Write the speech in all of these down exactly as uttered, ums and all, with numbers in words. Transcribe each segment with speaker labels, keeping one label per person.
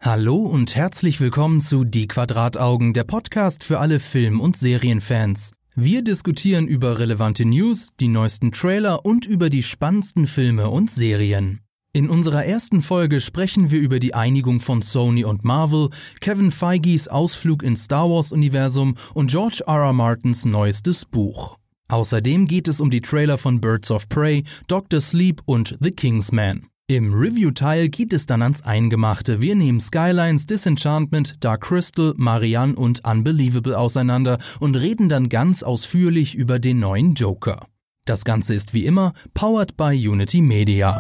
Speaker 1: Hallo und herzlich willkommen zu Die Quadrataugen, der Podcast für alle Film- und Serienfans. Wir diskutieren über relevante News, die neuesten Trailer und über die spannendsten Filme und Serien. In unserer ersten Folge sprechen wir über die Einigung von Sony und Marvel, Kevin Feiges Ausflug ins Star Wars-Universum und George R R. Martins neuestes Buch. Außerdem geht es um die Trailer von Birds of Prey, Doctor Sleep und The Kingsman. Im Review-Teil geht es dann ans Eingemachte. Wir nehmen Skylines, Disenchantment, Dark Crystal, Marianne und Unbelievable auseinander und reden dann ganz ausführlich über den neuen Joker. Das Ganze ist wie immer powered by Unity Media.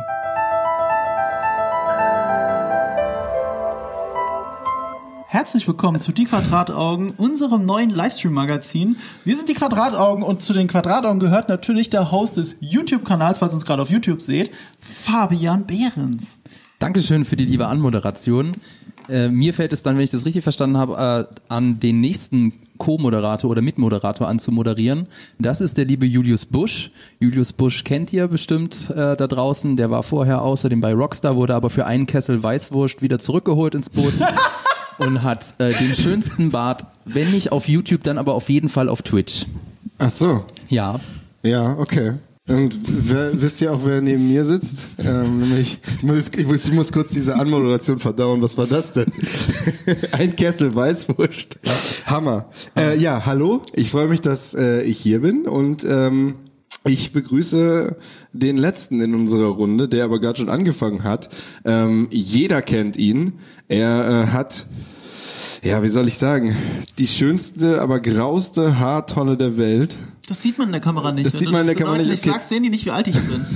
Speaker 2: Herzlich willkommen zu Die Quadrataugen, unserem neuen Livestream-Magazin. Wir sind Die Quadrataugen und zu den Quadrataugen gehört natürlich der Host des YouTube-Kanals, falls ihr uns gerade auf YouTube seht, Fabian Behrens.
Speaker 3: Dankeschön für die liebe Anmoderation. Äh, mir fällt es dann, wenn ich das richtig verstanden habe, äh, an den nächsten Co-Moderator oder Mitmoderator anzumoderieren. Das ist der liebe Julius Busch. Julius Busch kennt ihr bestimmt äh, da draußen. Der war vorher außerdem bei Rockstar, wurde aber für einen Kessel Weißwurst wieder zurückgeholt ins Boot. Und hat äh, den schönsten Bart, wenn nicht auf YouTube, dann aber auf jeden Fall auf Twitch.
Speaker 4: Ach so.
Speaker 3: Ja.
Speaker 4: Ja, okay. Und wer, wisst ihr auch, wer neben mir sitzt? Ähm, nämlich, ich muss, ich, muss, ich muss kurz diese Anmoderation verdauen. Was war das denn? Ein Kessel Weißwurst. Hammer. Äh, ja, hallo. Ich freue mich, dass äh, ich hier bin und ähm, ich begrüße den Letzten in unserer Runde, der aber gerade schon angefangen hat. Ähm, jeder kennt ihn. Er äh, hat, ja, wie soll ich sagen, die schönste, aber grauste Haartonne der Welt.
Speaker 2: Das sieht man in der Kamera nicht.
Speaker 4: Das
Speaker 2: Wenn
Speaker 4: sieht
Speaker 2: du
Speaker 4: man in der
Speaker 2: das
Speaker 4: Kamera nicht.
Speaker 2: Ich sag's denen die nicht, wie alt ich bin.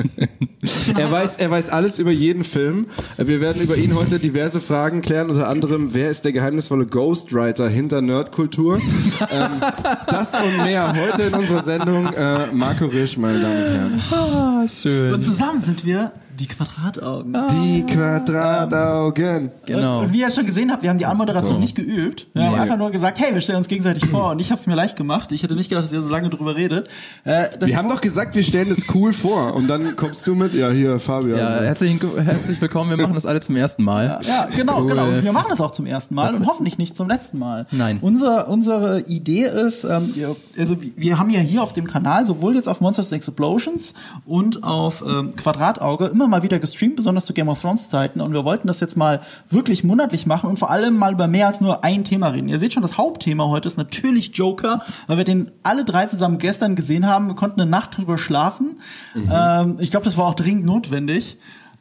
Speaker 4: Er weiß, er weiß alles über jeden Film. Wir werden über ihn heute diverse Fragen klären, unter anderem, wer ist der geheimnisvolle Ghostwriter hinter Nerdkultur? ähm, das und mehr heute in unserer Sendung. Äh, Marco Risch, meine Damen und Herren.
Speaker 3: Ah, schön.
Speaker 2: Und zusammen sind wir die Quadrataugen.
Speaker 3: Ah.
Speaker 4: Die Quadrataugen.
Speaker 3: Genau.
Speaker 2: Und, und wie ihr schon gesehen habt, wir haben die Anmoderation
Speaker 4: So.
Speaker 2: nicht geübt. Wir haben
Speaker 3: Nee.
Speaker 2: einfach nur gesagt, hey, wir stellen uns gegenseitig vor. Und ich habe es mir leicht gemacht. Ich hätte nicht gedacht, dass ihr so lange drüber redet. Äh, das
Speaker 4: Wir haben doch gesagt, wir stellen das cool vor. Und dann kommst du mit, ja hier, Fabian.
Speaker 3: Ja, herzlich, herzlich willkommen. Wir machen das alle zum ersten Mal.
Speaker 2: Ja, genau,
Speaker 3: Cool.
Speaker 2: genau. Und wir machen das auch zum ersten Mal und hoffentlich nicht zum letzten Mal.
Speaker 3: Nein.
Speaker 2: Unser, unsere Idee ist, ähm, wir, also wir haben ja hier auf dem Kanal sowohl jetzt auf Monsters and Explosions und auf ähm, Quadratauge immer mal wieder gestreamt, besonders zu Game of Thrones Zeiten. Und wir wollten das jetzt mal wirklich monatlich machen und vor allem mal über mehr als nur ein Thema reden. Ihr seht schon, das Hauptthema heute ist natürlich Joker, weil wir den alle drei zusammen gestern gesehen haben. Wir konnten eine Nacht drüber schlafen. Mhm. Ähm, ich glaube, das war auch dringend notwendig.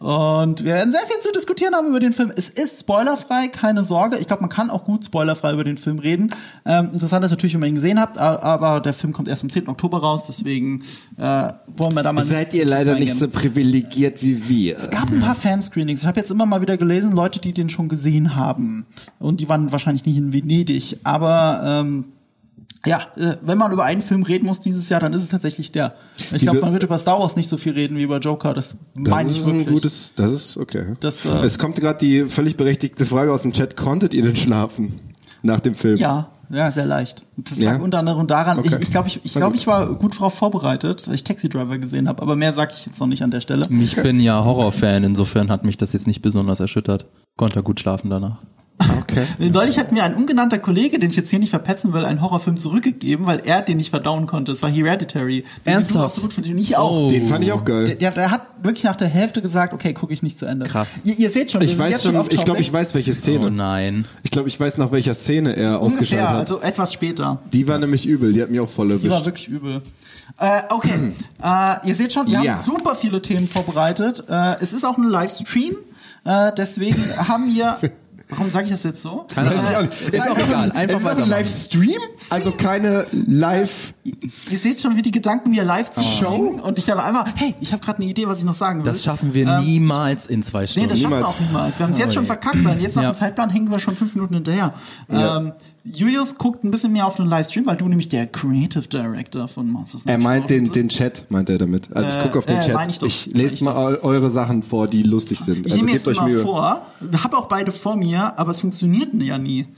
Speaker 2: Und wir werden sehr viel zu diskutieren haben über den Film. Es ist spoilerfrei, keine Sorge. Ich glaube, man kann auch gut spoilerfrei über den Film reden. Ähm, interessant ist natürlich, wenn ihr ihn gesehen habt, aber der Film kommt erst am zehnten Oktober raus, deswegen äh, wollen wir da mal
Speaker 4: Seid ihr leider nicht so privilegiert wie wir.
Speaker 2: Es gab ein paar Fanscreenings. Ich habe jetzt immer mal wieder gelesen, Leute, die den schon gesehen haben. Und die waren wahrscheinlich nicht in Venedig. Aber ähm, ja, äh, wenn man über einen Film reden muss dieses Jahr, dann ist es tatsächlich der. Ich glaube, man wird über Star Wars nicht so viel reden wie über Joker. Das meine ich
Speaker 4: Das ist
Speaker 2: wirklich.
Speaker 4: ein gutes, das ist okay.
Speaker 2: Das, äh,
Speaker 4: es kommt gerade die völlig berechtigte Frage aus dem Chat, konntet ihr denn schlafen nach dem Film?
Speaker 2: Ja, ja, sehr leicht. Das lag
Speaker 4: Ja?
Speaker 2: unter anderem daran,
Speaker 4: Okay.
Speaker 2: ich, ich glaube, ich, ich, glaub, ich war gut darauf vorbereitet, dass ich Taxi Driver gesehen habe. Aber mehr sage ich jetzt noch nicht an der Stelle.
Speaker 3: Ich bin ja Horrorfan, insofern hat mich das jetzt nicht besonders erschüttert. Konnte gut schlafen danach.
Speaker 4: Okay.
Speaker 2: Neulich hat mir ein ungenannter Kollege, den ich jetzt hier nicht verpetzen will, einen Horrorfilm zurückgegeben, weil er den nicht verdauen konnte. Es war Hereditary. Den
Speaker 3: Ernsthaft?
Speaker 2: du auch so gut findest. Ich auch.
Speaker 3: Oh.
Speaker 4: Den fand ich auch geil.
Speaker 2: Der, der, der hat wirklich nach der Hälfte gesagt, okay, gucke ich nicht zu Ende.
Speaker 3: Krass.
Speaker 2: Ihr, ihr seht schon, wir
Speaker 4: Ich
Speaker 2: sind
Speaker 4: weiß
Speaker 2: jetzt
Speaker 4: schon,
Speaker 2: auf
Speaker 4: ich glaube,
Speaker 2: Topic.
Speaker 4: ich weiß, welche Szene.
Speaker 3: Oh nein.
Speaker 4: Ich glaube, ich weiß, nach welcher Szene er ausgeschaltet
Speaker 2: Ungefähr,
Speaker 4: hat.
Speaker 2: also etwas später.
Speaker 4: Die war nämlich übel, die hat mich auch voll
Speaker 2: Die war
Speaker 4: erwischt.
Speaker 2: wirklich übel. Äh, okay, äh, ihr seht schon, wir
Speaker 4: Ja.
Speaker 2: haben super viele Themen vorbereitet. Äh, es ist auch ein Livestream, äh, deswegen haben wir... Warum sage ich das jetzt so?
Speaker 3: Keine
Speaker 4: Weiß ich auch
Speaker 3: Ahnung.
Speaker 4: nicht.
Speaker 3: Ist
Speaker 4: Es
Speaker 3: auch
Speaker 4: ist
Speaker 3: egal.
Speaker 4: Ein,
Speaker 3: Einfach
Speaker 4: es ist auch ein
Speaker 3: weitermachen.
Speaker 4: Livestream, also keine Live...
Speaker 2: Ihr seht schon, wie die Gedanken mir live zu schauen. Und ich habe einfach, hey, ich habe gerade eine Idee, was ich noch sagen will.
Speaker 3: Das schaffen wir
Speaker 2: Ähm,
Speaker 3: niemals in zwei
Speaker 2: Nee,
Speaker 3: Stunden.
Speaker 2: das schaffen wir
Speaker 4: Niemals.
Speaker 2: auch niemals. Wir haben es jetzt schon verkackt, weil jetzt nach
Speaker 3: Ja.
Speaker 2: dem Zeitplan hängen wir schon fünf Minuten hinterher.
Speaker 4: Ja.
Speaker 2: Ähm, Julius guckt ein bisschen mehr auf den Livestream, weil du nämlich der Creative Director von Monsters.
Speaker 4: Er meint den,
Speaker 2: bist.
Speaker 4: den Chat, meint er damit. Also ich
Speaker 2: Äh,
Speaker 4: gucke auf den
Speaker 2: äh,
Speaker 4: Chat.
Speaker 2: mein ich doch.
Speaker 4: Ich
Speaker 2: Mein
Speaker 4: lese
Speaker 2: ich
Speaker 4: mal eu- eure Sachen vor, die lustig sind.
Speaker 2: Ich
Speaker 4: Also
Speaker 2: nehme
Speaker 4: gebt
Speaker 2: jetzt
Speaker 4: euch
Speaker 2: mal
Speaker 4: Mühe.
Speaker 2: vor, habe auch beide vor mir, aber es funktionierten ja nie.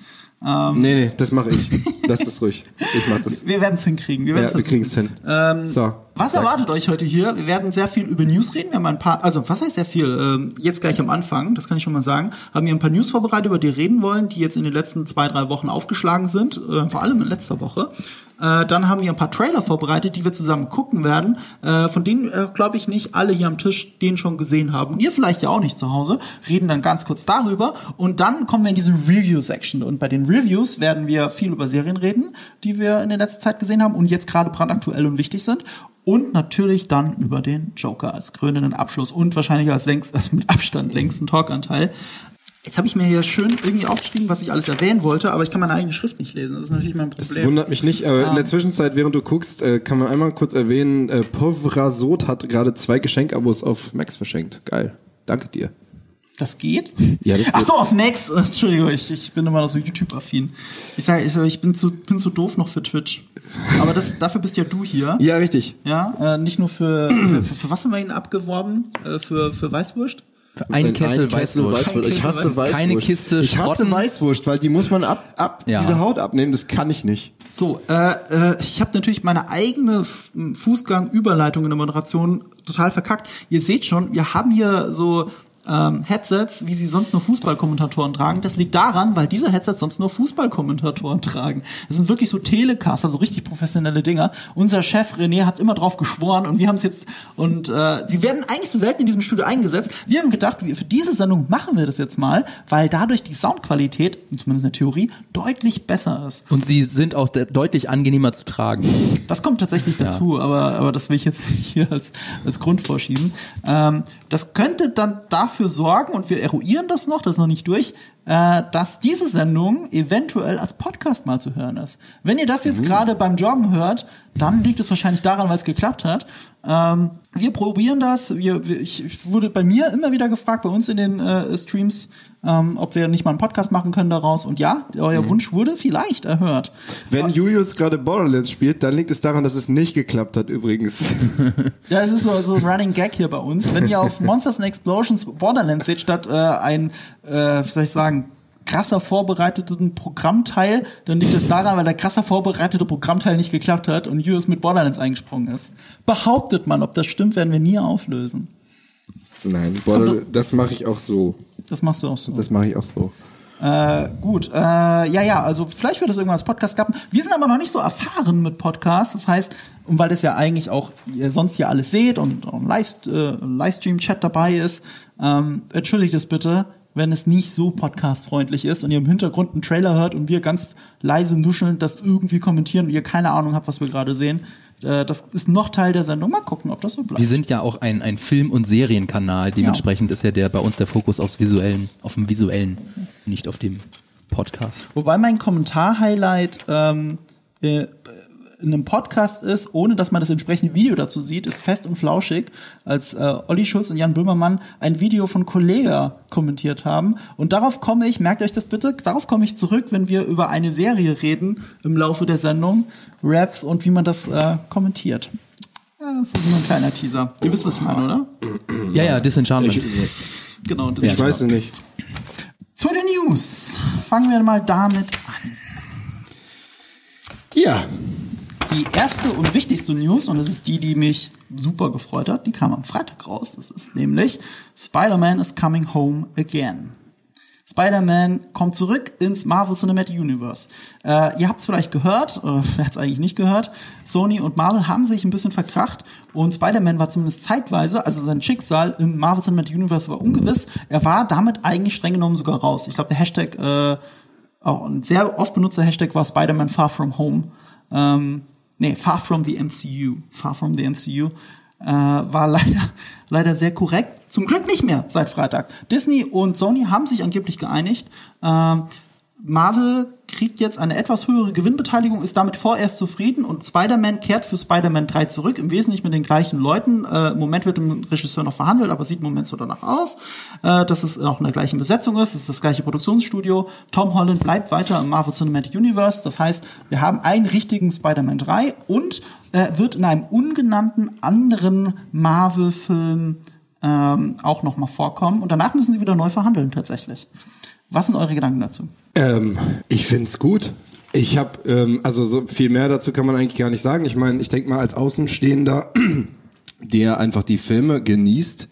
Speaker 2: Ähm,
Speaker 4: nee, nee, das mache ich. Lass das ruhig. Ich mach das.
Speaker 2: Wir werden es hinkriegen. Wir,
Speaker 4: ja, wir kriegen es hin.
Speaker 2: Ähm,
Speaker 4: so.
Speaker 2: Was erwartet euch heute hier? Wir werden sehr viel über News reden. Wir haben ein paar, also was heißt sehr viel? Ähm, jetzt gleich am Anfang, das kann ich schon mal sagen, haben wir ein paar News vorbereitet, über die wir reden wollen, die jetzt in den letzten zwei, drei Wochen aufgeschlagen sind, äh, vor allem in letzter Woche. Äh, dann haben wir ein paar Trailer vorbereitet, die wir zusammen gucken werden, äh, von denen, äh, glaube ich, nicht alle hier am Tisch den schon gesehen haben. Und ihr vielleicht ja auch nicht zu Hause. Reden dann ganz kurz darüber. Und dann kommen wir in diese Review-Section. Und bei den Reviews werden wir viel über Serien reden, die wir in der letzten Zeit gesehen haben und jetzt gerade brandaktuell und wichtig sind. Und natürlich dann über den Joker als krönenden Abschluss und wahrscheinlich als längst, also mit Abstand längsten Talkanteil. Jetzt habe ich mir hier schön irgendwie aufgeschrieben, was ich alles erwähnen wollte, aber ich kann meine eigene Schrift nicht lesen. Das ist natürlich mein Problem.
Speaker 4: Das wundert mich nicht, aber ja. In der Zwischenzeit, während du guckst, äh, kann man einmal kurz erwähnen, äh, Pauvra Sod hat gerade zwei Geschenkabos auf Max verschenkt. Geil. Danke dir.
Speaker 2: Das geht?
Speaker 4: Ja, das geht.
Speaker 2: Ach so, auf Max. Entschuldigung, ich, ich bin immer noch so YouTube-affin. Ich sage, ich, ich bin zu, bin zu doof noch für Twitch. Aber das, dafür bist ja du hier.
Speaker 4: Ja, richtig.
Speaker 2: Ja, äh, nicht nur für, für, für, für was haben wir ihn abgeworben? Äh, für, für Weißwurst?
Speaker 3: Für einen
Speaker 4: Ein
Speaker 3: Kessel,
Speaker 4: Kessel
Speaker 3: Weißwurst.
Speaker 4: Weißwurst. Ich hasse Weißwurst.
Speaker 3: Keine Kiste
Speaker 4: Ich hasse
Speaker 3: Schrotten.
Speaker 4: Weißwurst, weil die muss man ab, ab
Speaker 3: Ja.
Speaker 4: diese Haut abnehmen. Das kann ich nicht.
Speaker 2: So, äh, äh, ich habe natürlich meine eigene F- Fußgang-Überleitung in der Moderation total verkackt. Ihr seht schon, wir haben hier so ähm, Headsets, wie sie sonst nur Fußballkommentatoren tragen. Das liegt daran, weil diese Headsets sonst nur Fußballkommentatoren tragen. Das sind wirklich so Telecaster, so richtig professionelle Dinger. Unser Chef René hat immer drauf geschworen und wir haben es jetzt, und äh, sie werden eigentlich so selten in diesem Studio eingesetzt. Wir haben gedacht, wir, für diese Sendung machen wir das jetzt mal, weil dadurch die Soundqualität, zumindest in der Theorie, deutlich besser ist.
Speaker 3: Und sie sind auch de- deutlich angenehmer zu tragen.
Speaker 2: Das kommt tatsächlich dazu, ja. aber, aber das will ich jetzt hier als, als Grund vorschieben. Ähm, das könnte dann dafür sorgen, und wir eruieren das noch, das ist noch nicht durch, äh, dass diese Sendung eventuell als Podcast mal zu hören ist. Wenn ihr das jetzt mhm. gerade beim Joggen hört, dann liegt es wahrscheinlich daran, weil es geklappt hat. Ähm, wir probieren das. Wir, wir, ich, es wurde bei mir immer wieder gefragt, bei uns in den äh, Streams, ähm, ob wir nicht mal einen Podcast machen können daraus. Und ja, euer mhm. Wunsch wurde vielleicht erhört.
Speaker 4: Wenn
Speaker 2: Aber,
Speaker 4: Julius gerade Borderlands spielt, dann liegt es daran, dass es nicht geklappt hat übrigens.
Speaker 2: Ja, es ist so, so ein Running Gag hier bei uns. Wenn ihr auf Monsters and Explosions Borderlands seht, statt äh, ein, äh, wie soll ich sagen, krasser vorbereiteten Programmteil, dann liegt es daran, weil der krasser vorbereitete Programmteil nicht geklappt hat und Julius mit Borderlands eingesprungen ist. Behauptet man, ob das stimmt, werden wir nie auflösen.
Speaker 4: Nein, Border, das mache ich auch so.
Speaker 2: Das machst du auch so.
Speaker 4: Das mache ich auch so.
Speaker 2: Äh, gut, äh, ja, ja, also vielleicht wird das irgendwann als Podcast klappen. Wir sind aber noch nicht so erfahren mit Podcasts. Das heißt, und weil das ja eigentlich auch ihr sonst hier alles seht und auch ein Live, äh, Livestream-Chat dabei ist, ähm, entschuldigt es bitte, wenn es nicht so podcastfreundlich ist und ihr im Hintergrund einen Trailer hört und wir ganz leise nuschelnd das irgendwie kommentieren und ihr keine Ahnung habt, was wir gerade sehen. Äh, das ist noch Teil der Sendung. Mal gucken, ob das so bleibt.
Speaker 3: Wir sind ja auch ein, ein Film- und Serienkanal. Dementsprechend ja. ist ja der bei uns der Fokus aufs Visuellen, auf dem Visuellen, nicht auf dem Podcast.
Speaker 2: Wobei mein Kommentar-Highlight ähm, äh, in einem Podcast ist, ohne dass man das entsprechende Video dazu sieht, ist Fest und Flauschig, als äh, Olli Schulz und Jan Böhmermann ein Video von Kollega kommentiert haben. Und darauf komme ich, merkt euch das bitte, darauf komme ich zurück, wenn wir über eine Serie reden im Laufe der Sendung, Raps und wie man das äh, kommentiert. Ja, das ist nur ein kleiner Teaser. Ihr wisst, was ich meine, oder?
Speaker 3: Ja, ja, Disenchantment.
Speaker 2: Genau. Das
Speaker 4: Ich weiß es nicht.
Speaker 2: Zu den News. Fangen wir mal damit an.
Speaker 4: Ja.
Speaker 2: Die erste und wichtigste News, und das ist die, die mich super gefreut hat, die kam am Freitag raus. Das ist nämlich Spider-Man is coming home again. Spider-Man kommt zurück ins Marvel Cinematic Universe. Äh, ihr habt es vielleicht gehört, oder wer hat es eigentlich nicht gehört, Sony und Marvel haben sich ein bisschen verkracht und Spider-Man war zumindest zeitweise, also sein Schicksal im Marvel Cinematic Universe war ungewiss. Er war damit eigentlich streng genommen sogar raus. Ich glaube, der Hashtag, äh, auch ein sehr oft benutzter Hashtag war Spider-Man Far From Home. Ähm, nee, Far From the M C U. Far From the M C U. Äh, war leider, leider sehr korrekt. Zum Glück nicht mehr seit Freitag. Disney und Sony haben sich angeblich geeinigt. Äh, Marvel kriegt jetzt eine etwas höhere Gewinnbeteiligung, ist damit vorerst zufrieden und Spider-Man kehrt für Spider-Man drei zurück, im Wesentlichen mit den gleichen Leuten. Äh, Im Moment wird im Regisseur noch verhandelt, aber sieht im Moment so danach aus, äh, dass es auch in der gleichen Besetzung ist. Es ist das gleiche Produktionsstudio. Tom Holland bleibt weiter im Marvel Cinematic Universe. Das heißt, wir haben einen richtigen Spider-Man drei und äh, wird in einem ungenannten anderen Marvel-Film ähm, auch nochmal vorkommen. Und danach müssen sie wieder neu verhandeln, tatsächlich. Was sind eure Gedanken dazu?
Speaker 4: Ähm, ich find's gut. Ich habe, ähm, also so viel mehr dazu kann man eigentlich gar nicht sagen. Ich meine, ich denke mal als Außenstehender, der einfach die Filme genießt,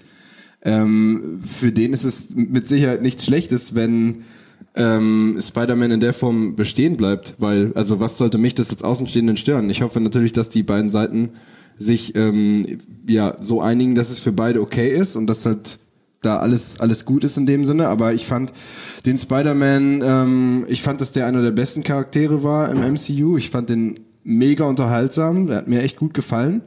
Speaker 4: ähm, für den ist es mit Sicherheit nichts Schlechtes, wenn ähm, Spider-Man in der Form bestehen bleibt, weil, also was sollte mich das als Außenstehenden stören? Ich hoffe natürlich, dass die beiden Seiten sich ähm, ja so einigen, dass es für beide okay ist und dass halt da alles alles gut ist in dem Sinne, aber ich fand den Spider-Man, ähm, ich fand, dass der einer der besten Charaktere war im M C U. Ich fand den mega unterhaltsam, der hat mir echt gut gefallen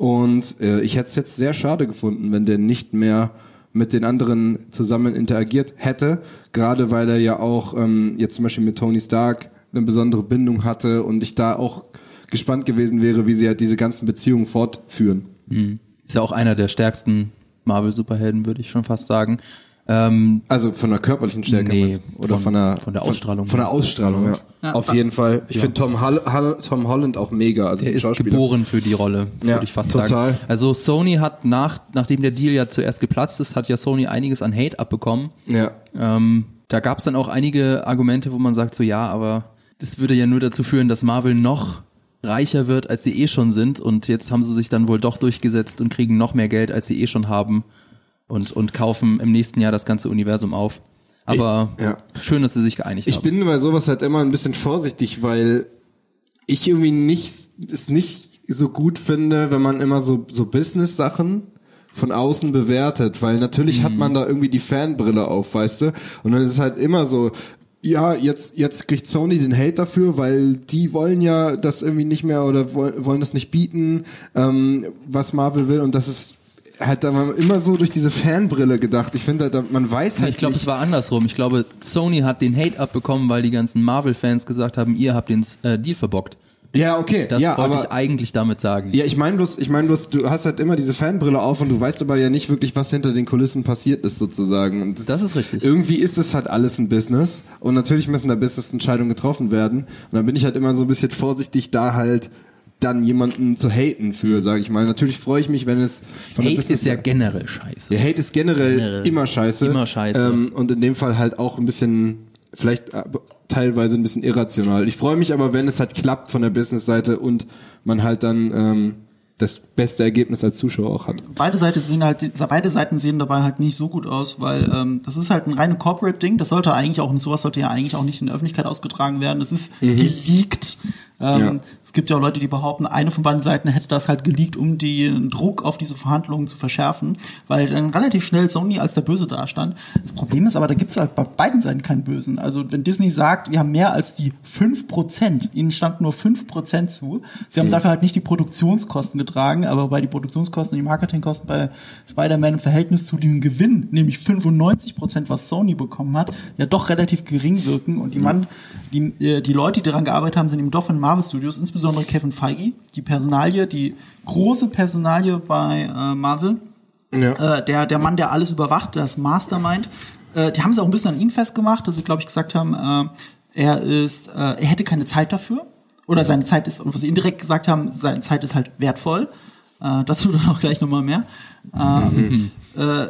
Speaker 4: und äh, ich hätte es jetzt sehr schade gefunden, wenn der nicht mehr mit den anderen zusammen interagiert hätte, gerade weil er ja auch ähm, jetzt zum Beispiel mit Tony Stark eine besondere Bindung hatte und ich da auch gespannt gewesen wäre, wie sie halt diese ganzen Beziehungen fortführen.
Speaker 3: Mhm. Ist ja auch einer der stärksten Marvel-Superhelden, würde ich schon fast sagen. Ähm,
Speaker 4: also von der körperlichen Stärke
Speaker 3: nee,
Speaker 4: oder von, von der
Speaker 3: von der Ausstrahlung.
Speaker 4: Von, von der Ausstrahlung, ja. ja. Auf jeden Fall. Ich ja. finde Tom, Hall, Hall, Tom Holland auch mega. Also
Speaker 3: der ist geboren für die Rolle, ja, würde ich fast total. sagen. Also Sony hat nach, nachdem der Deal ja zuerst geplatzt ist, hat ja Sony einiges an Hate abbekommen.
Speaker 4: Ja.
Speaker 3: Ähm, da gab es dann auch einige Argumente, wo man sagt so, ja, aber das würde ja nur dazu führen, dass Marvel noch reicher wird, als sie eh schon sind und jetzt haben sie sich dann wohl doch durchgesetzt und kriegen noch mehr Geld, als sie eh schon haben und und kaufen im nächsten Jahr das ganze Universum auf. Aber ich, ja. schön, dass sie sich geeinigt
Speaker 4: ich
Speaker 3: haben.
Speaker 4: Ich bin bei sowas halt immer ein bisschen vorsichtig, weil ich irgendwie nicht es nicht so gut finde, wenn man immer so so Business-Sachen von außen bewertet, weil natürlich mhm. hat man da irgendwie die Fanbrille auf, weißt du? Und dann ist es halt immer so, ja, jetzt jetzt kriegt Sony den Hate dafür, weil die wollen ja das irgendwie nicht mehr oder wollen das nicht bieten, ähm, was Marvel will und das ist halt da man immer so durch diese Fanbrille gedacht. Ich finde halt, man weiß halt
Speaker 3: Ich glaube, es war andersrum. Ich glaube, Sony hat den Hate abbekommen, weil die ganzen Marvel-Fans gesagt haben, ihr habt den äh, Deal verbockt.
Speaker 4: Ja, okay.
Speaker 3: Das
Speaker 4: ja,
Speaker 3: wollte
Speaker 4: aber,
Speaker 3: ich eigentlich damit sagen.
Speaker 4: Ja, ich meine bloß, ich meine bloß, du hast halt immer diese Fanbrille auf und du weißt aber ja nicht wirklich, was hinter den Kulissen passiert ist sozusagen. Und das,
Speaker 3: das ist richtig.
Speaker 4: Irgendwie ist es halt alles ein Business und natürlich müssen da Business-Entscheidungen getroffen werden. Und dann bin ich halt immer so ein bisschen vorsichtig, da halt dann jemanden zu haten für, sage ich mal. Natürlich freue ich mich, wenn es
Speaker 3: von Hate der ist ja generell scheiße.
Speaker 4: Ja, Hate ist generell, generell immer scheiße.
Speaker 3: Immer scheiße.
Speaker 4: Ähm, und in dem Fall halt auch ein bisschen, vielleicht teilweise ein bisschen irrational. Ich freue mich aber, wenn es halt klappt von der Business-Seite und man halt dann ähm, das beste Ergebnis als Zuschauer auch hat.
Speaker 2: Beide Seiten sehen halt, beide Seiten sehen dabei halt nicht so gut aus, weil ähm, das ist halt ein reines Corporate-Ding. Das sollte eigentlich auch, sowas sollte ja eigentlich auch nicht in der Öffentlichkeit ausgetragen werden. Das ist mhm. geleakt. Ähm, ja. Es gibt ja auch Leute, die behaupten, eine von beiden Seiten hätte das halt geleakt, um den Druck auf diese Verhandlungen zu verschärfen, weil dann relativ schnell Sony als der Böse dastand. Das Problem ist aber, da gibt es halt bei beiden Seiten keinen Bösen. Also wenn Disney sagt, wir haben mehr als die fünf Prozent, ihnen stand nur fünf Prozent zu. Sie haben mhm. dafür halt nicht die Produktionskosten getragen, aber bei die Produktionskosten und die Marketingkosten bei Spider-Man im Verhältnis zu dem Gewinn, nämlich fünfundneunzig Prozent, was Sony bekommen hat, ja doch relativ gering wirken. Und die, Mann, die, die Leute, die daran gearbeitet haben, sind eben doch von Marvel Studios, insbesondere Kevin Feige, die Personalie, die große Personalie bei äh, Marvel, ja. äh, der der Mann, der alles überwacht, das Mastermind. Äh, die haben sie auch ein bisschen an ihm festgemacht, dass sie, glaube ich, gesagt haben, äh, er ist, äh, er hätte keine Zeit dafür oder seine Zeit ist, was sie indirekt gesagt haben, seine Zeit ist halt wertvoll. Äh, dazu dann auch gleich nochmal mehr. Äh, mhm. äh,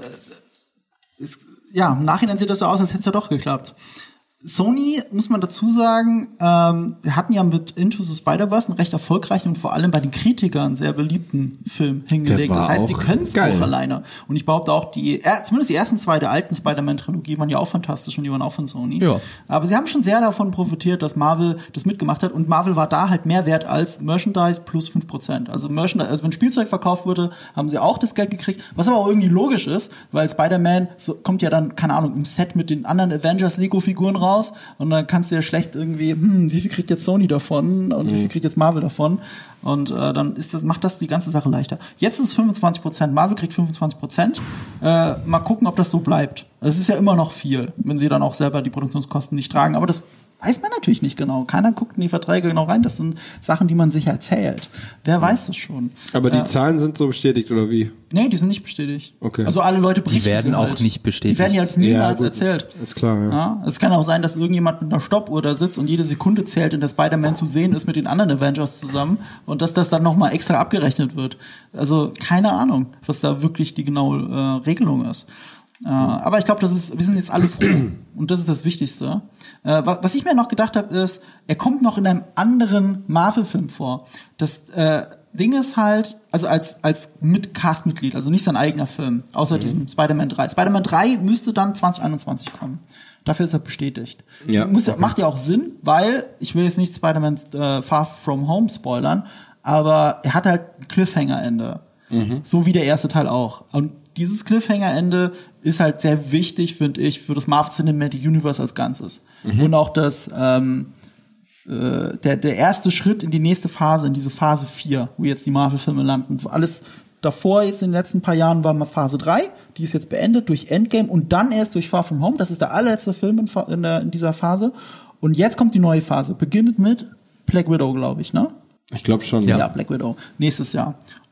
Speaker 2: ist, ja, im Nachhinein sieht das so aus, als hätte es ja doch geklappt. Sony, muss man dazu sagen, ähm, wir hatten ja mit Into the Spider-Verse einen recht erfolgreichen und vor allem bei den Kritikern sehr beliebten Film hingelegt. Das heißt, sie können es auch alleine. Und ich behaupte auch, die äh, zumindest die ersten zwei der alten Spider-Man-Trilogie waren ja auch fantastisch und die waren auch von Sony. Ja. Aber sie haben schon sehr davon profitiert, dass Marvel das mitgemacht hat und Marvel war da halt mehr wert als Merchandise plus fünf Prozent. Also Merchandise, also wenn Spielzeug verkauft wurde, haben sie auch das Geld gekriegt, was aber auch irgendwie logisch ist, weil Spider-Man so, kommt ja dann, keine Ahnung, im Set mit den anderen Avengers-Lego-Figuren raus. Und dann kannst du ja schlecht irgendwie, hm, wie viel kriegt jetzt Sony davon und mhm. wie viel kriegt jetzt Marvel davon? Und äh, dann ist das, macht das die ganze Sache leichter. Jetzt ist es fünfundzwanzig Prozent, Marvel kriegt fünfundzwanzig Prozent. Äh, mal gucken, ob das so bleibt. Es ist ja immer noch viel, wenn sie dann auch selber die Produktionskosten nicht tragen. Aber das weiß man natürlich nicht genau. Keiner guckt in die Verträge genau rein. Das sind Sachen, die man sich erzählt. Wer weiß das schon.
Speaker 4: Aber die
Speaker 2: äh,
Speaker 4: Zahlen sind so bestätigt, oder wie?
Speaker 2: Nee, die sind nicht bestätigt.
Speaker 4: Okay.
Speaker 2: Also alle Leute berichten.
Speaker 3: Die werden auch
Speaker 2: halt.
Speaker 3: nicht bestätigt.
Speaker 2: Die werden ja halt niemals ja, erzählt.
Speaker 4: Ist klar, ja.
Speaker 2: ja. Es kann auch sein, dass irgendjemand mit einer Stoppuhr da sitzt und jede Sekunde zählt, in der Spider-Man zu sehen ist mit den anderen Avengers zusammen und dass das dann nochmal extra abgerechnet wird. Also keine Ahnung, was da wirklich die genaue äh, Regelung ist. Äh, aber ich glaube, das ist, wir sind jetzt alle froh. Und das ist das Wichtigste. Äh, was, was ich mir noch gedacht habe, ist, er kommt noch in einem anderen Marvel-Film vor. Das äh, Ding ist halt, also als, als mit Cast-Mitglied, also nicht sein eigener Film, außer mhm. diesem Spider-Man drei. Spider-Man drei müsste dann zwanzig einundzwanzig kommen. Dafür ist er bestätigt. Ja, Muss, okay. Macht ja auch Sinn, weil, ich will jetzt nicht Spider-Man äh, Far From Home spoilern, aber er hat halt ein Cliffhanger-Ende. Mhm. So wie der erste Teil auch. Und dieses Cliffhanger-Ende ist halt sehr wichtig, finde ich, für das Marvel Cinematic Universe als Ganzes. Mhm. Und auch das, ähm, äh, der, der erste Schritt in die nächste Phase, in diese Phase vier, wo jetzt die Marvel-Filme landen. Alles davor, jetzt in den letzten paar Jahren, war mal Phase drei, die ist jetzt beendet durch Endgame und dann erst durch Far From Home. Das ist der allerletzte Film in, in, der, in dieser Phase. Und jetzt kommt die neue Phase. Beginnt mit Black Widow, glaube ich, ne?
Speaker 4: Ich glaube schon,
Speaker 2: ja. Ja, Black Widow. Nächstes Jahr.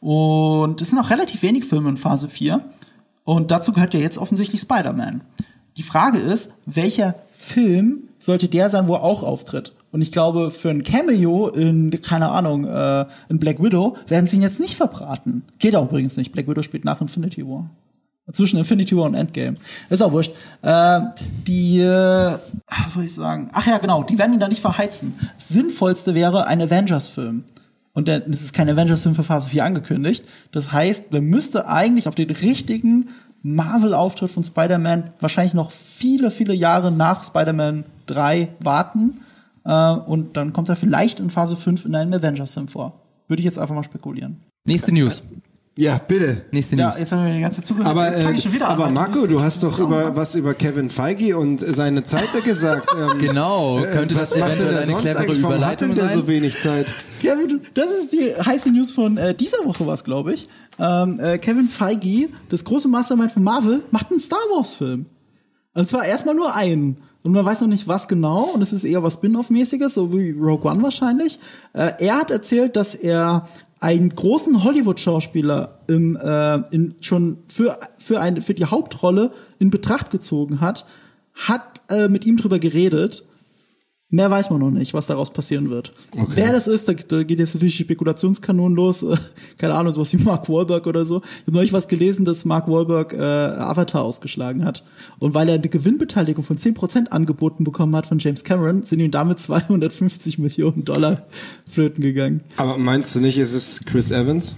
Speaker 2: Und es sind auch relativ wenig Filme in Phase vier. Und dazu gehört ja jetzt offensichtlich Spider-Man. Die Frage ist, welcher Film sollte der sein, wo er auch auftritt? Und ich glaube, für ein Cameo in, keine Ahnung, äh, in Black Widow werden sie ihn jetzt nicht verbraten. Geht auch übrigens nicht. Black Widow spielt nach Infinity War. Zwischen Infinity War und Endgame. Ist auch wurscht. Äh, die, äh, was soll ich sagen? Ach ja, genau, die werden ihn da nicht verheizen. Das Sinnvollste wäre ein Avengers-Film. Und der, das ist kein Avengers-Film für Phase vier angekündigt. Das heißt, man müsste eigentlich auf den richtigen Marvel-Auftritt von Spider-Man wahrscheinlich noch viele, viele Jahre nach Spider-Man drei warten. Äh, und dann kommt er vielleicht in Phase fünf in einem Avengers-Film vor. Würde ich jetzt einfach mal spekulieren.
Speaker 3: Nächste News.
Speaker 4: Ja, bitte.
Speaker 3: Nächste
Speaker 2: ja,
Speaker 3: News.
Speaker 2: Jetzt haben wir die ganze zugehört.
Speaker 4: Aber,
Speaker 2: jetzt fange ich schon wieder
Speaker 4: aber
Speaker 2: an.
Speaker 4: Marco, du hast doch über was über Kevin Feige und seine Zeit gesagt. Ähm,
Speaker 3: genau, könnte das eventuell eine clevere Überleitung sein?
Speaker 4: Der so wenig Zeit.
Speaker 2: Kevin, das ist die heiße News von äh, dieser Woche, was glaube ich. Ähm, äh, Kevin Feige, das große Mastermind von Marvel, macht einen Star Wars Film. Und zwar erstmal nur einen. Und man weiß noch nicht, was genau. Und es ist eher was Spin-off-mäßiges, so wie Rogue One wahrscheinlich. Äh, er hat erzählt, dass er einen großen Hollywood-Schauspieler im, äh, in, schon für, für, eine, für die Hauptrolle in Betracht gezogen hat, hat äh, mit ihm drüber geredet. Mehr weiß man noch nicht, was daraus passieren wird. Okay. Wer das ist, da, da geht jetzt natürlich die Spekulationskanon los. Keine Ahnung, sowas wie Mark Wahlberg oder so. Ich habe neulich was gelesen, dass Mark Wahlberg äh, Avatar ausgeschlagen hat. Und weil er eine Gewinnbeteiligung von zehn Prozent angeboten bekommen hat von James Cameron, sind ihm damit zweihundertfünfzig Millionen Dollar flöten gegangen.
Speaker 4: Aber meinst du nicht, ist es Chris Evans?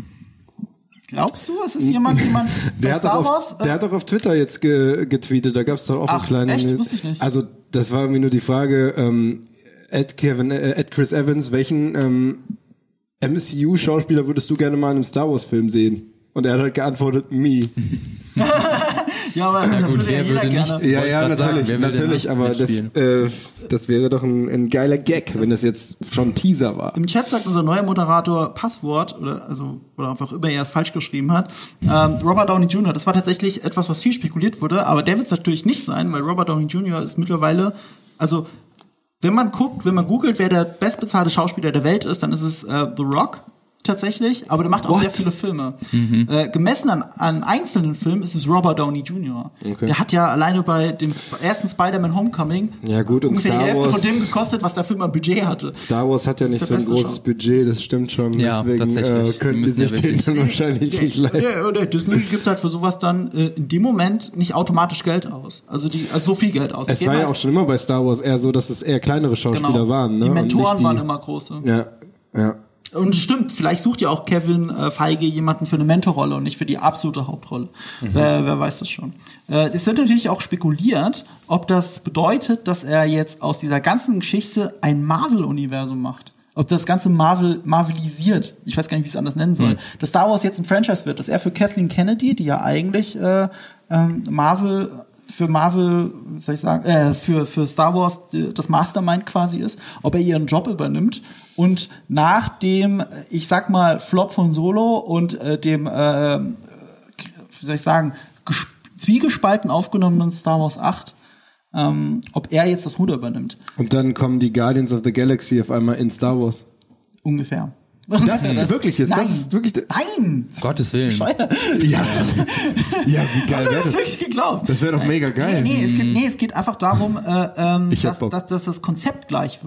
Speaker 2: Glaubst du, es ist jemand, den man
Speaker 4: der, hat
Speaker 2: Star
Speaker 4: auf,
Speaker 2: Wars, äh,
Speaker 4: der hat doch auf Twitter jetzt ge getweetet, da gab es doch auch
Speaker 2: Ach,
Speaker 4: einen kleinen...
Speaker 2: echt? Wusste ich nicht.
Speaker 4: Also das war mir nur die Frage, ähm, Ed, Kevin, äh, Ed Chris Evans, welchen ähm, M C U-Schauspieler würdest du gerne mal in einem Star Wars-Film sehen? Und er hat halt geantwortet, me.
Speaker 2: Ja, aber
Speaker 3: Na
Speaker 2: das
Speaker 3: gut,
Speaker 2: würde ja
Speaker 3: wer
Speaker 2: jeder
Speaker 3: würde
Speaker 2: gerne.
Speaker 3: nicht-
Speaker 4: Ja, ja,
Speaker 3: Wollte grad
Speaker 4: natürlich,
Speaker 3: sagen, wer will
Speaker 4: natürlich,
Speaker 3: denn
Speaker 4: aber
Speaker 3: nicht
Speaker 4: das,
Speaker 3: mitspielen?
Speaker 4: äh, das wäre doch ein, ein geiler Gag, wenn das jetzt schon ein Teaser war.
Speaker 2: Im Chat sagt unser neuer Moderator Passwort, oder also oder einfach immer er es falsch geschrieben hat. Ähm, Robert Downey Junior Das war tatsächlich etwas, was viel spekuliert wurde, aber der wird es natürlich nicht sein, weil Robert Downey Junior ist mittlerweile, also wenn man guckt, wenn man googelt, wer der bestbezahlte Schauspieler der Welt ist, dann ist es äh, The Rock tatsächlich, aber der macht auch
Speaker 4: What?
Speaker 2: sehr viele Filme.
Speaker 3: Mhm.
Speaker 2: Äh, gemessen an, an einzelnen Filmen ist es Robert Downey Junior
Speaker 4: Okay.
Speaker 2: Der hat ja alleine bei dem Sp- ersten Spider-Man Homecoming
Speaker 4: Ja, gut, und
Speaker 2: ungefähr
Speaker 4: Star
Speaker 2: die Hälfte
Speaker 4: Wars-
Speaker 2: von dem gekostet, was der Film an Budget hatte.
Speaker 4: Star Wars hat ja
Speaker 2: Das
Speaker 4: nicht
Speaker 2: ist
Speaker 4: so
Speaker 2: der
Speaker 4: ein
Speaker 2: beste
Speaker 4: großes
Speaker 2: Schau.
Speaker 4: Budget, das stimmt schon.
Speaker 3: Ja,
Speaker 4: Deswegen
Speaker 3: tatsächlich.
Speaker 4: äh,
Speaker 3: Die
Speaker 4: könnten die
Speaker 3: müssen ja
Speaker 4: sich den
Speaker 3: wirklich-
Speaker 4: dann wahrscheinlich nicht leisten.
Speaker 2: Ja, oder Disney gibt halt für sowas dann äh, in dem Moment nicht automatisch Geld aus. Also die, also so viel Geld aus.
Speaker 4: Es
Speaker 2: Die
Speaker 4: war
Speaker 2: geben
Speaker 4: ja
Speaker 2: halt-
Speaker 4: auch schon immer bei Star Wars eher so, dass es eher kleinere Schauspieler
Speaker 2: genau.
Speaker 4: waren. Ne?
Speaker 2: Die
Speaker 4: Und
Speaker 2: Mentoren
Speaker 4: nicht die,
Speaker 2: waren immer große.
Speaker 4: Ja, ja.
Speaker 2: Und stimmt, vielleicht sucht ja auch Kevin äh, Feige jemanden für eine Mentorrolle und nicht für die absolute Hauptrolle. Mhm. Wer, wer weiß das schon. Äh, es wird natürlich auch spekuliert, ob das bedeutet, dass er jetzt aus dieser ganzen Geschichte ein Marvel-Universum macht. Ob das Ganze Marvel, Marvelisiert. Ich weiß gar nicht, wie ich es anders nennen soll. Mhm. Dass Star Wars jetzt ein Franchise wird, dass er für Kathleen Kennedy, die ja eigentlich äh, ähm, Marvel... für Marvel, wie soll ich sagen, äh, für, für Star Wars das Mastermind quasi ist, ob er ihren Job übernimmt und nach dem, ich sag mal, Flop von Solo und äh, dem, äh, wie soll ich sagen, gesp- zwiegespalten aufgenommenen Star Wars acht, ähm, ob er jetzt das Ruder übernimmt.
Speaker 4: Und dann kommen die Guardians of the Galaxy auf einmal in Star Wars.
Speaker 2: Ungefähr.
Speaker 4: Das, das wirklich ist.
Speaker 2: Nein,
Speaker 4: Das ist wirklich.
Speaker 2: nein!
Speaker 3: Gottes Willen.
Speaker 2: Bescheuert.
Speaker 4: Ja, ja, wie geil
Speaker 2: Hast du
Speaker 4: wäre
Speaker 2: das
Speaker 4: das?
Speaker 2: wirklich geglaubt?
Speaker 4: Das wäre doch mega geil.
Speaker 2: Nee, nee, es geht, nee, es geht einfach darum, äh, ähm,
Speaker 4: Ich hab
Speaker 2: dass,
Speaker 4: Bock.
Speaker 2: dass, dass das Konzept gleich wird.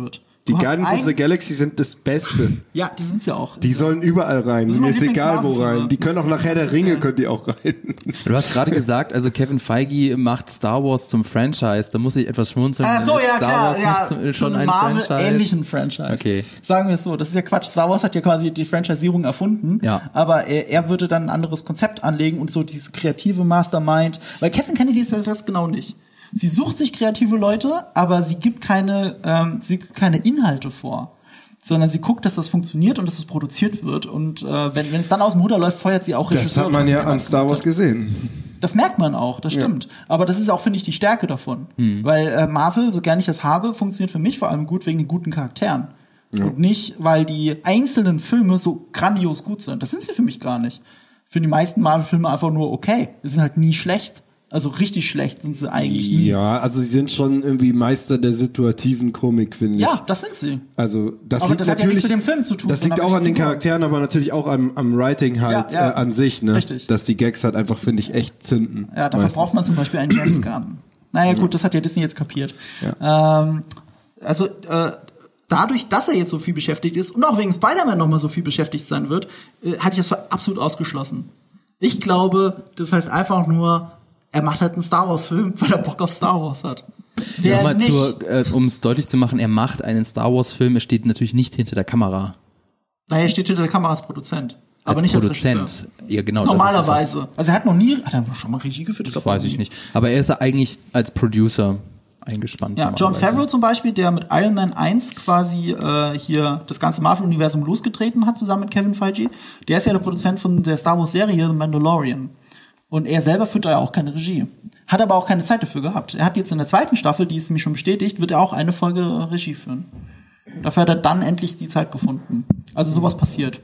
Speaker 4: Die
Speaker 2: Du hast
Speaker 4: Guardians of
Speaker 2: ein-
Speaker 4: the Galaxy sind das Beste.
Speaker 2: Ja, die sind ja auch.
Speaker 4: Die sollen überall rein.
Speaker 2: Das ist
Speaker 4: Mir
Speaker 2: mein
Speaker 4: ist egal, wo
Speaker 2: Lieblings-Marvel-Filme.
Speaker 4: rein. Die können auch nachher der Ringe, können die auch rein.
Speaker 3: Du hast gerade gesagt, also Kevin Feige macht Star Wars zum Franchise. Da muss ich etwas schmunzeln.
Speaker 2: Ah, so,
Speaker 3: Ist
Speaker 2: ja,
Speaker 3: Star
Speaker 2: klar,
Speaker 3: Wars
Speaker 2: ja,
Speaker 3: nicht zum, schon
Speaker 2: zu
Speaker 3: ein
Speaker 2: einem
Speaker 3: Franchise?
Speaker 2: Marvel-ähnlichen Franchise.
Speaker 3: Okay.
Speaker 2: Sagen wir es so, das ist ja Quatsch. Star Wars hat ja quasi die Franchisierung erfunden,
Speaker 3: Ja.
Speaker 2: aber er, er würde dann ein anderes Konzept anlegen und so diese kreative Mastermind, weil Kathleen Kennedy ist das genau nicht. Sie sucht sich kreative Leute, aber sie gibt keine, ähm, sie gibt keine Inhalte vor. Sondern sie guckt, dass das funktioniert und dass es produziert wird. Und äh, wenn, wenn es dann aus dem Ruder läuft, feuert sie auch
Speaker 4: Das
Speaker 2: Regisseure.
Speaker 4: hat man
Speaker 2: was
Speaker 4: ja
Speaker 2: sie
Speaker 4: an
Speaker 2: was
Speaker 4: Star Wars
Speaker 2: gemacht hat.
Speaker 4: gesehen.
Speaker 2: Das merkt man auch, das stimmt. Aber das ist auch, finde ich, die Stärke davon. Weil äh, Marvel, so gern ich das habe, funktioniert für mich vor allem gut wegen den guten Charakteren. Und nicht, weil die einzelnen Filme so grandios gut sind. Das sind sie für mich gar nicht. Für die meisten Marvel-Filme einfach nur okay. Die sind halt nie schlecht. Also richtig schlecht sind sie eigentlich nie.
Speaker 4: Ja, also sie sind schon irgendwie Meister der situativen Komik, finde ich.
Speaker 2: Ja, das sind sie.
Speaker 4: Also das
Speaker 2: Aber
Speaker 4: liegt
Speaker 2: das hat ja
Speaker 4: natürlich
Speaker 2: nichts mit dem Film zu tun,
Speaker 4: Das liegt
Speaker 2: sondern
Speaker 4: auch
Speaker 2: mit
Speaker 4: an
Speaker 2: den
Speaker 4: den
Speaker 2: Figuren.
Speaker 4: Charakteren, aber natürlich auch am, am Writing halt
Speaker 2: Ja, ja.
Speaker 4: Äh, an sich, ne?
Speaker 2: Richtig.
Speaker 4: Dass die Gags halt einfach, finde ich, echt zünden.
Speaker 2: Ja, dafür
Speaker 4: meistens.
Speaker 2: braucht man zum Beispiel einen James Gunn. Naja, gut, das hat ja Disney jetzt kapiert. Ähm, also, äh, dadurch, dass er jetzt so viel beschäftigt ist und auch wegen Spider-Man noch mal so viel beschäftigt sein wird, äh, hatte ich das für absolut ausgeschlossen. Ich glaube, das heißt einfach nur, er macht halt einen Star Wars-Film, weil er Bock auf Star Wars hat. Der
Speaker 3: Nochmal
Speaker 2: nicht,
Speaker 3: zur, äh, um es deutlich zu machen, er macht einen Star Wars-Film, er steht natürlich nicht hinter der Kamera.
Speaker 2: naja, er steht hinter der Kamera als Produzent. Aber
Speaker 3: als
Speaker 2: nicht
Speaker 3: Produzent.
Speaker 2: als Regisseur.
Speaker 3: Ja, genau. das ist
Speaker 2: Normalerweise. Also er hat noch nie, hat er schon mal Regie geführt?
Speaker 3: was-
Speaker 2: glaub,
Speaker 3: Das weiß
Speaker 2: noch
Speaker 3: ich
Speaker 2: nie.
Speaker 3: nicht. Aber er ist ja eigentlich als Producer eingespannt.
Speaker 2: Ja, Jon
Speaker 3: normalerweise.
Speaker 2: Favreau zum Beispiel, der mit Iron Man eins quasi äh, hier das ganze Marvel-Universum losgetreten hat, zusammen mit Kevin Feige, der ist ja der Produzent von der Star Wars-Serie The Mandalorian. Und er selber führt da ja auch keine Regie. Hat aber auch keine Zeit dafür gehabt. Er hat jetzt in der zweiten Staffel, die ist nämlich schon bestätigt, wird er auch eine Folge äh, Regie führen. Dafür hat er dann endlich die Zeit gefunden. Also sowas passiert.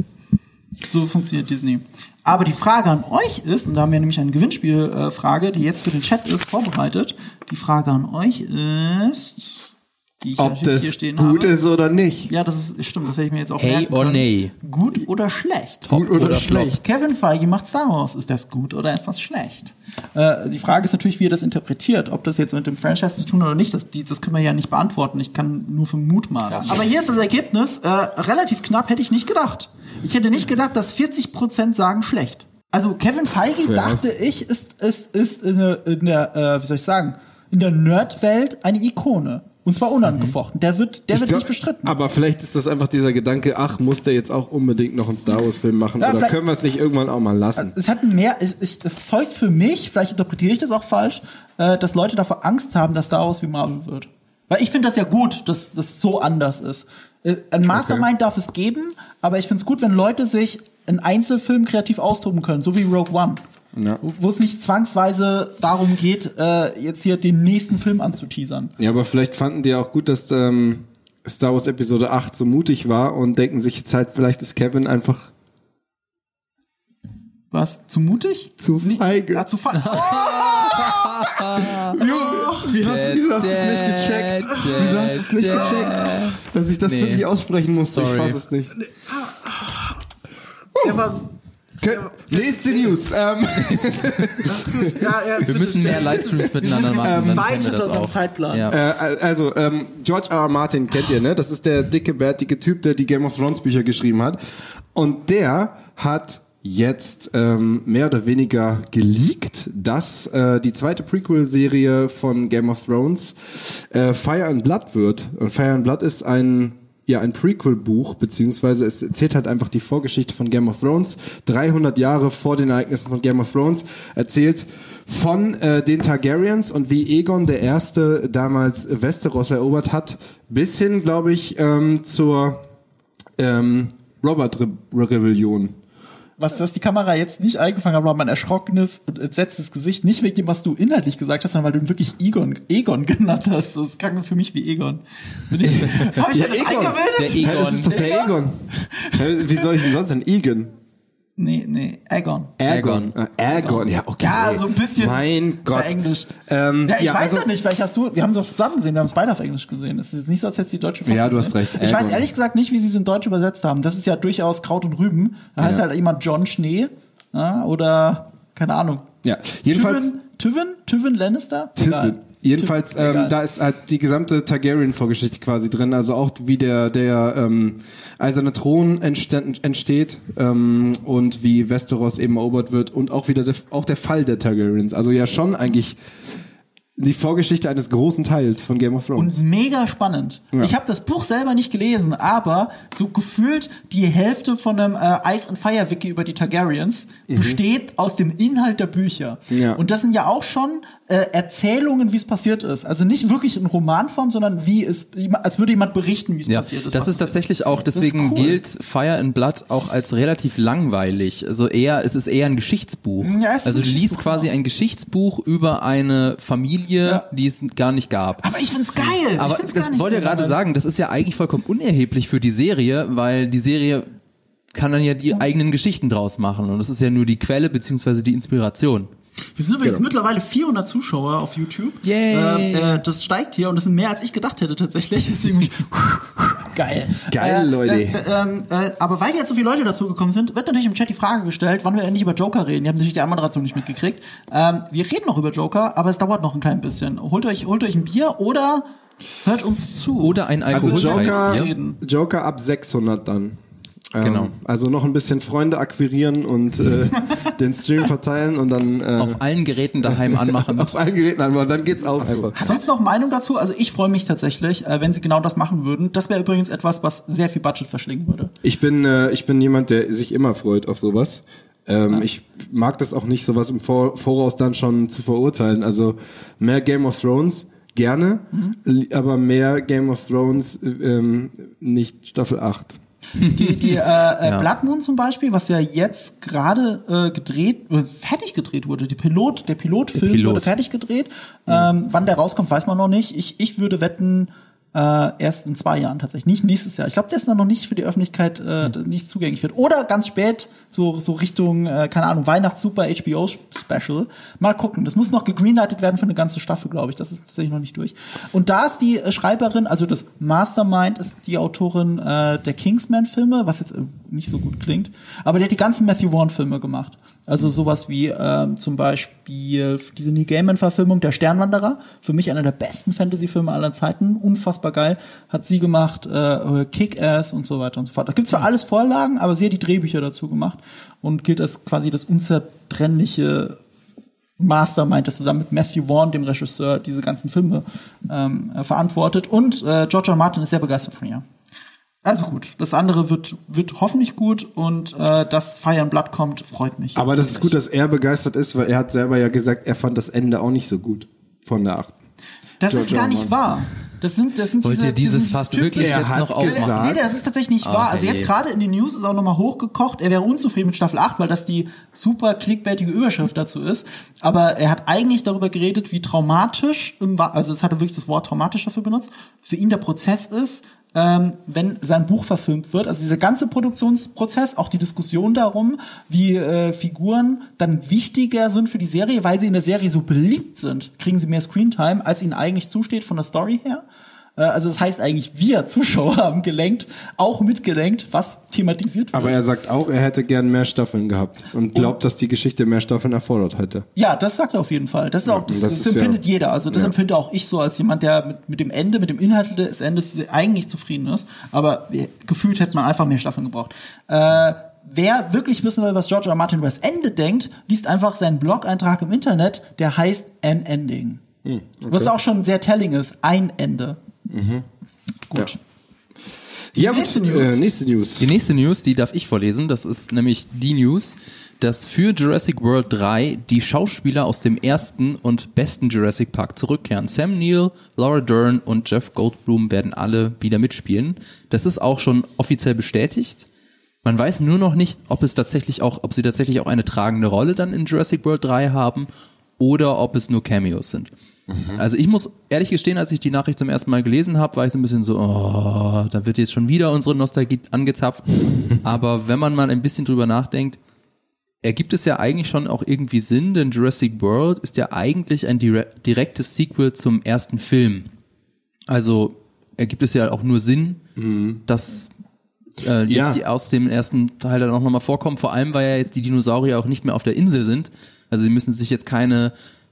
Speaker 2: So funktioniert Disney. Aber die Frage an euch ist, und da haben wir nämlich eine Gewinnspielfrage, äh, Frage, die jetzt für den Chat ist, vorbereitet. Die Frage an euch ist, die ich
Speaker 4: Ob
Speaker 2: natürlich
Speaker 4: das
Speaker 2: hier stehen
Speaker 4: gut
Speaker 2: habe.
Speaker 4: ist oder nicht.
Speaker 2: Ja, das ist, stimmt, das hätte ich mir jetzt auch
Speaker 3: Hey
Speaker 2: merken
Speaker 3: or
Speaker 2: können.
Speaker 3: nay?
Speaker 2: Gut oder schlecht?
Speaker 4: Gut oder,
Speaker 3: oder
Speaker 4: schlecht.
Speaker 2: Kevin Feige macht Star Wars. Ist das gut oder ist das schlecht? Äh, die Frage ist natürlich, wie ihr das interpretiert. Ob das jetzt mit dem Franchise zu tun hat oder nicht, das, die, das können wir ja nicht beantworten. Ich kann nur für mutmaßen. Aber hier ist das Ergebnis. Äh, relativ knapp, hätte ich nicht gedacht. Ich hätte nicht gedacht, dass vierzig Prozent sagen schlecht. Also Kevin Feige,
Speaker 4: Ja.
Speaker 2: dachte ich, ist, ist, ist in der, in der äh, wie soll ich sagen, in der Nerd-Welt eine Ikone. Und zwar unangefochten. Der wird, der
Speaker 4: Ich
Speaker 2: wird
Speaker 4: glaub,
Speaker 2: nicht bestritten.
Speaker 4: Aber vielleicht ist das einfach dieser Gedanke, ach, muss der jetzt auch unbedingt noch einen Star Wars-Film machen?
Speaker 2: Ja,
Speaker 4: oder
Speaker 2: vielleicht-
Speaker 4: können wir es nicht irgendwann auch mal lassen?
Speaker 2: Es hat mehr, es, es, es zeugt für mich, vielleicht interpretiere ich das auch falsch, äh, dass Leute davor Angst haben, dass Star Wars wie Marvel wird. Weil ich finde das ja gut, dass das so anders ist. Äh, ein Mastermind darf es geben, aber ich finde es gut, wenn Leute sich in Einzelfilmen kreativ austoben können, so wie Rogue One.
Speaker 4: Ja.
Speaker 2: Wo- Wo es nicht zwangsweise darum geht, äh, jetzt hier den nächsten Film anzuteasern.
Speaker 4: Ja, aber vielleicht fanden die auch gut, dass ähm, Star Wars Episode acht so mutig war und denken sich jetzt halt, vielleicht ist Kevin einfach
Speaker 2: Was? Zu mutig?
Speaker 4: zu feige.
Speaker 2: Ja, zu feige.
Speaker 4: Jo, wie hast, wieso hast du es nicht gecheckt? Wieso hast du es nicht gecheckt? Dass ich das
Speaker 3: Nee.
Speaker 4: wirklich aussprechen musste,
Speaker 3: Sorry.
Speaker 4: ich fasse es nicht.
Speaker 2: Der war,
Speaker 4: Okay, nächste News. Ähm,
Speaker 2: ja, ja,
Speaker 3: Wir müssen mehr Livestreams miteinander machen, dann
Speaker 2: weit
Speaker 3: können wir
Speaker 2: hinter
Speaker 3: das
Speaker 2: unserem
Speaker 3: auch.
Speaker 2: Zeitplan.
Speaker 3: Ja.
Speaker 4: äh, also, ähm, George R. R. Martin kennt ihr, ne? Das ist der dicke, bärtige Typ, der die Game of Thrones Bücher geschrieben hat. Und der hat jetzt ähm, mehr oder weniger geleakt, dass äh, die zweite Prequel-Serie von Game of Thrones äh, Fire and Blood wird. Und Fire and Blood ist ein ja ein Prequel-Buch, beziehungsweise es erzählt halt einfach die Vorgeschichte von Game of Thrones. dreihundert Jahre vor den Ereignissen von Game of Thrones erzählt von äh, den Targaryens und wie Aegon der Erste damals Westeros erobert hat, bis hin, glaube ich, ähm, zur ähm, Robert-Rebellion.
Speaker 2: Was das die Kamera jetzt nicht eingefangen hat, war mein erschrockenes und entsetztes Gesicht. Nicht wegen dem, was du inhaltlich gesagt hast, sondern weil du ihn wirklich Egon, Egon genannt hast. Das klang für mich wie Egon. Bin ich, hab ich ja, das
Speaker 4: Egon.
Speaker 2: eingebildet?
Speaker 3: Der Egon.
Speaker 4: Ja, das ist doch der Aegon. Hä, Wie soll ich denn sonst denn? Egon.
Speaker 2: Nee, nee, Egon.
Speaker 3: Aegon.
Speaker 4: Äh, Aegon, ja, okay.
Speaker 2: Ja, so ein bisschen
Speaker 4: Mein Gott.
Speaker 2: verenglischt.
Speaker 4: Ähm,
Speaker 2: Ja, ich weiß
Speaker 4: also-
Speaker 2: ja nicht, vielleicht hast du, wir haben es doch zusammen gesehen, wir haben es beide auf Englisch gesehen. Es ist jetzt nicht so, als hättest du die deutsche Fassung
Speaker 4: Ja, du hast
Speaker 2: gesehen.
Speaker 4: recht,
Speaker 2: Ich weiß
Speaker 4: Egon.
Speaker 2: ehrlich gesagt nicht, wie sie es in Deutsch übersetzt haben. Das ist ja durchaus Kraut und Rüben. Da heißt
Speaker 4: Ja.
Speaker 2: halt jemand John Schnee, ja, oder, keine Ahnung.
Speaker 4: Ja, jedenfalls
Speaker 2: Tywin, Tywin, Tywin Lannister? Egal.
Speaker 4: Tywin. Jedenfalls, ähm, da ist halt die gesamte Targaryen-Vorgeschichte quasi drin, also auch wie der der ähm, eiserne Thron entstand, entsteht ähm, und wie Westeros eben erobert wird und auch wieder der, auch der Fall der Targaryens. Also ja schon eigentlich die Vorgeschichte eines großen Teils von Game of Thrones.
Speaker 2: Und mega spannend. Ja. Ich habe das Buch selber nicht gelesen, aber so gefühlt die Hälfte von einem äh, Ice and Fire Wiki über die Targaryens mhm. besteht aus dem Inhalt der Bücher. Ja. Und das sind ja auch schon äh, Erzählungen, wie es passiert ist. Also nicht wirklich in Romanform, sondern wie es, als würde jemand berichten, wie es
Speaker 3: ja.
Speaker 2: passiert ist.
Speaker 3: Das ist tatsächlich ist. auch, deswegen cool. gilt Fire and Blood auch als relativ langweilig. Also eher, es ist eher ein Geschichtsbuch. Ja, also du liest quasi ein Geschichtsbuch über eine Familie, ja. die es gar nicht gab.
Speaker 2: Aber ich find's geil.
Speaker 3: Aber
Speaker 2: ich find's
Speaker 3: das
Speaker 2: gar nicht
Speaker 3: wollte
Speaker 2: so
Speaker 3: ja gerade sagen, das ist ja eigentlich vollkommen unerheblich für die Serie, weil die Serie kann dann ja die ja. eigenen Geschichten draus machen und das ist ja nur die Quelle beziehungsweise die Inspiration.
Speaker 2: Wir sind übrigens genau. mittlerweile vierhundert Zuschauer auf YouTube.
Speaker 3: Yay.
Speaker 2: Äh, äh, das steigt hier und das sind mehr, als ich gedacht hätte tatsächlich. Deswegen geil.
Speaker 4: Geil, äh, Leute.
Speaker 2: Äh, äh, äh, aber weil jetzt so viele Leute dazugekommen sind, wird natürlich im Chat die Frage gestellt, wann wir endlich über Joker reden. Ihr habt natürlich die Anmoderation nicht mitgekriegt. Ähm, wir reden noch über Joker, aber es dauert noch ein klein bisschen. Holt euch, holt euch ein Bier oder hört uns zu.
Speaker 3: Oder ein alkoholfreies
Speaker 4: also Joker, Joker ab sechshundert dann.
Speaker 3: Genau.
Speaker 4: Ähm, also noch ein bisschen Freunde akquirieren und äh, den Stream verteilen und dann äh,
Speaker 3: auf allen Geräten daheim anmachen.
Speaker 4: Auf allen Geräten anmachen, dann geht's auch einfach.
Speaker 2: Hast du sonst noch Meinung dazu? Also ich freue mich tatsächlich, äh, wenn sie genau das machen würden. Das wäre übrigens etwas, was sehr viel Budget verschlingen würde.
Speaker 4: Ich bin äh, ich bin jemand, der sich immer freut auf sowas. Ähm, ja. Ich mag das auch nicht, sowas im Vor- Voraus dann schon zu verurteilen. Also mehr Game of Thrones gerne, mhm. aber mehr Game of Thrones ähm, nicht Staffel acht.
Speaker 2: Die, die äh, ja. Blood Moon zum Beispiel, was ja jetzt gerade äh, gedreht, äh, fertig gedreht wurde, die Pilot, der Pilotfilm der Pilot. wurde fertig gedreht. Mhm. Ähm, wann der rauskommt, weiß man noch nicht. Ich, ich würde wetten, äh, erst in zwei Jahren tatsächlich, nicht nächstes Jahr. Ich glaube, der ist dann noch nicht für die Öffentlichkeit äh, mhm. nicht zugänglich wird. Oder ganz spät, so so Richtung, äh, keine Ahnung, Weihnachts-Super H B O-Special. Mal gucken. Das muss noch gegreenlightet werden für eine ganze Staffel, glaube ich. Das ist tatsächlich noch nicht durch. Und da ist die äh, Schreiberin, also das Mastermind ist die Autorin äh, der Kingsman-Filme, was jetzt äh, nicht so gut klingt. Aber die hat die ganzen Matthew Vaughn-Filme gemacht. Also sowas wie ähm, zum Beispiel diese Neil Gaiman-Verfilmung Der Sternwanderer, für mich einer der besten Fantasy-Filme aller Zeiten, unfassbar geil, hat sie gemacht, äh, Kick-Ass und so weiter und so fort. Da gibt's zwar alles Vorlagen, aber sie hat die Drehbücher dazu gemacht und gilt als quasi das unzertrennliche Mastermind, das zusammen mit Matthew Vaughn, dem Regisseur, diese ganzen Filme ähm, verantwortet und äh, George R. R. Martin ist sehr begeistert von ihr. Also gut, das andere wird wird hoffentlich gut und äh, dass Fire and Blood kommt, freut mich.
Speaker 4: Aber das ist gut, dass er begeistert ist, weil er hat selber ja gesagt, er fand das Ende auch nicht so gut von der acht.
Speaker 2: Das George ist gar nicht wahr. Das sind, das sind
Speaker 3: Wollt
Speaker 2: diese,
Speaker 3: ihr dieses
Speaker 2: diese
Speaker 3: Fass wirklich
Speaker 4: er
Speaker 3: jetzt
Speaker 4: hat
Speaker 3: noch aufmachen?
Speaker 2: Nee, das ist tatsächlich nicht wahr.
Speaker 3: Okay.
Speaker 2: Also jetzt gerade in den News ist auch nochmal hochgekocht. Er wäre unzufrieden mit Staffel acht, weil das die super clickbaitige Überschrift dazu ist. Aber er hat eigentlich darüber geredet, wie traumatisch, im, also es hat er wirklich das Wort traumatisch dafür benutzt, für ihn der Prozess ist, Ähm, wenn sein Buch verfilmt wird, also dieser ganze Produktionsprozess, auch die Diskussion darum, wie äh, Figuren dann wichtiger sind für die Serie, weil sie in der Serie so beliebt sind, kriegen sie mehr Screentime, als ihnen eigentlich zusteht von der Story her. Äh, also das heißt eigentlich, wir Zuschauer haben gelenkt, auch mitgelenkt, was thematisiert wird.
Speaker 4: Aber er sagt auch, er hätte gern mehr Staffeln gehabt und glaubt, und, dass die Geschichte mehr Staffeln erfordert hätte.
Speaker 2: Ja, das sagt er auf jeden Fall. Das ist auch, das, ja, das, das empfindet ja, jeder. Also das ja. empfinde auch ich so als jemand, der mit, mit dem Ende, mit dem Inhalt des Endes eigentlich zufrieden ist. Aber gefühlt hätte man einfach mehr Staffeln gebraucht. Äh, Wer wirklich wissen will, was George R. R. Martin über das Ende denkt, liest einfach seinen Blog-Eintrag im Internet, der heißt An Ending. Hm, okay. Was auch schon sehr telling ist. Ein Ende. Mhm. Gut.
Speaker 4: Ja. Die ja, nächste, gut, News. Äh, nächste News.
Speaker 3: Die nächste News, die darf ich vorlesen. Das ist nämlich die News, dass für Jurassic World drei die Schauspieler aus dem ersten und besten Jurassic Park zurückkehren. Sam Neill, Laura Dern und Jeff Goldblum werden alle wieder mitspielen. Das ist auch schon offiziell bestätigt. Man weiß nur noch nicht, ob es tatsächlich auch, ob sie tatsächlich auch eine tragende Rolle dann in Jurassic World drei haben oder ob es nur Cameos sind. Mhm. Also ich muss ehrlich gestehen, als ich die Nachricht zum ersten Mal gelesen habe, war ich so ein bisschen so, oh, da wird jetzt schon wieder unsere Nostalgie angezapft. Aber wenn man mal ein bisschen drüber nachdenkt, ergibt es ja eigentlich schon auch irgendwie Sinn, denn Jurassic World ist ja eigentlich ein dire- direktes Sequel zum ersten Film. Also ergibt es ja auch nur Sinn, mhm. dass äh, jetzt
Speaker 4: ja.
Speaker 3: die aus dem ersten Teil dann auch nochmal vorkommen. Vor allem, weil ja jetzt die Dinosaurier auch nicht mehr auf der Insel sind. Also sie müssen sich jetzt keine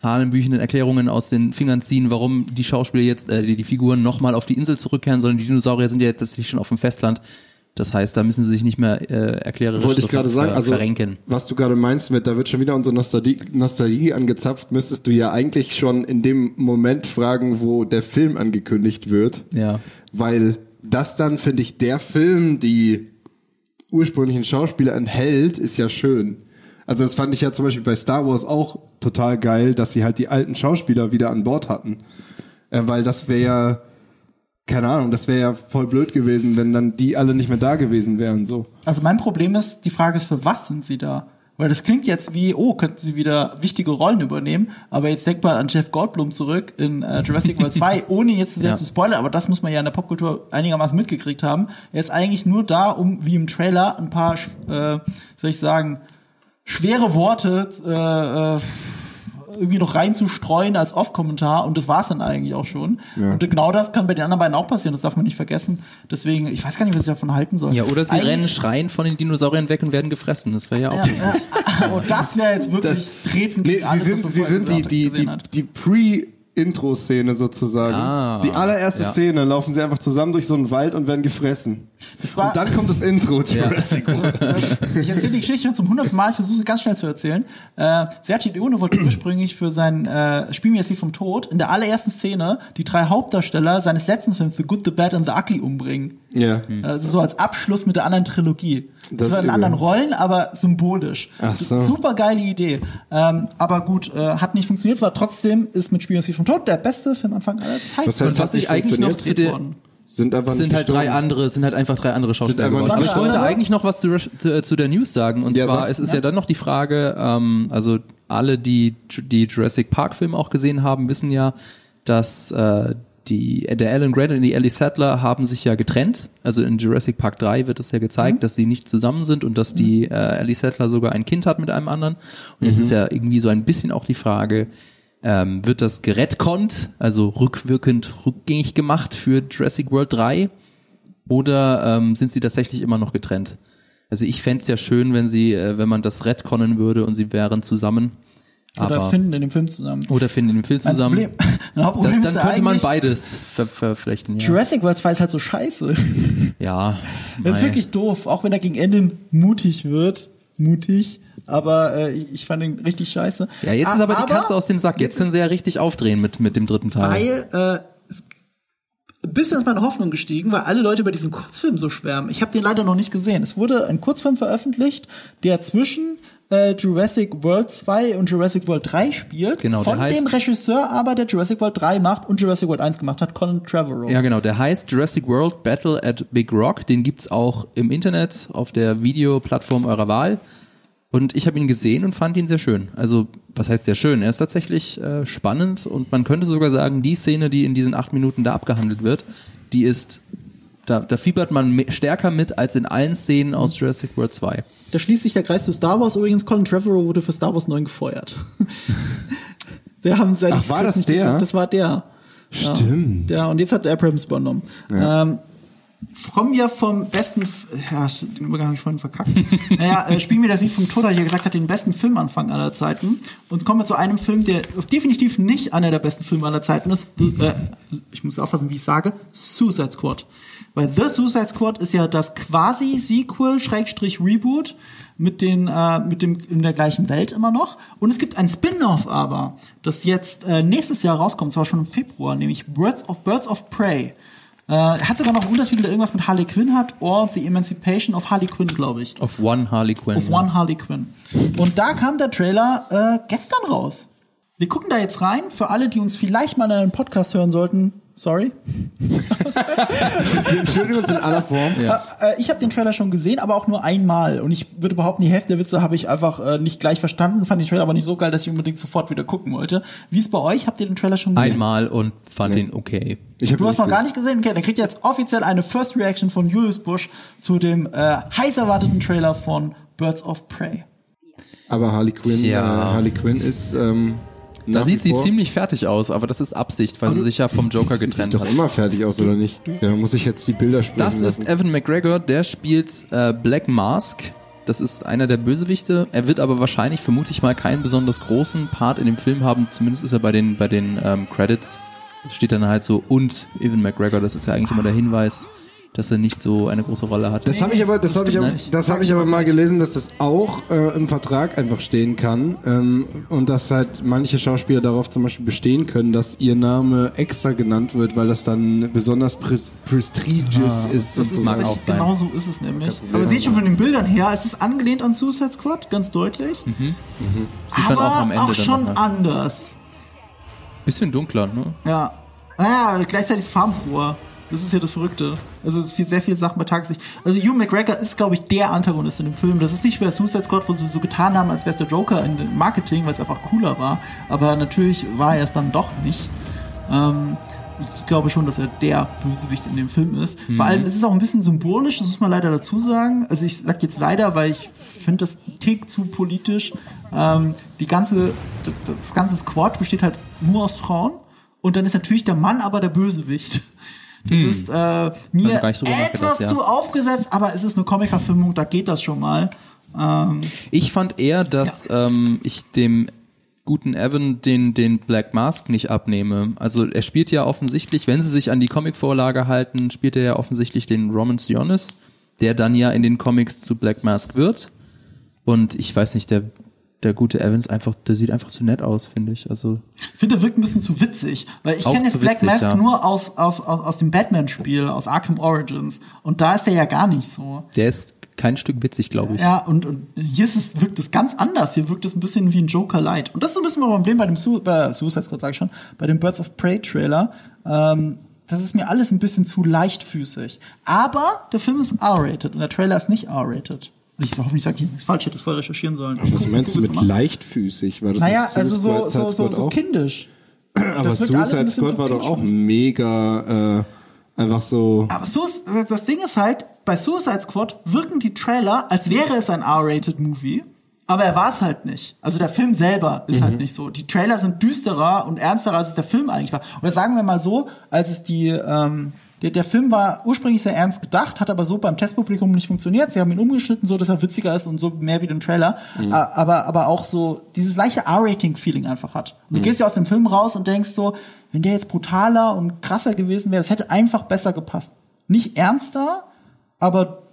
Speaker 3: hanebüchenden Erklärungen aus den Fingern ziehen, warum die Schauspieler jetzt, äh, die, die Figuren nochmal auf die Insel zurückkehren, sondern die Dinosaurier sind ja jetzt tatsächlich schon auf dem Festland. Das heißt, da müssen sie sich nicht mehr äh, erklärerisch
Speaker 4: Wollte ich gerade
Speaker 3: ver-
Speaker 4: sagen, also
Speaker 3: verrenken.
Speaker 4: was du gerade meinst mit, da wird schon wieder unsere Nostalgie, Nostalgie angezapft, müsstest du ja eigentlich schon in dem Moment fragen, wo der Film angekündigt wird.
Speaker 3: Ja.
Speaker 4: Weil das dann, finde ich, der Film, die ursprünglichen Schauspieler enthält, ist ja schön. Also das fand ich ja zum Beispiel bei Star Wars auch total geil, dass sie halt die alten Schauspieler wieder an Bord hatten. Äh, weil das wäre ja, keine Ahnung, das wäre ja voll blöd gewesen, wenn dann die alle nicht mehr da gewesen wären. So.
Speaker 2: Also mein Problem ist, die Frage ist, für was sind sie da? Weil das klingt jetzt wie, oh, könnten sie wieder wichtige Rollen übernehmen, aber jetzt denkt mal an Jeff Goldblum zurück in äh, Jurassic World zwei, ohne jetzt zu sehr
Speaker 3: Ja.
Speaker 2: zu spoilern, aber das muss man ja in der Popkultur einigermaßen mitgekriegt haben. Er ist eigentlich nur da, um, wie im Trailer, ein paar, äh, soll ich sagen, schwere Worte äh, äh, irgendwie noch reinzustreuen als Off-Kommentar, und das war's dann eigentlich auch schon.
Speaker 4: Ja.
Speaker 2: Und genau das kann bei den anderen beiden auch passieren, das darf man nicht vergessen. Deswegen, ich weiß gar nicht, was ich davon halten soll.
Speaker 3: Ja, oder sie
Speaker 2: Eigentlich-
Speaker 3: rennen schreien von den Dinosauriern weg und werden gefressen. Das wäre ja auch...
Speaker 2: Ja, ja. Und das wäre jetzt wirklich treten
Speaker 4: Nee,
Speaker 2: gegen alles,
Speaker 4: sie sind,
Speaker 2: was man
Speaker 4: sie
Speaker 2: vorher
Speaker 4: sind die,
Speaker 2: gesagt-
Speaker 4: die,
Speaker 2: gesehen
Speaker 4: die,
Speaker 2: hat.
Speaker 4: die Pre-Intro-Szene sozusagen.
Speaker 3: Ah,
Speaker 4: die allererste
Speaker 3: ja.
Speaker 4: Szene, laufen sie einfach zusammen durch so einen Wald und werden gefressen.
Speaker 2: Das war-
Speaker 4: und dann kommt das Intro, Jurassic World.
Speaker 2: Ich erzähle die Geschichte schon zum hundertsten Mal, ich versuche sie ganz schnell zu erzählen. Äh, Sergio Leone wollte ursprünglich für sein äh, Spiel mir jetzt nicht vom Tod in der allerersten Szene die drei Hauptdarsteller seines letzten Films The Good, The Bad and The Ugly umbringen.
Speaker 4: Ja.
Speaker 2: Also so als Abschluss mit der anderen Trilogie. Das,
Speaker 4: Das
Speaker 2: war in
Speaker 4: ist
Speaker 2: anderen
Speaker 4: übel.
Speaker 2: Rollen, aber symbolisch.
Speaker 4: Ach so.
Speaker 2: Super geile Idee. Ähm, aber gut, äh, hat nicht funktioniert, war trotzdem ist mit Spiel mir jetzt nicht vom Tod der beste Filmanfang aller Zeiten.
Speaker 4: Was heißt,
Speaker 3: Und was
Speaker 4: hat nicht
Speaker 3: ich eigentlich noch
Speaker 4: funktioniert?
Speaker 3: zu der...
Speaker 2: worden.
Speaker 4: Sind einfach
Speaker 3: sind
Speaker 4: nicht
Speaker 3: halt drei
Speaker 4: gestorben.
Speaker 3: andere, sind halt einfach drei andere Schauspieler
Speaker 4: einfach
Speaker 3: geworden.
Speaker 4: nicht
Speaker 3: Aber ich wollte
Speaker 2: gestorben.
Speaker 3: eigentlich noch was zu, zu, zu der News sagen. Und
Speaker 4: Ja,
Speaker 3: zwar,
Speaker 4: sag.
Speaker 3: es ist ja. dann noch die Frage, ähm, also alle, die die Jurassic Park Filme auch gesehen haben, wissen ja, dass äh, die der Alan Grant und die Ellie Sattler haben sich ja getrennt. Also in Jurassic Park drei wird es ja gezeigt,
Speaker 2: Mhm.
Speaker 3: dass sie nicht zusammen sind und dass die äh, Ellie Sattler sogar ein Kind hat mit einem anderen. Und jetzt ist ja irgendwie so ein bisschen auch die Frage, ähm, wird das geretconnt, also rückwirkend rückgängig gemacht für Jurassic World drei? Oder ähm, sind sie tatsächlich immer noch getrennt? Also ich fänd's ja schön, wenn sie, äh, wenn man das retconnen würde und sie wären zusammen.
Speaker 2: Oder
Speaker 3: Aber,
Speaker 2: finden in dem Film zusammen.
Speaker 3: oder finden in dem Film
Speaker 2: Mein
Speaker 3: zusammen.
Speaker 2: Problem, mein Hauptproblem
Speaker 3: Dann, dann
Speaker 2: ist ja
Speaker 3: könnte man
Speaker 2: eigentlich,
Speaker 3: beides ver verflechten. Ja,
Speaker 2: Jurassic World zwei ist halt so scheiße.
Speaker 3: ja
Speaker 2: Das ist
Speaker 3: mei.
Speaker 2: wirklich doof, auch wenn er gegen Ende mutig wird. Mutig. Aber äh, ich, ich fand ihn richtig scheiße.
Speaker 3: Ja, jetzt
Speaker 2: A-
Speaker 3: ist aber die Katze aus dem Sack. Jetzt
Speaker 2: jetzt
Speaker 3: können sie ja richtig aufdrehen mit, mit dem dritten Teil.
Speaker 2: Weil äh, es- ein bisschen ist meine Hoffnung gestiegen, weil alle Leute über diesen Kurzfilm so schwärmen. Ich habe den leider noch nicht gesehen. Es wurde ein Kurzfilm veröffentlicht, der zwischen äh, Jurassic World zwei und Jurassic World drei spielt.
Speaker 3: Genau, der
Speaker 2: von
Speaker 3: heißt-
Speaker 2: dem Regisseur aber, der Jurassic World drei macht und Jurassic World eins gemacht hat, Colin Trevorrow.
Speaker 3: Ja, genau. Der heißt Jurassic World Battle at Big Rock. Den gibt's auch im Internet auf der Videoplattform eurer Wahl. Und ich habe ihn gesehen und fand ihn sehr schön. Also, was heißt sehr schön? Er ist tatsächlich äh, spannend und man könnte sogar sagen, die Szene, die in diesen acht Minuten da abgehandelt wird, die ist, da, da fiebert man me- stärker mit als in allen Szenen aus Jurassic World zwei.
Speaker 2: Da schließt sich der Kreis zu Star Wars. Übrigens, Colin Trevorrow wurde für Star Wars neun gefeuert. Wir haben sein
Speaker 4: Ach, war
Speaker 2: Skript
Speaker 4: das
Speaker 2: nicht
Speaker 4: der?
Speaker 2: geguckt. Das war der.
Speaker 4: Stimmt.
Speaker 2: Ja, und jetzt hat Abrams übernommen. Ähm, kommen wir vom besten, F- ja, den Übergang habe ich vorhin verkackt. naja, äh, spielen wir das Lied vom Tod, der hier gesagt hat, den besten Filmanfang aller Zeiten. Und kommen wir zu einem Film, der definitiv nicht einer der besten Filme aller Zeiten ist. Äh, ich muss aufpassen, wie ich sage. Suicide Squad. Weil The Suicide Squad ist ja das quasi Sequel, Schrägstrich Reboot mit den, äh, mit dem, in der gleichen Welt immer noch. Und es gibt ein Spin-off aber, das jetzt äh, nächstes Jahr rauskommt, zwar schon im Februar, nämlich Birds of, Birds of Prey. Äh, hat sogar noch einen Untertitel, der irgendwas mit Harley Quinn hat, or The Emancipation of Harley Quinn, glaube ich.
Speaker 3: Auf One Harley Quinn.
Speaker 2: Of One Harley Quinn. Und da kam der Trailer äh, gestern raus. Wir gucken da jetzt rein. Für alle, die uns vielleicht mal in einem Podcast hören sollten, sorry.
Speaker 4: Wir entschuldigen uns in aller Form.
Speaker 3: Ja.
Speaker 2: Äh, ich habe den Trailer schon gesehen, aber auch nur einmal. Und ich würde behaupten, die Hälfte der Witze habe ich einfach äh, nicht gleich verstanden. Fand den Trailer aber nicht so geil, dass ich unbedingt sofort wieder gucken wollte. Wie ist bei euch? Habt ihr den Trailer schon gesehen?
Speaker 3: Einmal und fand ihn okay.
Speaker 4: Ich hab
Speaker 2: Du hast noch
Speaker 4: nicht
Speaker 2: gar nicht gesehen? Okay, dann kriegt ihr jetzt offiziell eine First Reaction von Julius Busch zu dem äh, heiß erwarteten Trailer von Birds of Prey.
Speaker 4: Aber Harley Quinn,
Speaker 3: Tja.
Speaker 4: äh, Harley Quinn ist ähm,
Speaker 3: Da
Speaker 4: nach
Speaker 3: sieht
Speaker 4: wie
Speaker 3: sie
Speaker 4: vor-
Speaker 3: ziemlich fertig aus, aber das ist Absicht, weil sie sich ja vom Joker
Speaker 4: Sieht
Speaker 3: getrennt
Speaker 4: doch
Speaker 3: hat.
Speaker 4: immer fertig aus, oder nicht? Ja, muss ich jetzt die Bilder sprechen
Speaker 3: Das
Speaker 4: lassen.
Speaker 3: ist Evan McGregor, der spielt äh, Black Mask Das ist einer der Bösewichte. Er wird aber wahrscheinlich, vermute ich mal, keinen besonders großen Part in dem Film haben. Zumindest ist er bei den, bei den ähm, Credits. Steht dann halt so, und Ewan McGregor. Das ist ja eigentlich immer der Hinweis, dass er nicht so eine große Rolle hat.
Speaker 4: Das habe ich aber, das habe ich, aber, das habe ich aber mal gelesen, dass das auch äh, im Vertrag einfach stehen kann ähm, und dass halt manche Schauspieler darauf zum Beispiel bestehen können, dass ihr Name extra genannt wird, weil das dann besonders pres- prestigious
Speaker 2: ah,
Speaker 4: ist.
Speaker 2: Das ist
Speaker 3: mag auch sein.
Speaker 2: Genau so ist es nämlich. Aber seht schon von den Bildern her, es ist angelehnt an Suicide Squad, ganz deutlich.
Speaker 3: Mhm. Mhm. Sieht
Speaker 2: aber
Speaker 3: man auch am Ende
Speaker 2: auch schon
Speaker 3: dann noch, ne?
Speaker 2: anders.
Speaker 3: Bisschen dunkler, ne?
Speaker 2: Ja. Naja, gleichzeitig farbenfroher. Das ist ja das Verrückte. Also viel, sehr viele Sachen bei Tageslicht. Also Ewan McGregor ist, glaube ich, der Antagonist in dem Film. Das ist nicht wie bei Suicide Squad, wo sie so getan haben, als wäre es der Joker in dem Marketing, weil es einfach cooler war. Aber natürlich war er es dann doch nicht. Ähm, ich glaube schon, dass er der Bösewicht in dem Film ist. Mhm. Vor allem, es ist auch ein bisschen symbolisch, das muss man leider dazu sagen. Also ich sag jetzt leider, weil ich finde das ein Tick zu politisch. Ähm, die ganze, das ganze Squad besteht halt nur aus Frauen. Und dann ist natürlich der Mann aber der Bösewicht. Das hm. ist äh, mir etwas ja. zu aufgesetzt, aber es ist eine Comic-Verfilmung, da geht das schon mal. Ähm,
Speaker 3: ich fand eher, dass ja. ähm, ich dem guten Evan den, den Black Mask nicht abnehme. Also er spielt ja offensichtlich, wenn sie sich an die Comic-Vorlage halten, spielt er ja offensichtlich den Roman Sionis, der dann ja in den Comics zu Black Mask wird. Und ich weiß nicht, der Der gute Evans einfach, der sieht einfach zu nett aus, finde ich. Also
Speaker 2: ich finde, der wirkt ein bisschen zu witzig, weil ich kenne jetzt Black witzig, Mask ja. nur aus, aus, aus, aus dem Batman-Spiel, aus Arkham Origins. Und da ist der ja gar nicht so.
Speaker 3: Der ist kein Stück witzig, glaube ich.
Speaker 2: Ja, und, und hier ist es, wirkt es ganz anders. Hier wirkt es ein bisschen wie ein Joker Light. Und das ist ein bisschen mein Problem bei dem Su- bei Suicide Squad, sag ich schon, bei dem Birds of Prey Trailer. Ähm, das ist mir alles ein bisschen zu leichtfüßig. Aber der Film ist R-rated und der Trailer ist nicht R-rated. Ich hoffe, ich sage hier nichts falsch, ich hätte das vorher recherchieren sollen.
Speaker 4: Was meinst du mit leichtfüßig? War das
Speaker 2: naja, also so, so, so, so kindisch.
Speaker 4: Aber Suicide Squad war doch auch mega äh, einfach so.
Speaker 2: Aber Su- das Ding ist halt, bei Suicide Squad wirken die Trailer, als wäre es ein R-rated Movie, aber er war es halt nicht. Also der Film selber ist mhm. halt nicht so. Die Trailer sind düsterer und ernsterer, als es der Film eigentlich war. Oder sagen wir mal so, als es die ähm, Der, der Film war ursprünglich sehr ernst gedacht, hat aber so beim Testpublikum nicht funktioniert. Sie haben ihn umgeschnitten, so dass er witziger ist und so mehr wie den Trailer. Mhm. Aber, aber auch so dieses leichte R-Rating-Feeling einfach hat. Und du mhm. gehst ja aus dem Film raus und denkst so, wenn der jetzt brutaler und krasser gewesen wäre, das hätte einfach besser gepasst. Nicht ernster, aber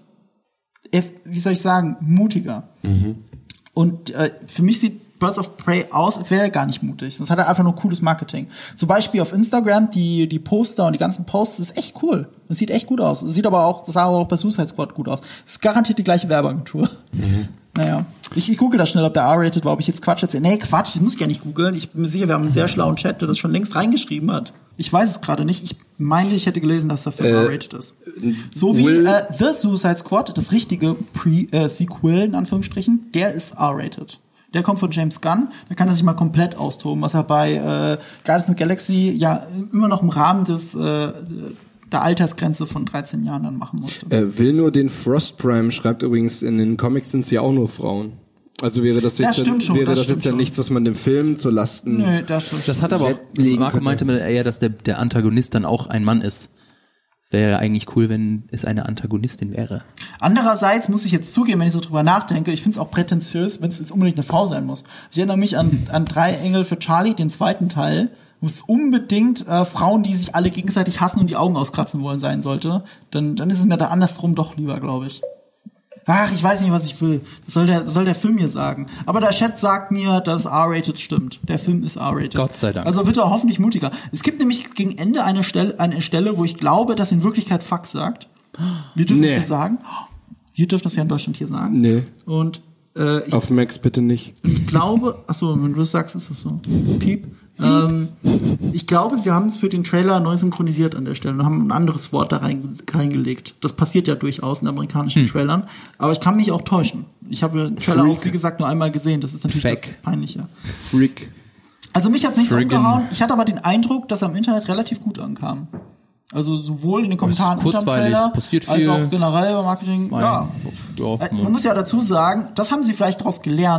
Speaker 2: wie soll ich sagen, mutiger. Mhm. Und äh, für mich sieht Birds of Prey aus, als wäre er gar nicht mutig. Sonst hat er einfach nur cooles Marketing. Zum Beispiel auf Instagram, die, die Poster und die ganzen Posts, das ist echt cool. Das sieht echt gut aus. Das sieht aber auch, das sah aber auch bei Suicide Squad gut aus. Das ist garantiert die gleiche Werbeagentur. Mhm. Naja. Ich, ich google das schnell, ob der R-rated war, ob ich jetzt Quatsch erzähle. Nee, Quatsch, das muss ich ja nicht googeln. Ich bin mir sicher, wir haben einen sehr schlauen Chat, der das schon längst reingeschrieben hat. Ich weiß es gerade nicht. Ich meine, ich hätte gelesen, dass der Film äh, R-rated ist. So wie äh, The Suicide Squad, das richtige Pre, äh, Sequel, in Anführungsstrichen, der ist R-rated. Der kommt von James Gunn, da kann er sich mal komplett austoben, was er bei äh, Guardians of the Galaxy ja immer noch im Rahmen des äh, der Altersgrenze von dreizehn Jahren dann machen musste.
Speaker 4: Er will nur den Frost Prime, schreibt übrigens, in den Comics sind es ja auch nur Frauen. Also wäre das jetzt,
Speaker 2: das
Speaker 4: ja,
Speaker 2: schon,
Speaker 4: wäre
Speaker 2: das,
Speaker 4: das jetzt ja nichts, was man dem Film zu Lasten...
Speaker 2: Nee, das stimmt.
Speaker 3: Das hat aber auch, Marco meinte mir eher, dass der, der Antagonist dann auch ein Mann ist. Wäre ja eigentlich cool, wenn es eine Antagonistin wäre.
Speaker 2: Andererseits muss ich jetzt zugeben, wenn ich so drüber nachdenke, ich finde es auch prätentiös, wenn es jetzt unbedingt eine Frau sein muss. Ich erinnere mich an, an Drei Engel für Charlie, den zweiten Teil, wo es unbedingt äh, Frauen, die sich alle gegenseitig hassen und die Augen auskratzen wollen, sein sollte. Dann, dann ist es mir da andersrum doch lieber, glaube ich. Ach, ich weiß nicht, was ich will. Das soll der, das soll der Film hier sagen. Aber der Chat sagt mir, dass R-rated stimmt. Der Film ist R-rated.
Speaker 3: Gott sei Dank.
Speaker 2: Also wird er hoffentlich mutiger. Es gibt nämlich gegen Ende eine Stelle, eine Stelle, wo ich glaube, dass in Wirklichkeit Fuck sagt. Wir dürfen nee. das hier sagen. Wir dürfen das ja in Deutschland hier sagen.
Speaker 4: Nee.
Speaker 2: Und äh, ich,
Speaker 4: auf Max bitte nicht.
Speaker 2: Und ich glaube, achso, wenn du das sagst, ist das so. Piep. Ähm, ich glaube, sie haben es für den Trailer neu synchronisiert an der Stelle und haben ein anderes Wort da rein, reingelegt. Das passiert ja durchaus in amerikanischen hm. Trailern. Aber ich kann mich auch täuschen. Ich habe den Trailer Freak. auch, wie gesagt, nur einmal gesehen. Das ist natürlich Fake. Das Peinliche.
Speaker 4: Freak.
Speaker 2: Also mich hat's nicht
Speaker 3: Friggin.
Speaker 2: so umgehauen. Ich hatte aber den Eindruck, dass er im Internet relativ gut ankam. Also sowohl in den Kommentaren unter dem Trailer, als auch generell beim Marketing.
Speaker 3: Mein,
Speaker 2: ja.
Speaker 3: ja
Speaker 2: Man muss ja dazu sagen, das haben sie vielleicht daraus gelernt,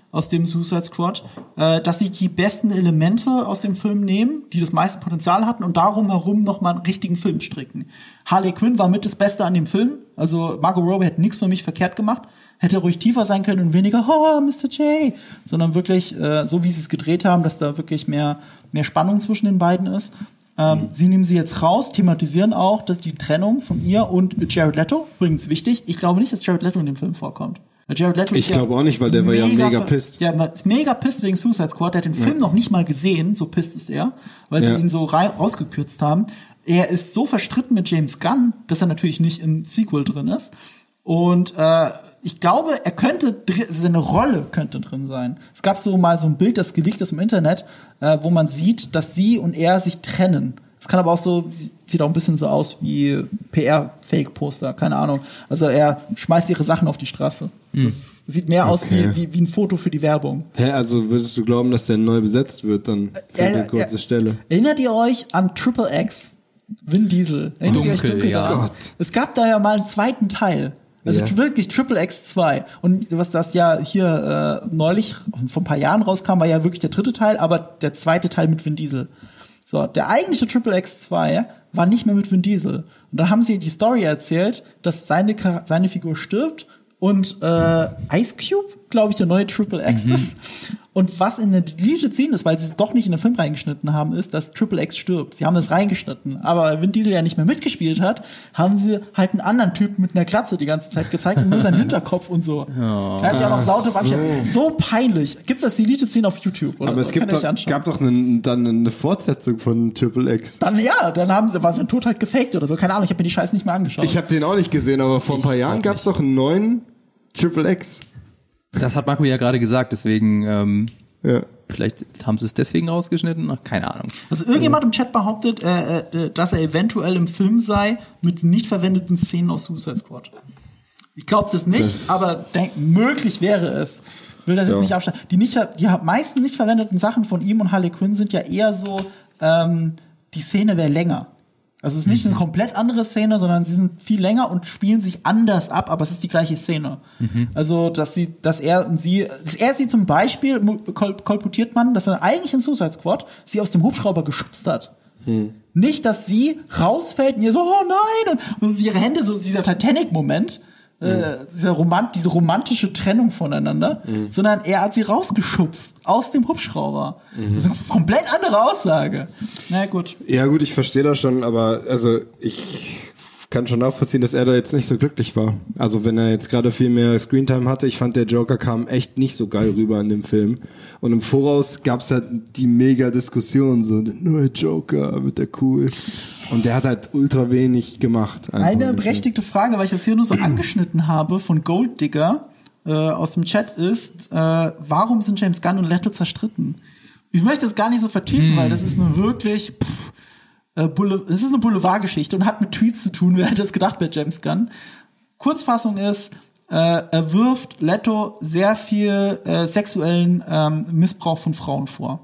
Speaker 2: aus dem Suicide Squad, äh, dass sie die besten Elemente aus dem Film nehmen, die das meiste Potenzial hatten und darum herum nochmal einen richtigen Film stricken. Harley Quinn war mit das Beste an dem Film, also Margot Robbie hätte nichts für mich verkehrt gemacht, hätte ruhig tiefer sein können und weniger, oh, Mister J, sondern wirklich, äh, so wie sie es gedreht haben, dass da wirklich mehr, mehr Spannung zwischen den beiden ist. Ähm, mhm. Sie nehmen sie jetzt raus, thematisieren auch, dass die Trennung von ihr und Jared Leto, übrigens wichtig, ich glaube nicht, dass Jared Leto in dem Film vorkommt. Jared Leto
Speaker 4: ich glaube auch nicht, weil der war ja mega pisst.
Speaker 2: Ja, ist mega pisst wegen Suicide Squad. Der hat den Film ja. noch nicht mal gesehen, so pisst ist er, weil ja. sie ihn so rei- rausgekürzt haben. Er ist so verstritten mit James Gunn, dass er natürlich nicht im Sequel drin ist. Und äh, ich glaube, er könnte, seine Rolle könnte drin sein. Es gab so mal so ein Bild, das geleakt ist im Internet, äh, wo man sieht, dass sie und er sich trennen. Es kann aber auch so, sieht auch ein bisschen so aus wie P R-Fake-Poster, keine Ahnung. Also er schmeißt ihre Sachen auf die Straße. Das hm. sieht mehr okay. aus wie, wie, wie ein Foto für die Werbung.
Speaker 4: Hä, also würdest du glauben, dass der neu besetzt wird dann für äh, die kurze äh, Stelle?
Speaker 2: Erinnert ihr euch an Triple X? Vin Diesel. Erinnert
Speaker 3: Dunkel,
Speaker 2: ihr euch dunkel
Speaker 3: ja.
Speaker 2: daran? Es gab da ja mal einen zweiten Teil. Also ja. wirklich Triple X zwei. Und was das ja hier äh, neulich vor ein paar Jahren rauskam, war ja wirklich der dritte Teil, aber der zweite Teil mit Vin Diesel. So, der eigentliche Triple X zwei war nicht mehr mit Vin Diesel. Und dann haben sie die Story erzählt, dass seine, seine Figur stirbt und äh, Ice Cube, glaube ich, der neue Triple X mhm. ist. Und was in der Deleted Scene ist, weil sie es doch nicht in den Film reingeschnitten haben, ist, dass Triple X stirbt. Sie haben das reingeschnitten. Aber weil Vin Diesel ja nicht mehr mitgespielt hat, haben sie halt einen anderen Typen mit einer Glatze die ganze Zeit gezeigt und nur seinen Hinterkopf und so. Oh, da hat sie auch noch Saute so. so peinlich. Gibt's das Deleted Scene auf YouTube? Oder
Speaker 4: aber
Speaker 2: so?
Speaker 4: es gibt doch, gab doch eine, dann eine Fortsetzung von Triple X.
Speaker 2: Dann ja, dann haben sie, war sein Tod halt gefaked oder so. Keine Ahnung, ich habe mir die Scheiße nicht mehr angeschaut.
Speaker 4: Ich habe den auch nicht gesehen, aber vor ein paar Jahren gab's doch einen neuen Triple X.
Speaker 3: Das hat Marco ja gerade gesagt, deswegen ähm,
Speaker 4: ja.
Speaker 3: vielleicht haben sie es deswegen rausgeschnitten, Ach, keine Ahnung.
Speaker 2: Also irgendjemand im Chat behauptet, äh, äh, dass er eventuell im Film sei mit nicht verwendeten Szenen aus Suicide Squad. Ich glaube das nicht, das aber denk, möglich wäre es. Ich will das ja. jetzt nicht abstellen. Die, nicht, die meisten nicht verwendeten Sachen von ihm und Harley Quinn sind ja eher so, ähm, die Szene wäre länger. Also es ist nicht mhm. eine komplett andere Szene, sondern sie sind viel länger und spielen sich anders ab, aber es ist die gleiche Szene. Mhm. Also, dass sie, dass er und sie, dass er sie zum Beispiel, kol- kolportiert man, dass er eigentlich in Suicide Squad sie aus dem Hubschrauber geschubst hat. Mhm. Nicht, dass sie rausfällt und ihr so, oh nein, und, und ihre Hände, so dieser Titanic-Moment, mhm. äh, dieser Romant, diese romantische Trennung voneinander, mhm. sondern er hat sie rausgeschubst aus dem Hubschrauber. Mhm. Das ist eine komplett andere Aussage. Na gut.
Speaker 4: Ja gut, ich verstehe das schon, aber also ich kann schon nachvollziehen, dass er da jetzt nicht so glücklich war. Also wenn er jetzt gerade viel mehr Screentime hatte, ich fand, der Joker kam echt nicht so geil rüber in dem Film. Und im Voraus gab's halt die mega Diskussion, so, der neue Joker, wird der cool. Und der hat halt ultra wenig gemacht.
Speaker 2: Eine berechtigte Frage, weil ich das hier nur so angeschnitten habe von Golddigger äh, aus dem Chat ist, äh, warum sind James Gunn und Leto zerstritten? Ich möchte das gar nicht so vertiefen, hm. weil das ist eine wirklich, pff, äh, Boule- das ist eine Boulevardgeschichte und hat mit Tweets zu tun. Wer hätte es gedacht bei James Gunn? Kurzfassung ist, äh, er wirft Leto sehr viel äh, sexuellen ähm, Missbrauch von Frauen vor.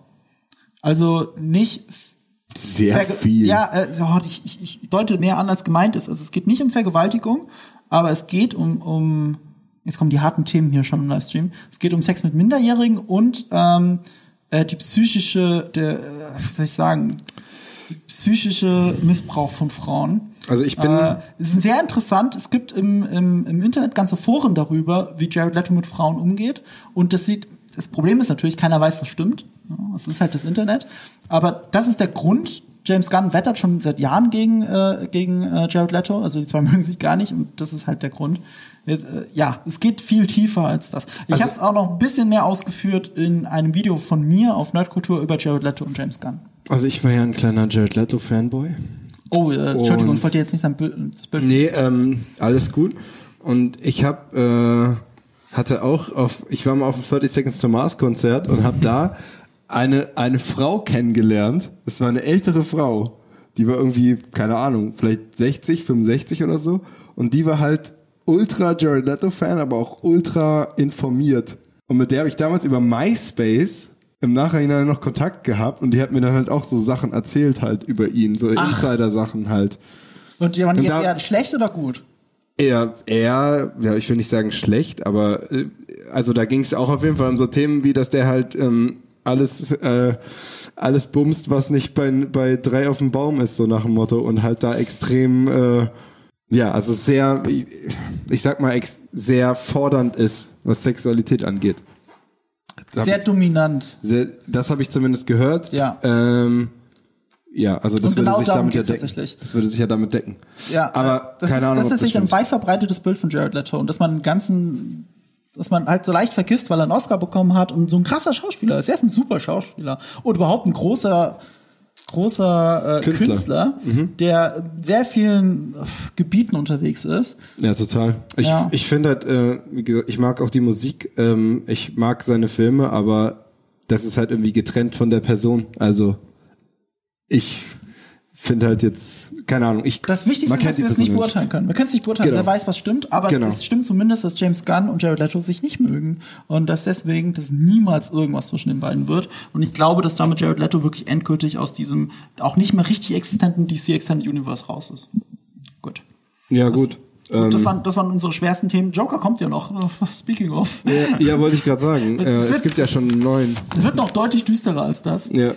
Speaker 2: Also nicht
Speaker 4: sehr Verge- viel.
Speaker 2: Ja, äh, oh, ich, ich, ich deute mehr an, als gemeint ist. Also es geht nicht um Vergewaltigung, aber es geht um, um jetzt kommen die harten Themen hier schon im Livestream. Es geht um Sex mit Minderjährigen und ähm, äh, die psychische, der, wie soll ich sagen, psychische Missbrauch von Frauen.
Speaker 4: Also ich bin.
Speaker 2: Äh, es ist sehr interessant. Es gibt im, im, im Internet ganze Foren darüber, wie Jared Leto mit Frauen umgeht. Und das sieht. Das Problem ist natürlich, keiner weiß, was stimmt. Es ist halt das Internet. Aber das ist der Grund. James Gunn wettert schon seit Jahren gegen äh, gegen äh, Jared Leto. Also die zwei mögen sich gar nicht. Und das ist halt der Grund. Ja, es geht viel tiefer als das. Ich also, habe es auch noch ein bisschen mehr ausgeführt in einem Video von mir auf Nerdkultur über Jared Leto und James Gunn.
Speaker 4: Also ich war ja ein kleiner Jared Leto Fanboy.
Speaker 2: Oh, äh, Entschuldigung, und ich wollte jetzt nicht sein Bild. Bild
Speaker 4: nee, ähm, alles gut. Und ich habe äh, hatte auch auf, ich war mal auf dem thirty Seconds to Mars Konzert und habe da eine eine Frau kennengelernt. Das war eine ältere Frau. Die war irgendwie, keine Ahnung, vielleicht sechzig, fünfundsechzig oder so. Und die war halt ultra Jared Leto Fan, aber auch ultra informiert. Und mit der habe ich damals über MySpace im Nachhinein noch Kontakt gehabt und die hat mir dann halt auch so Sachen erzählt halt über ihn, so Insider-Sachen halt.
Speaker 2: Und die waren
Speaker 4: und
Speaker 2: jetzt
Speaker 4: da,
Speaker 2: eher schlecht oder gut?
Speaker 4: Eher, eher, ja, ich will nicht sagen schlecht, aber äh, also da ging es auch auf jeden Fall um so Themen wie, dass der halt ähm, alles äh, alles bumst, was nicht bei bei drei auf dem Baum ist, so nach dem Motto, und halt da extrem äh, ja, also sehr, ich, ich sag mal, ex, sehr fordernd ist, was Sexualität angeht.
Speaker 2: Sehr dominant.
Speaker 4: Sehr, das habe ich zumindest gehört.
Speaker 2: Ja.
Speaker 4: Ähm, ja, also das
Speaker 2: Und
Speaker 4: würde
Speaker 2: genau
Speaker 4: sich
Speaker 2: darum
Speaker 4: damit ja
Speaker 2: geht's
Speaker 4: decken.
Speaker 2: tatsächlich.
Speaker 4: Das würde sich ja damit decken.
Speaker 2: Ja,
Speaker 4: aber
Speaker 2: das
Speaker 4: keine
Speaker 2: ist,
Speaker 4: Ahnung,
Speaker 2: das
Speaker 4: ob
Speaker 2: ist
Speaker 4: das
Speaker 2: tatsächlich ein
Speaker 4: stimmt.
Speaker 2: weit verbreitetes Bild von Jared Leto und dass man einen ganzen, dass man halt so leicht vergisst, weil er einen Oscar bekommen hat und so ein krasser Schauspieler ist. Er ist ein super Schauspieler und überhaupt ein großer, großer äh,
Speaker 4: Künstler,
Speaker 2: Künstler
Speaker 4: mhm.
Speaker 2: der in sehr vielen äh, Gebieten unterwegs ist.
Speaker 4: Ja, total. Ich,
Speaker 2: Ja.
Speaker 4: ich finde halt, äh, wie gesagt, ich mag auch die Musik, ähm, ich mag seine Filme, aber das ist halt irgendwie getrennt von der Person. Also ich finde halt jetzt, keine Ahnung, ich
Speaker 2: Das Wichtigste
Speaker 4: man
Speaker 2: ist,
Speaker 4: kennt
Speaker 2: dass
Speaker 4: die
Speaker 2: wir es
Speaker 4: Person
Speaker 2: nicht beurteilen können. Wir können es nicht beurteilen,
Speaker 4: Genau.
Speaker 2: wer weiß, was stimmt, aber
Speaker 4: Genau.
Speaker 2: es stimmt zumindest, dass James Gunn und Jared Leto sich nicht mögen und dass deswegen das niemals irgendwas zwischen den beiden wird. Und ich glaube, dass damit Jared Leto wirklich endgültig aus diesem auch nicht mehr richtig existenten D C Extended Universe raus ist. Gut.
Speaker 4: Ja, gut.
Speaker 2: Gut, das
Speaker 4: Ähm,
Speaker 2: waren, das waren unsere schwersten Themen. Joker kommt ja noch. Speaking of.
Speaker 4: ja, ja, wollte ich gerade sagen.
Speaker 2: Es-
Speaker 4: Äh,
Speaker 2: es
Speaker 4: es
Speaker 2: wird-
Speaker 4: gibt ja schon einen neuen.
Speaker 2: Es wird noch deutlich düsterer als das.
Speaker 4: Ja.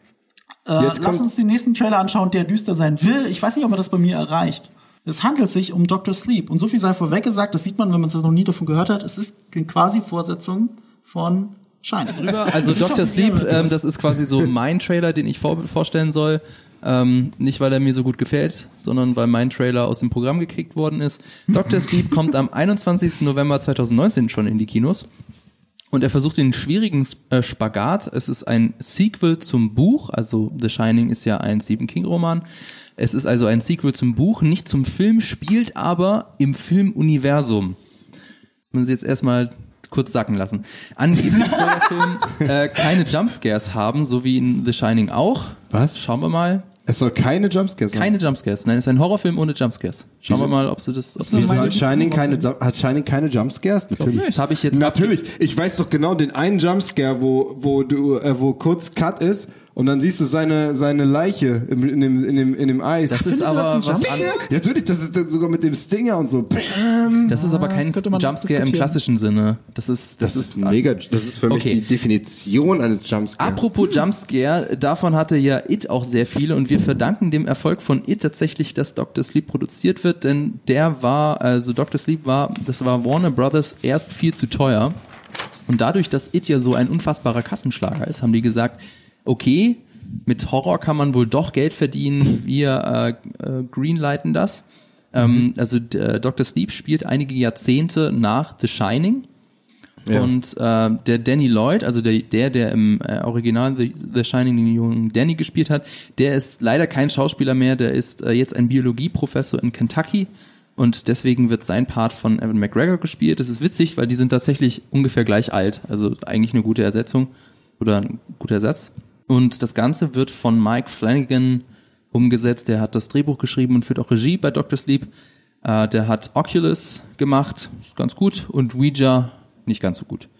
Speaker 2: Äh,
Speaker 4: Jetzt
Speaker 2: lass
Speaker 4: kommt-
Speaker 2: uns den nächsten Trailer anschauen, der düster sein will. Ich weiß nicht, ob man das bei mir erreicht. Es handelt sich um Doktor Sleep. Und so viel sei vorweg gesagt, das sieht man, wenn man es noch nie davon gehört hat. Es ist eine quasi Fortsetzung von Shine.
Speaker 3: Also Doktor Sleep, ähm, das ist quasi so mein Trailer, den ich vor vorstellen soll. Ähm, nicht, weil er mir so gut gefällt, sondern weil mein Trailer aus dem Programm gekickt worden ist. Doktor Sleep kommt am einundzwanzigsten November zweitausendneunzehn schon in die Kinos. Und er versucht den schwierigen äh, Spagat. Es ist ein Sequel zum Buch, also The Shining ist ja ein Stephen King-Roman. Es ist also ein Sequel zum Buch, nicht zum Film, spielt aber im Filmuniversum. Müssen Sie jetzt erstmal kurz sacken lassen. Angeblich soll der Film äh, keine Jumpscares haben, so wie in The Shining auch.
Speaker 4: Was?
Speaker 3: Schauen wir mal.
Speaker 4: Es soll keine Jumpscares sein.
Speaker 3: Keine Jumpscares. Nein, es ist ein Horrorfilm ohne Jumpscares. Schauen wir mal, ob sie das... Ob sie
Speaker 4: Wieso
Speaker 3: das
Speaker 4: hat Shining keine, Ju- hat Shining keine Jumpscares? Natürlich.
Speaker 3: das habe ich jetzt...
Speaker 4: Natürlich. Ich weiß doch genau den einen Jumpscare, wo, wo du, äh, wo kurz Cut ist und dann siehst du seine, seine Leiche im, in dem, in dem, in dem Eis.
Speaker 3: Das ist
Speaker 2: Findest du das
Speaker 3: aber
Speaker 2: ein
Speaker 3: was
Speaker 2: Jumpscare?
Speaker 3: an,
Speaker 4: Ja, natürlich, das ist sogar mit dem Stinger und so. Bam.
Speaker 3: Das ist aber kein
Speaker 2: könnte man
Speaker 3: Jumpscare im
Speaker 2: diskutieren.
Speaker 3: klassischen Sinne. Das ist...
Speaker 4: Das ist mega, das ist für mich
Speaker 3: Okay.
Speaker 4: die Definition eines Jumpscares.
Speaker 3: Apropos Jumpscare, davon hatte ja It auch sehr viele und wir verdanken dem Erfolg von It tatsächlich, dass Doktor Sleep produziert wird, denn der war, also Doktor Sleep war, das war Warner Brothers erst viel zu teuer und dadurch, dass It ja so ein unfassbarer Kassenschlager ist, haben die gesagt, okay, mit Horror kann man wohl doch Geld verdienen, wir äh, äh, greenlighten das. Ähm, also äh, Doktor Sleep spielt einige Jahrzehnte nach The Shining.
Speaker 4: Ja.
Speaker 3: Und äh, der Danny Lloyd, also der, der, der im äh, Original The, The Shining den jungen Danny gespielt hat, der ist leider kein Schauspieler mehr, der ist äh, jetzt ein Biologieprofessor in Kentucky und deswegen wird sein Part von Evan McGregor gespielt. Das ist witzig, weil die sind tatsächlich ungefähr gleich alt, also eigentlich eine gute Ersetzung oder ein guter Ersatz. Und das Ganze wird von Mike Flanagan umgesetzt, der hat das Drehbuch geschrieben und führt auch Regie bei Doktor Sleep. Äh, der hat Oculus gemacht, ist ganz gut, und Ouija nicht ganz so gut.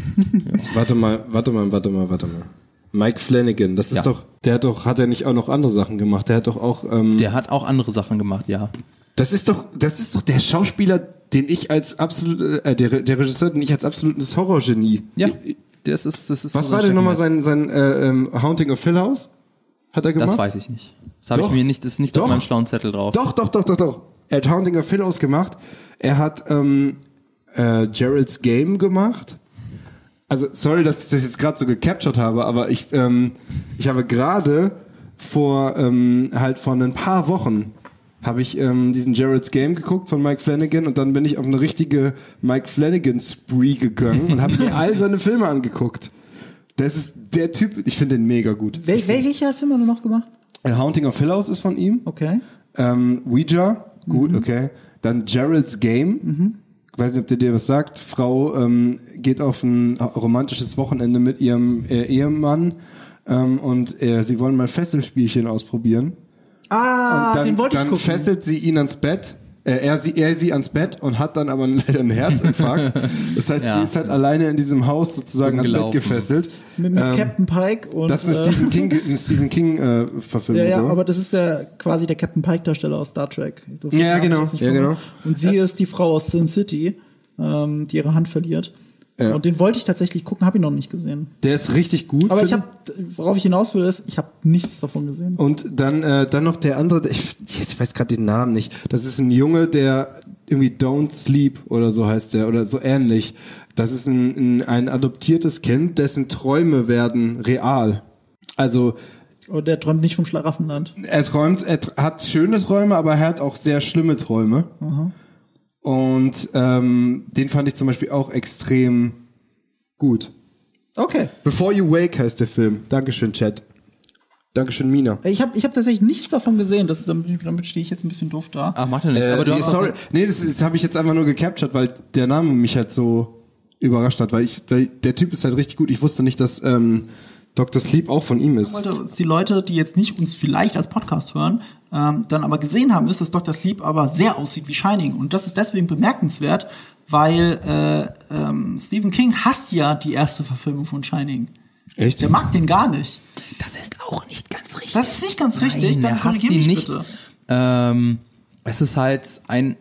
Speaker 4: Warte mal, warte mal, warte mal, warte mal. Mike Flanagan, das ist
Speaker 3: Ja.
Speaker 4: doch, der hat doch, hat er nicht auch noch andere Sachen gemacht? Der hat doch auch, ähm,
Speaker 3: Der hat auch andere Sachen gemacht, ja.
Speaker 4: das ist doch, das ist doch der Schauspieler, den ich als absolut, äh, der, der Regisseur, den ich als absolutes Horrorgenie.
Speaker 3: Ja, das ist, das ist
Speaker 4: Was
Speaker 3: so
Speaker 4: war
Speaker 3: sein
Speaker 4: denn nochmal
Speaker 3: Steckenpferd.
Speaker 4: sein, sein äh, ähm, Haunting of Hill House? Hat er gemacht?
Speaker 3: Das weiß ich nicht. Das habe ich
Speaker 4: Doch.
Speaker 3: mir nicht, das ist nicht
Speaker 4: Doch.
Speaker 3: auf meinem schlauen Zettel drauf.
Speaker 4: Doch, doch, doch, doch, doch. Er hat Haunting of Hill House gemacht. Er hat ähm, äh, Gerald's Game gemacht. Also, sorry, dass ich das jetzt gerade so gecaptured habe, aber ich, ähm, ich habe gerade vor, ähm, halt vor ein paar Wochen habe ich ähm, diesen Gerald's Game geguckt von Mike Flanagan und dann bin ich auf eine richtige Mike Flanagan-Spree gegangen und habe mir all seine Filme angeguckt. Das ist der Typ, ich finde den mega gut.
Speaker 2: Wel wel welcher Film hat er noch gemacht?
Speaker 4: Äh, Haunting of Hill House ist von ihm.
Speaker 2: Okay.
Speaker 4: Ähm, Ouija, gut, okay. Dann Gerald's Game. Ich weiß nicht, ob der dir was sagt. Frau ähm, geht auf ein romantisches Wochenende mit ihrem äh, Ehemann ähm, und äh, sie wollen mal Fesselspielchen ausprobieren.
Speaker 2: Ah,
Speaker 4: und dann,
Speaker 2: den wollte ich
Speaker 4: dann
Speaker 2: gucken.
Speaker 4: fesselt sie ihn ans Bett Äh, er, sie, er sie ans Bett und hat dann aber leider einen Herzinfarkt. Das heißt, ja. sie ist halt alleine in diesem Haus sozusagen ans Bett gefesselt.
Speaker 2: Mit, mit ähm, Captain Pike und...
Speaker 4: Das ist eine Stephen King, eine Stephen King äh, Verfilmung.
Speaker 2: Ja, ja,
Speaker 4: so.
Speaker 2: aber das ist der quasi der Captain Pike Darsteller aus Star Trek.
Speaker 4: Ja, genau. ja, genau.
Speaker 2: Und sie ja. ist die Frau aus Sin City, ähm, die ihre Hand verliert. Ja. Und den wollte ich tatsächlich gucken, habe ich noch nicht gesehen.
Speaker 4: Der ist richtig gut.
Speaker 2: Aber ich habe, worauf ich hinaus will, ist, ich habe nichts davon gesehen.
Speaker 4: Und dann äh, dann noch der andere, ich, ich weiß gerade den Namen nicht. Das ist ein Junge, der irgendwie Don't Sleep oder so heißt der oder so ähnlich. Das ist ein, ein, ein adoptiertes Kind, dessen Träume werden real. Also
Speaker 2: und der träumt nicht vom Schlaraffenland.
Speaker 4: Er träumt, er tr- hat schöne Träume, aber er hat auch sehr schlimme Träume. Mhm. Und ähm, den fand ich zum Beispiel auch extrem gut.
Speaker 2: Okay.
Speaker 4: Before You Wake heißt der Film. Dankeschön, Chat. Dankeschön, Mina.
Speaker 2: Ich habe ich hab tatsächlich nichts davon gesehen. Das, damit damit stehe ich jetzt ein bisschen doof da.
Speaker 3: Ach, macht ja nichts.
Speaker 4: Äh,
Speaker 3: aber du
Speaker 4: nee,
Speaker 3: hast
Speaker 4: sorry. Nee, das, das habe ich jetzt einfach nur gecaptured, weil der Name mich halt so überrascht hat. Weil ich, weil der Typ ist halt richtig gut. Ich wusste nicht, dass ähm, Doktor Sleep auch von ihm ist.
Speaker 2: Die Leute, die jetzt nicht uns vielleicht als Podcast hören, ähm, dann aber gesehen haben, ist, dass Doktor Sleep aber sehr aussieht wie Shining. Und das ist deswegen bemerkenswert, weil äh, ähm, Stephen King hasst ja die erste Verfilmung von Shining.
Speaker 4: Echt?
Speaker 2: Der mag den gar nicht.
Speaker 3: Das ist auch nicht ganz richtig.
Speaker 2: Das ist nicht ganz richtig,
Speaker 3: Nein,
Speaker 2: dann korrigier mich nicht. Bitte.
Speaker 3: Ähm, es ist halt ein,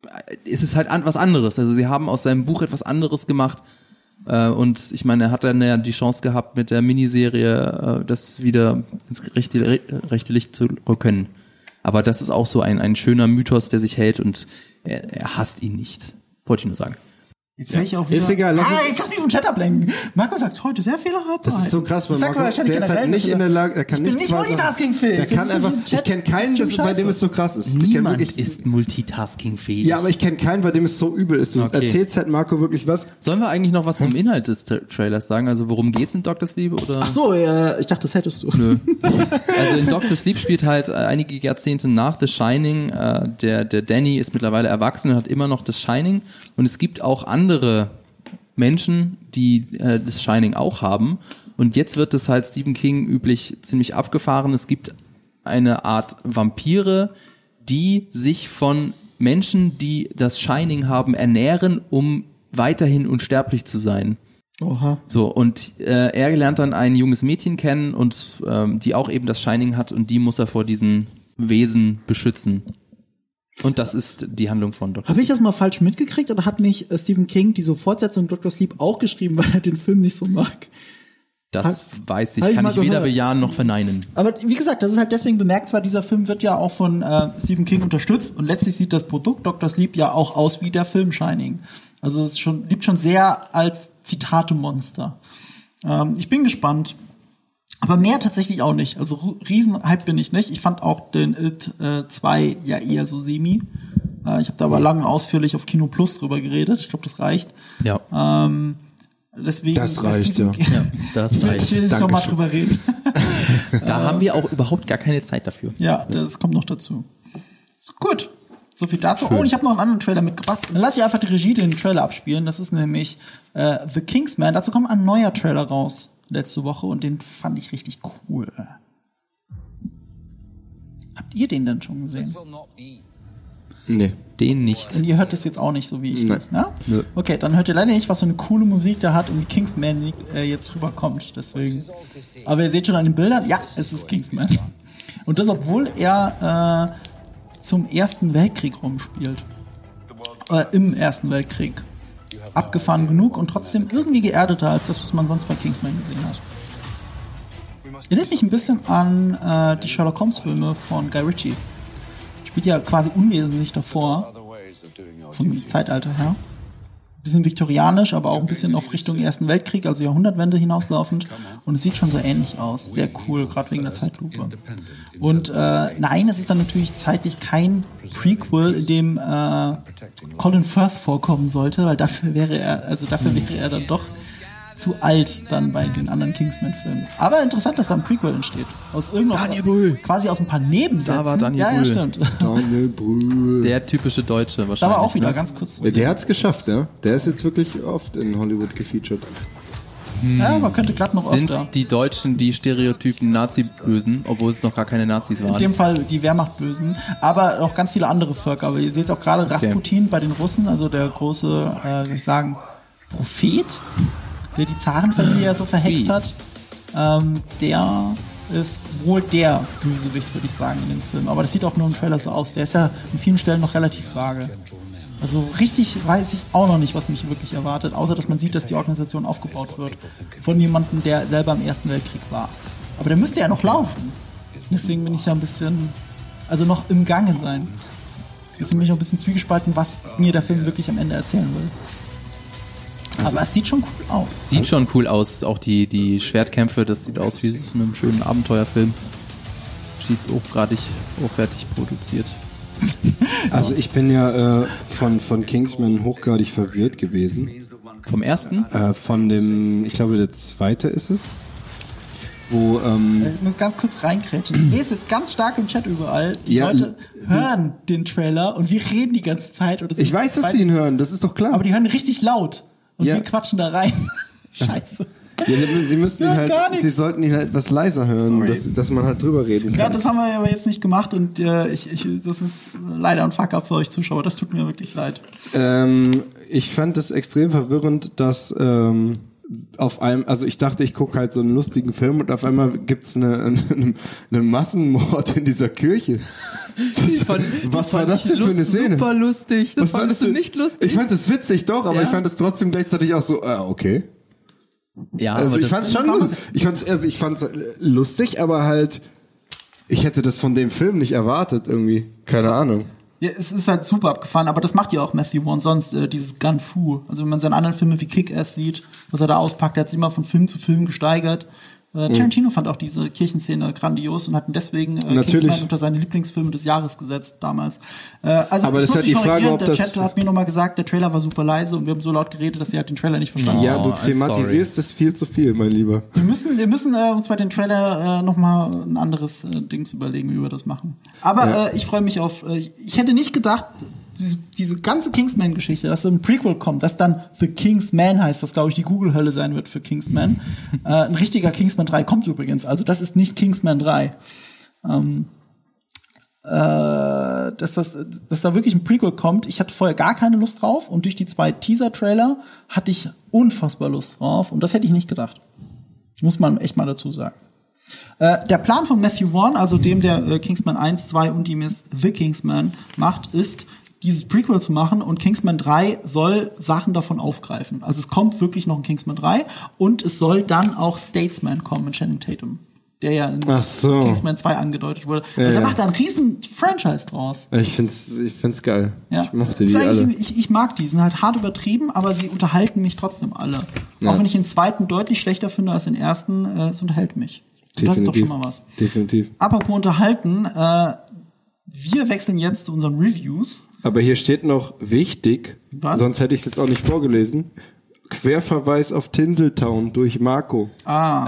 Speaker 3: es ist halt an, was anderes. Also sie haben aus seinem Buch etwas anderes gemacht. Äh, und ich meine, er hat dann ja die Chance gehabt, mit der Miniserie äh, das wieder ins rechte, rechte Licht zu rücken. Aber das ist auch so ein, ein schöner Mythos, der sich hält und er, er hasst ihn nicht. Wollte ich nur sagen.
Speaker 2: Jetzt höre ich auch wieder.
Speaker 4: Ist egal.
Speaker 2: Lass ah, ich lass mich vom Chat ablenken. Marco sagt heute sehr viele Arbeit.
Speaker 4: Das ist so krass, weil Marco, der ist halt nicht in der Lage, er kann
Speaker 2: ich bin
Speaker 4: nicht
Speaker 2: nicht multitaskingfähig.
Speaker 4: Der kann einfach, ich kenne keinen, das, bei dem es so krass ist.
Speaker 3: Niemand wirklich, ist multitaskingfähig.
Speaker 4: Ja, aber ich kenne keinen, bei dem es so übel ist. Du okay. erzählst halt Marco wirklich was.
Speaker 3: Sollen wir eigentlich noch was zum Inhalt des Tra- Trailers sagen? Also worum geht's in Doctor Sleep? Oder?
Speaker 2: Ach so, äh, ich dachte, das hättest du.
Speaker 3: Nö. Also in Doctor Sleep spielt halt äh, einige Jahrzehnte nach The Shining. Äh, der, der Danny ist mittlerweile erwachsen und hat immer noch das Shining. Und es gibt auch andere Menschen, die äh, das Shining auch haben. Und jetzt wird es halt Stephen King üblich ziemlich abgefahren. Es gibt eine Art Vampire, die sich von Menschen, die das Shining haben, ernähren, um weiterhin unsterblich zu sein.
Speaker 2: Oha.
Speaker 3: So, und äh, er lernt dann ein junges Mädchen kennen, und ähm, die auch eben das Shining hat, und die muss er vor diesen Wesen beschützen. Und das ist die Handlung von Doktor Sleep.
Speaker 2: Habe ich das mal falsch mitgekriegt, oder hat nicht äh, Stephen King diese Fortsetzung Doktor Sleep auch geschrieben, weil er den Film nicht so mag?
Speaker 3: Das
Speaker 2: Hat,
Speaker 3: weiß ich, kann ich, ich weder bejahen noch verneinen.
Speaker 2: Aber wie gesagt, das ist halt deswegen bemerkenswert, dieser Film wird ja auch von äh, Stephen King unterstützt, und letztlich sieht das Produkt Doktor Sleep ja auch aus wie der Film Shining. Also es schon, liebt schon sehr als Zitate-Monster. Ähm, ich bin gespannt. Aber mehr tatsächlich auch nicht. Also Riesenhype bin ich nicht. Ich fand auch den It zwei ja eher so semi. Äh, ich habe da aber lang und ausführlich auf Kino Plus drüber geredet. Ich glaube, das reicht.
Speaker 3: Ja.
Speaker 2: Ähm, deswegen,
Speaker 4: das reicht, ja.
Speaker 3: ja. Das
Speaker 2: ich
Speaker 3: reicht.
Speaker 2: will nicht noch mal drüber reden.
Speaker 3: Da haben wir auch überhaupt gar keine Zeit dafür.
Speaker 2: Ja, das kommt noch dazu. So, gut. So viel dazu. Schön. Oh, und ich habe noch einen anderen Trailer mitgebracht. Dann lasse ich einfach die Regie den Trailer abspielen. Das ist nämlich äh, The Kingsman. Dazu kommt ein neuer Trailer raus letzte Woche, und den fand ich richtig cool. Habt ihr den denn schon gesehen?
Speaker 4: Nee.
Speaker 3: Den nicht.
Speaker 2: Und ihr hört das jetzt auch nicht so wie ich.
Speaker 4: Nee.
Speaker 2: Nicht, ne? Nee. Okay, dann hört ihr leider nicht, was für eine coole Musik der hat und wie Kingsman äh, jetzt rüberkommt. Deswegen. Aber ihr seht schon an den Bildern, ja, es ist Kingsman. Und das, obwohl er äh, zum Ersten Weltkrieg rumspielt. Äh, im Ersten Weltkrieg. Abgefahren genug und trotzdem irgendwie geerdeter als das, was man sonst bei Kingsman gesehen hat. Erinnert mich ein bisschen an äh, die Sherlock Holmes Filme von Guy Ritchie. Spielt ja quasi unwesentlich davor, vom Zeitalter her. Bisschen viktorianisch, aber auch ein bisschen auf Richtung Ersten Weltkrieg, also Jahrhundertwende hinauslaufend. Und es sieht schon so ähnlich aus. Sehr cool, gerade wegen der Zeitlupe. Und äh, nein, es ist dann natürlich zeitlich kein Prequel, in dem äh, Colin Firth vorkommen sollte, weil dafür wäre er, also dafür wäre er dann doch zu alt dann bei den anderen Kingsman-Filmen. Aber interessant, dass da ein Prequel entsteht. Aus irgendwas,
Speaker 3: Daniel Brühl.
Speaker 2: Quasi aus ein paar Nebensätzen.
Speaker 3: Da war Daniel
Speaker 2: ja, ja,
Speaker 3: Brühl.
Speaker 2: stimmt.
Speaker 4: Daniel Brühl.
Speaker 3: Der typische Deutsche wahrscheinlich.
Speaker 2: Da war auch wieder
Speaker 3: ne?
Speaker 2: ganz kurz.
Speaker 4: Der hat's geschafft, ja. Der ist jetzt wirklich oft in Hollywood gefeatured.
Speaker 2: Ja, man könnte glatt noch
Speaker 3: Sind
Speaker 2: öfter.
Speaker 3: die Deutschen die Stereotypen Nazi-Bösen, obwohl es noch gar keine Nazis
Speaker 2: In
Speaker 3: waren?
Speaker 2: dem Fall die Wehrmachtbösen, aber auch ganz viele andere Völker. Aber ihr seht auch gerade
Speaker 3: Okay.
Speaker 2: Rasputin bei den Russen, also der große, äh, wie soll ich sagen, Prophet, der die Zarenfamilie ja so verhext
Speaker 3: Wie?
Speaker 2: hat. Ähm, der ist wohl der Bösewicht, würde ich sagen, in dem Film. Aber das sieht auch nur im Trailer so aus. Der ist ja an vielen Stellen noch relativ vage. Also richtig weiß ich auch noch nicht, was mich wirklich erwartet, außer dass man sieht, dass die Organisation aufgebaut wird von jemandem, der selber im Ersten Weltkrieg war. Aber der müsste ja noch laufen. Deswegen bin ich ja ein bisschen, also noch im Gange sein. Deswegen bin ich noch ein bisschen zwiegespalten, was mir der Film wirklich am Ende erzählen will. Aber es sieht schon cool aus.
Speaker 3: Sieht schon cool aus, auch die, die Schwertkämpfe, das sieht aus wie aus einem schönen Abenteuerfilm. Sieht hochgradig, hochwertig produziert.
Speaker 4: Also ich bin ja äh, von, von Kingsman hochgradig verwirrt gewesen.
Speaker 3: Vom ersten?
Speaker 4: Äh, von dem, ich glaube der zweite ist es. Wo, ähm,
Speaker 2: Ich muss ganz kurz reinkrätschen. Ich lese jetzt ganz stark im Chat überall. Die
Speaker 4: Ja,
Speaker 2: Leute hören den Trailer und wir reden die ganze Zeit. Und das
Speaker 4: ich
Speaker 2: ist
Speaker 4: weiß, dass sie ihn hören, das ist doch klar.
Speaker 2: Aber die hören richtig laut. Und
Speaker 4: Ja.
Speaker 2: wir quatschen da rein. Scheiße.
Speaker 4: Ja, sie müssten ihn
Speaker 2: Ja,
Speaker 4: halt,
Speaker 2: gar nichts.
Speaker 4: sie sollten ihn halt etwas leiser hören, dass, dass man halt drüber reden kann.
Speaker 2: Ja, das haben wir aber jetzt nicht gemacht und äh, ich, ich, das ist leider ein Fuck-up für euch Zuschauer. Das tut mir wirklich leid.
Speaker 4: Ähm, ich fand es extrem verwirrend, dass ähm, auf einem, also ich dachte, ich gucke halt so einen lustigen Film und auf einmal gibt's eine, eine, einen Massenmord in dieser Kirche. Was, was war das denn für eine Szene?
Speaker 3: Super lustig. Das
Speaker 4: Was war
Speaker 3: fandest
Speaker 4: das
Speaker 3: du
Speaker 4: denn?
Speaker 3: nicht lustig?
Speaker 4: Ich fand es witzig, doch, aber
Speaker 3: Ja?
Speaker 4: ich fand es trotzdem gleichzeitig auch so, ah, okay.
Speaker 3: Ja,
Speaker 4: Also
Speaker 3: aber
Speaker 4: ich
Speaker 3: das
Speaker 4: fand's
Speaker 3: ist
Speaker 4: schon,
Speaker 3: damals-
Speaker 4: lust- ich fand's, also ich fand's lustig, aber halt, ich hätte das von dem Film nicht erwartet irgendwie. Keine Ahnung.
Speaker 2: Ja, es ist halt super abgefahren, aber das macht ja auch Matthew Vaughn sonst, äh, dieses Gun Fu. Also wenn man seine anderen Filme wie Kick-Ass sieht, was er da auspackt, der hat sich immer von Film zu Film gesteigert. Äh, Tarantino fand auch diese Kirchenszene grandios und hat ihn deswegen äh,
Speaker 4: Natürlich.
Speaker 2: Kingsman unter seine Lieblingsfilme des Jahres gesetzt damals. Äh, also
Speaker 4: Aber
Speaker 2: ich
Speaker 4: das
Speaker 2: muss
Speaker 4: ist halt
Speaker 2: mich
Speaker 4: die Frage,
Speaker 2: korrigieren,
Speaker 4: ob
Speaker 2: der
Speaker 4: das-
Speaker 2: Chat hat mir nochmal gesagt, der Trailer war super leise und wir haben so laut geredet, dass sie halt den Trailer nicht verstanden haben.
Speaker 4: Ja, du
Speaker 3: I'm
Speaker 4: thematisierst das viel zu viel, mein Lieber.
Speaker 2: Wir müssen, wir müssen äh, uns bei den Trailer äh, nochmal ein anderes äh, Dings überlegen, wie wir das machen. Aber
Speaker 4: Ja.
Speaker 2: äh, ich freue mich auf, äh, ich hätte nicht gedacht, diese, diese ganze Kingsman-Geschichte, dass so ein Prequel kommt, das dann The Kingsman heißt, was glaube ich die Google-Hölle sein wird für Kingsman. äh, ein richtiger Kingsman drei kommt übrigens, also das ist nicht Kingsman drei. Ähm, äh, dass, das, dass da wirklich ein Prequel kommt. Ich hatte vorher gar keine Lust drauf und durch die zwei Teaser-Trailer hatte ich unfassbar Lust drauf und das hätte ich nicht gedacht. Muss man echt mal dazu sagen. Äh, der Plan von Matthew Vaughn, also dem der äh, Kingsman eins, zwei und die Miss The Kingsman macht, ist, dieses Prequel zu machen und Kingsman drei soll Sachen davon aufgreifen. Also es kommt wirklich noch ein Kingsman drei und es soll dann auch Statesman kommen mit Channing Tatum, der ja in
Speaker 4: Ach so.
Speaker 2: Kingsman zwei angedeutet wurde.
Speaker 4: Ja,
Speaker 2: also er
Speaker 4: ja.
Speaker 2: macht da einen riesen Franchise draus.
Speaker 4: Ich find's, ich find's geil.
Speaker 2: Ja.
Speaker 4: Ich mochte
Speaker 2: Das
Speaker 4: die
Speaker 2: ist eigentlich-
Speaker 4: alle.
Speaker 2: Ich, ich mag die, sind halt hart übertrieben, aber sie unterhalten mich trotzdem alle.
Speaker 4: Ja.
Speaker 2: Auch wenn ich den zweiten deutlich schlechter finde als den ersten, äh, es unterhält mich. Und das ist doch schon mal was.
Speaker 4: Definitiv.
Speaker 2: Apropos unterhalten, äh, wir wechseln jetzt zu unseren Reviews.
Speaker 4: Aber hier steht noch wichtig,
Speaker 2: Was?
Speaker 4: sonst hätte ich es jetzt auch nicht vorgelesen. Querverweis auf Tinseltown durch Marco.
Speaker 2: Ah,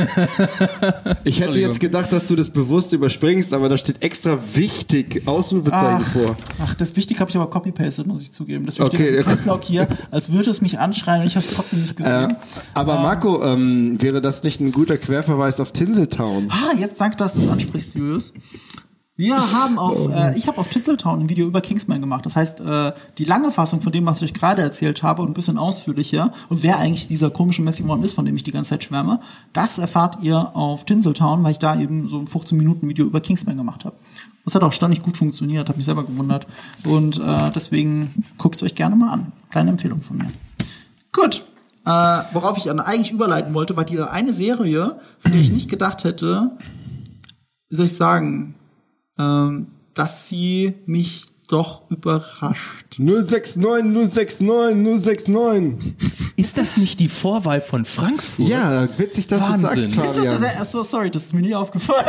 Speaker 4: Ich hätte jetzt gedacht, dass du das bewusst überspringst, aber da steht extra wichtig, Ausrufezeichen
Speaker 2: ach,
Speaker 4: vor.
Speaker 2: ach, das wichtig habe ich aber copy-pasted, muss ich zugeben. Deswegen
Speaker 4: Okay,
Speaker 2: steht das
Speaker 4: okay.
Speaker 2: Caps Lock hier, als würde es mich anschreien und ich habe es trotzdem nicht gesehen.
Speaker 4: Äh, aber Marco, ähm, wäre das nicht ein guter Querverweis auf Tinseltown?
Speaker 2: Ah, jetzt danke, dass du es ansprichst, Julius. Wir haben auf, äh, ich habe auf Tinseltown ein Video über Kingsman gemacht. Das heißt, äh, die lange Fassung von dem, was ich euch gerade erzählt habe und ein bisschen ausführlicher und wer eigentlich dieser komische Matthew Vaughn ist, von dem ich die ganze Zeit schwärme, das erfahrt ihr auf Tinseltown, weil ich da eben so ein fünfzehn Minuten Video über Kingsman gemacht habe. Das hat auch ständig gut funktioniert, habe mich selber gewundert. Und äh, deswegen guckt es euch gerne mal an. Kleine Empfehlung von mir. Gut. Äh, worauf ich dann eigentlich überleiten wollte, war diese eine Serie, von der ich nicht gedacht hätte, wie soll ich sagen, ähm, dass sie mich doch überrascht.
Speaker 4: null sechs neun, null sechs neun, null sechs neun.
Speaker 3: Ist das nicht die Vorwahl von Frankfurt?
Speaker 4: Ja, witzig, dass
Speaker 3: Wahnsinn.
Speaker 4: du sagst,
Speaker 2: Ist das
Speaker 4: Fabian.
Speaker 2: der, achso, sorry, das ist mir nie aufgefallen.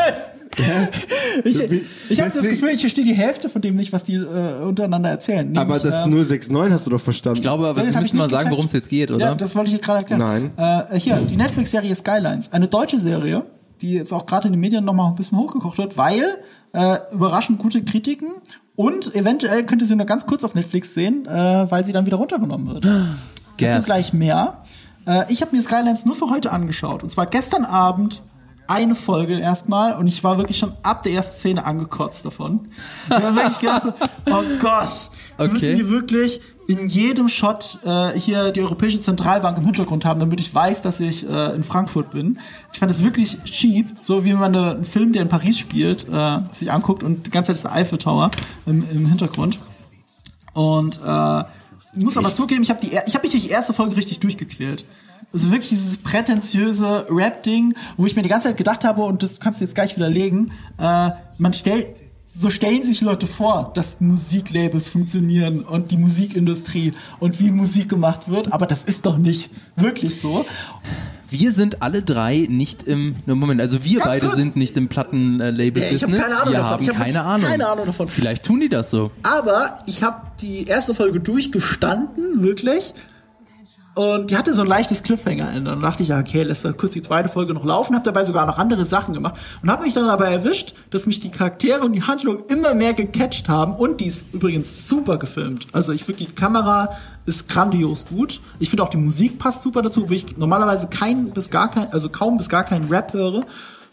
Speaker 2: ich
Speaker 4: Wie-
Speaker 2: ich habe das
Speaker 4: deswegen-
Speaker 2: Gefühl, ich verstehe die Hälfte von dem nicht, was die äh, untereinander erzählen. Nämlich,
Speaker 4: Aber das
Speaker 2: ähm,
Speaker 4: null sechs neun hast du doch verstanden.
Speaker 3: Ich glaube, aber
Speaker 2: Ja, das
Speaker 3: wir
Speaker 2: hab ich
Speaker 3: müssen mal
Speaker 2: nicht
Speaker 3: sagen,
Speaker 2: gecheckt.
Speaker 3: worum es jetzt geht, oder?
Speaker 2: Ja, das wollte ich hier gerade erklären.
Speaker 4: Nein.
Speaker 2: Äh, hier, die Netflix-Serie Skylines. Eine deutsche Serie, die jetzt auch gerade in den Medien noch mal ein bisschen hochgekocht wird, weil äh, überraschend gute Kritiken und eventuell könnt ihr sie nur ganz kurz auf Netflix sehen, äh, weil sie dann wieder runtergenommen wird. Dazu
Speaker 3: Gasp.
Speaker 2: gleich mehr. Äh, ich habe mir Skylands nur für heute angeschaut. Und zwar gestern Abend eine Folge erstmal und ich war wirklich schon ab der ersten Szene angekotzt davon. Ich war wirklich gedacht so, oh Gott,
Speaker 3: okay.
Speaker 2: müssen die wirklich in jedem Shot äh, hier die Europäische Zentralbank im Hintergrund haben, damit ich weiß, dass ich äh, in Frankfurt bin. Ich fand das wirklich cheap, so wie man eine, einen Film, der in Paris spielt, äh, sich anguckt und die ganze Zeit ist der Eiffel Tower im, im Hintergrund. Und äh, ich muss aber Echt? zugeben, ich habe die, ich habe mich durch die erste Folge richtig durchgequält. Also wirklich dieses prätentiöse Rap-Ding, wo ich mir die ganze Zeit gedacht habe, und das kannst du jetzt gleich widerlegen, äh, man stellt, so stellen sich Leute vor, dass Musiklabels funktionieren und die Musikindustrie und wie Musik gemacht wird, aber das ist doch nicht wirklich so.
Speaker 3: Wir sind alle drei nicht im, Moment, also wir
Speaker 2: Ganz
Speaker 3: beide
Speaker 2: kurz.
Speaker 3: sind nicht im Plattenlabel-Business.
Speaker 2: Ich habe keine Ahnung
Speaker 3: wir
Speaker 2: davon.
Speaker 3: haben
Speaker 2: Ich hab
Speaker 3: keine Ahnung.
Speaker 2: keine Ahnung davon.
Speaker 3: Vielleicht tun die das so.
Speaker 2: Aber ich habe die erste Folge durchgestanden, wirklich. Und die hatte so ein leichtes Cliffhanger-Ende. Dann dachte ich, ja, okay, lässt da kurz die zweite Folge noch laufen, hab dabei sogar noch andere Sachen gemacht und habe mich dann dabei erwischt, dass mich die Charaktere und die Handlung immer mehr gecatcht haben und die ist übrigens super gefilmt. Also ich wirklich, die Kamera ist grandios gut. Ich finde auch die Musik passt super dazu, wo ich normalerweise kein bis gar kein, also kaum bis gar keinen Rap höre.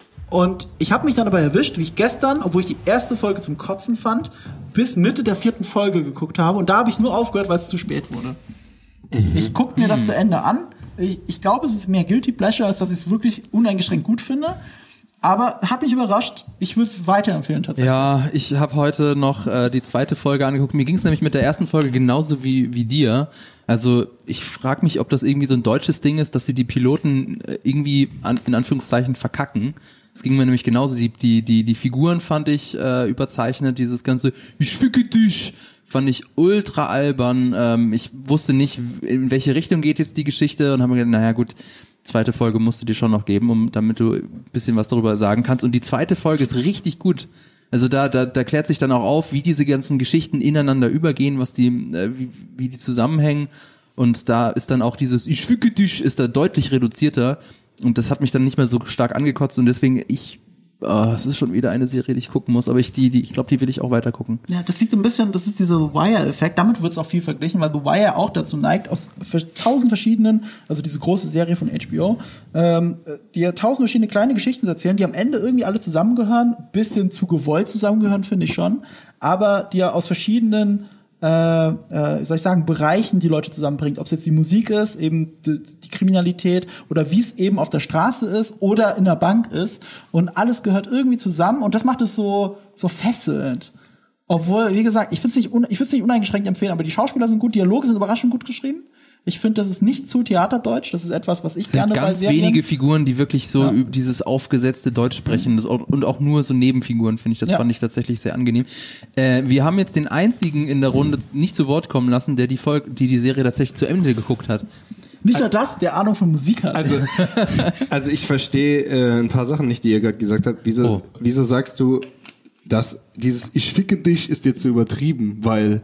Speaker 2: Und ich habe mich dann dabei erwischt, wie ich gestern, obwohl ich die erste Folge zum Kotzen fand, bis Mitte der vierten Folge geguckt habe und da habe ich nur aufgehört, weil es zu spät wurde. Mhm. Ich gucke mir das zu Ende an. Ich, ich glaube, es ist mehr Guilty Pleasure, als dass ich es wirklich uneingeschränkt gut finde. Aber hat mich überrascht. Ich würde es weiterempfehlen tatsächlich.
Speaker 3: Ja, ich habe heute noch äh, die zweite Folge angeguckt. Mir ging es nämlich mit der ersten Folge genauso wie wie dir. Also ich frage mich, ob das irgendwie so ein deutsches Ding ist, dass sie die Piloten äh, irgendwie an, in Anführungszeichen verkacken. Es ging mir nämlich genauso. Die die die die Figuren fand ich äh, überzeichnet. Dieses ganze ich ficke dich fand ich ultra albern. Ähm, ich wusste nicht, in welche Richtung geht jetzt die Geschichte und habe mir gedacht, naja gut, zweite Folge musst du dir schon noch geben, um damit du ein bisschen was darüber sagen kannst. Und die zweite Folge ist richtig gut. Also da da da klärt sich dann auch auf, wie diese ganzen Geschichten ineinander übergehen, was die äh, wie, wie die zusammenhängen. Und da ist dann auch dieses ich ficke dich ist da deutlich reduzierter. Und das hat mich dann nicht mehr so stark angekotzt und deswegen ich Oh, es ist schon wieder eine Serie, die ich gucken muss, aber ich die, die, ich glaube, die will ich auch weiter gucken.
Speaker 2: Ja, das liegt ein bisschen, das ist dieser The Wire-Effekt. Damit wird es auch viel verglichen, weil The Wire auch dazu neigt, aus tausend verschiedenen, also diese große Serie von H B O, ähm, die tausend verschiedene kleine Geschichten zu erzählen, die am Ende irgendwie alle zusammengehören, bisschen zu gewollt zusammengehören, finde ich schon, aber die ja aus verschiedenen Äh, äh, soll ich sagen, Bereichen die Leute zusammenbringt. Ob es jetzt die Musik ist, eben die, die Kriminalität oder wie es eben auf der Straße ist oder in der Bank ist. Und alles gehört irgendwie zusammen und das macht es so, so fesselnd. Obwohl, wie gesagt, ich finde es nicht, un- ich würde es nicht uneingeschränkt empfehlen, aber die Schauspieler sind gut, Dialoge sind überraschend gut geschrieben. Ich finde, das ist nicht zu theaterdeutsch. Das ist etwas, was ich
Speaker 3: es
Speaker 2: gerne
Speaker 3: sind
Speaker 2: bei Serien...
Speaker 3: ganz wenige Figuren, die wirklich so
Speaker 2: Ja.
Speaker 3: über dieses aufgesetzte Deutsch sprechen. Das auch, und auch nur so Nebenfiguren, finde ich. Das
Speaker 2: Ja.
Speaker 3: fand ich tatsächlich sehr angenehm. Äh, wir haben jetzt den einzigen in der Runde nicht zu Wort kommen lassen, der die Folge, die die Serie tatsächlich zu Ende geguckt hat.
Speaker 2: Nicht nur das, der Ahnung von Musik hat.
Speaker 4: Also, also ich verstehe äh, ein paar Sachen nicht, die ihr gerade gesagt habt. Wieso,
Speaker 3: Oh.
Speaker 4: wieso sagst du, dass dieses Ich ficke dich ist jetzt so übertrieben? Weil,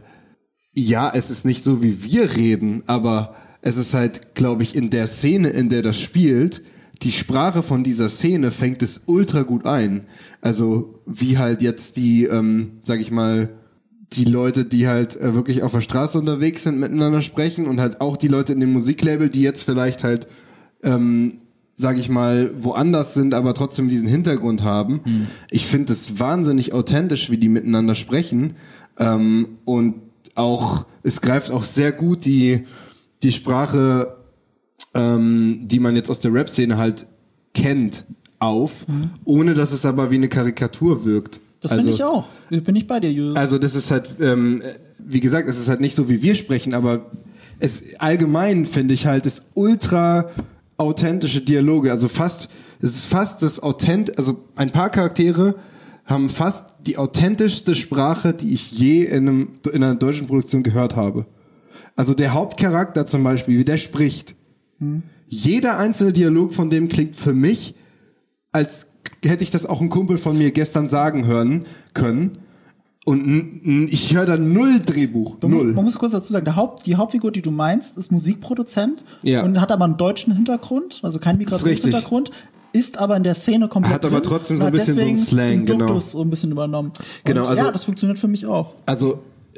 Speaker 4: ja, es ist nicht so, wie wir reden, aber es ist halt, glaube ich, in der Szene, in der das spielt, die Sprache von dieser Szene fängt es ultra gut ein. Also, wie halt jetzt die, ähm, sag ich mal, die Leute, die halt äh, wirklich auf der Straße unterwegs sind, miteinander sprechen und halt auch die Leute in dem Musiklabel, die jetzt vielleicht halt, ähm, sag ich mal, woanders sind, aber trotzdem diesen Hintergrund haben. Mhm. Ich finde es wahnsinnig authentisch, wie die miteinander sprechen. Ähm, und auch, es greift auch sehr gut die, die Sprache, ähm, die man jetzt aus der Rap-Szene halt kennt, auf, mhm. ohne dass es aber wie eine Karikatur wirkt.
Speaker 2: das
Speaker 4: also,
Speaker 2: finde ich auch. Bin ich bei dir, Julius.
Speaker 4: Also das ist halt, ähm, wie gesagt, es ist halt nicht so, wie wir sprechen, aber es allgemein finde ich halt, ist ultra authentische Dialoge. Also fast, es ist fast das authent, also ein paar Charaktere haben fast die authentischste Sprache, die ich je in, einem, in einer deutschen Produktion gehört habe. Also der Hauptcharakter zum Beispiel, wie der spricht. Hm. Jeder einzelne Dialog von dem klingt für mich, als hätte ich das auch ein Kumpel von mir gestern sagen hören können. Und n- n- ich höre da null Drehbuch.
Speaker 2: Man muss,
Speaker 4: null.
Speaker 2: man muss kurz dazu sagen, der Haupt, die Hauptfigur, die du meinst, ist Musikproduzent
Speaker 4: Ja.
Speaker 2: und hat aber einen deutschen Hintergrund, also keinen Migrationshintergrund, ist aber in der Szene komplett
Speaker 4: Hat aber
Speaker 2: drin,
Speaker 4: trotzdem so ein
Speaker 2: hat
Speaker 4: bisschen so einen
Speaker 2: deswegen
Speaker 4: Slang,
Speaker 2: den
Speaker 4: genau.
Speaker 2: Duktus so ein bisschen übernommen.
Speaker 4: Genau,
Speaker 2: Und
Speaker 4: also-
Speaker 2: ja, das funktioniert für mich auch.
Speaker 4: Also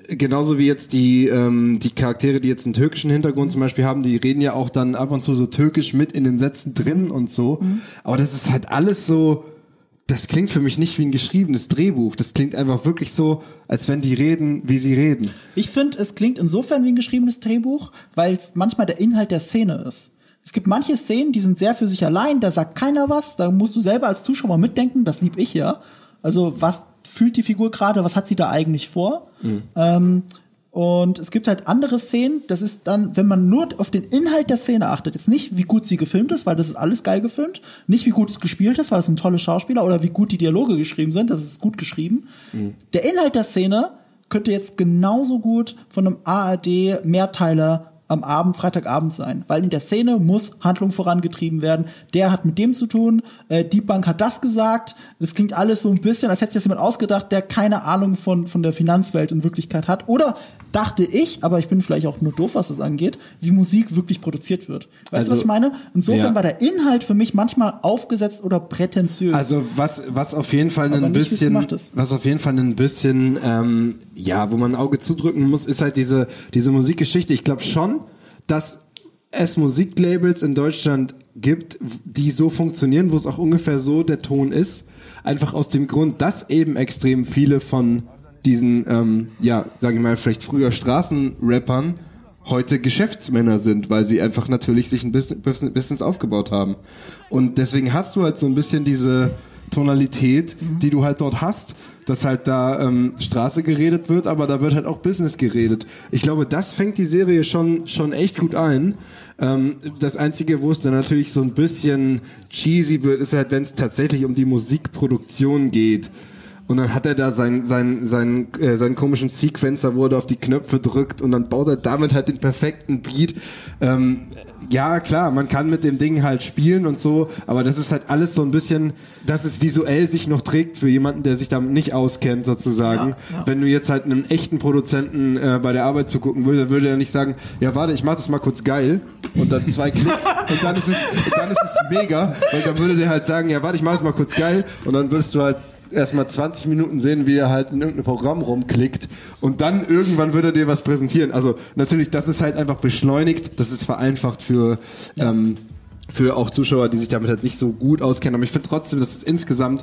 Speaker 4: genauso wie jetzt die ähm, die Charaktere, die jetzt einen türkischen Hintergrund zum Beispiel haben, die reden ja auch dann ab und zu so türkisch mit in den Sätzen drin und so. Mhm. Aber das ist halt alles so, das klingt für mich nicht wie ein geschriebenes Drehbuch. Das klingt einfach wirklich so, als wenn die reden, wie sie reden.
Speaker 2: Ich finde, es klingt insofern wie ein geschriebenes Drehbuch, weil es manchmal der Inhalt der Szene ist. Es gibt manche Szenen, die sind sehr für sich allein, da sagt keiner was, da musst du selber als Zuschauer mitdenken, das lieb ich ja. Also was fühlt die Figur gerade, was hat sie da eigentlich vor? Mhm. Ähm, und es gibt halt andere Szenen, das ist dann, wenn man nur auf den Inhalt der Szene achtet, jetzt nicht, wie gut sie gefilmt ist, weil das ist alles geil gefilmt, nicht wie gut es gespielt ist, weil das sind tolle Schauspieler, oder wie gut die Dialoge geschrieben sind, das ist gut geschrieben. Mhm. Der Inhalt der Szene könnte jetzt genauso gut von einem A R D-Mehrteiler am Abend, Freitagabend sein, weil in der Szene muss Handlung vorangetrieben werden. Der hat mit dem zu tun, äh, die Bank hat das gesagt. Das klingt alles so ein bisschen, als hätte sich das jemand ausgedacht, der keine Ahnung von von der Finanzwelt in Wirklichkeit hat. Oder dachte ich, aber ich bin vielleicht auch nur doof, was das angeht, wie Musik wirklich produziert wird. Weißt also, du, was ich meine? Insofern ja. war der Inhalt für mich manchmal aufgesetzt oder prätentiös.
Speaker 4: Also was was auf jeden Fall ein nicht, bisschen, was auf jeden Fall ein bisschen, ähm, ja, wo man ein Auge zudrücken muss, ist halt diese diese Musikgeschichte. Ich glaube schon, dass es Musiklabels in Deutschland gibt, die so funktionieren, wo es auch ungefähr so der Ton ist. Einfach aus dem Grund, dass eben extrem viele von diesen, ähm, ja, sage ich mal, vielleicht früher Straßenrappern heute Geschäftsmänner sind, weil sie einfach natürlich sich ein bisschen Business aufgebaut haben. Und deswegen hast du halt so ein bisschen diese Tonalität, mhm. die du halt dort hast, dass halt da ähm, Straße geredet wird, aber da wird halt auch Business geredet. Ich glaube, das fängt die Serie schon schon echt gut ein. Ähm, das Einzige, wo es dann natürlich so ein bisschen cheesy wird, ist halt, wenn es tatsächlich um die Musikproduktion geht. Und dann hat er da seinen seinen seinen äh, seinen komischen Sequencer, wo er auf die Knöpfe drückt und dann baut er damit halt den perfekten Beat. Ähm, ja, klar, man kann mit dem Ding halt spielen und so, aber das ist halt alles so ein bisschen, dass es visuell sich noch trägt für jemanden, der sich damit nicht auskennt, sozusagen. Ja, ja. Wenn du jetzt halt einem echten Produzenten äh, bei der Arbeit zugucken würdest, dann würde er nicht sagen, ja, warte, ich mach das mal kurz geil und dann zwei Klicks und dann ist es und dann ist es mega, weil dann würde der halt sagen, ja, warte, ich mach das mal kurz geil und dann würdest du halt erstmal zwanzig Minuten sehen, wie er halt in irgendein Programm rumklickt und dann irgendwann wird er dir was präsentieren. Also natürlich, das ist halt einfach beschleunigt, das ist vereinfacht für ja. ähm, für auch Zuschauer, die sich damit halt nicht so gut auskennen. Aber ich finde trotzdem, dass es insgesamt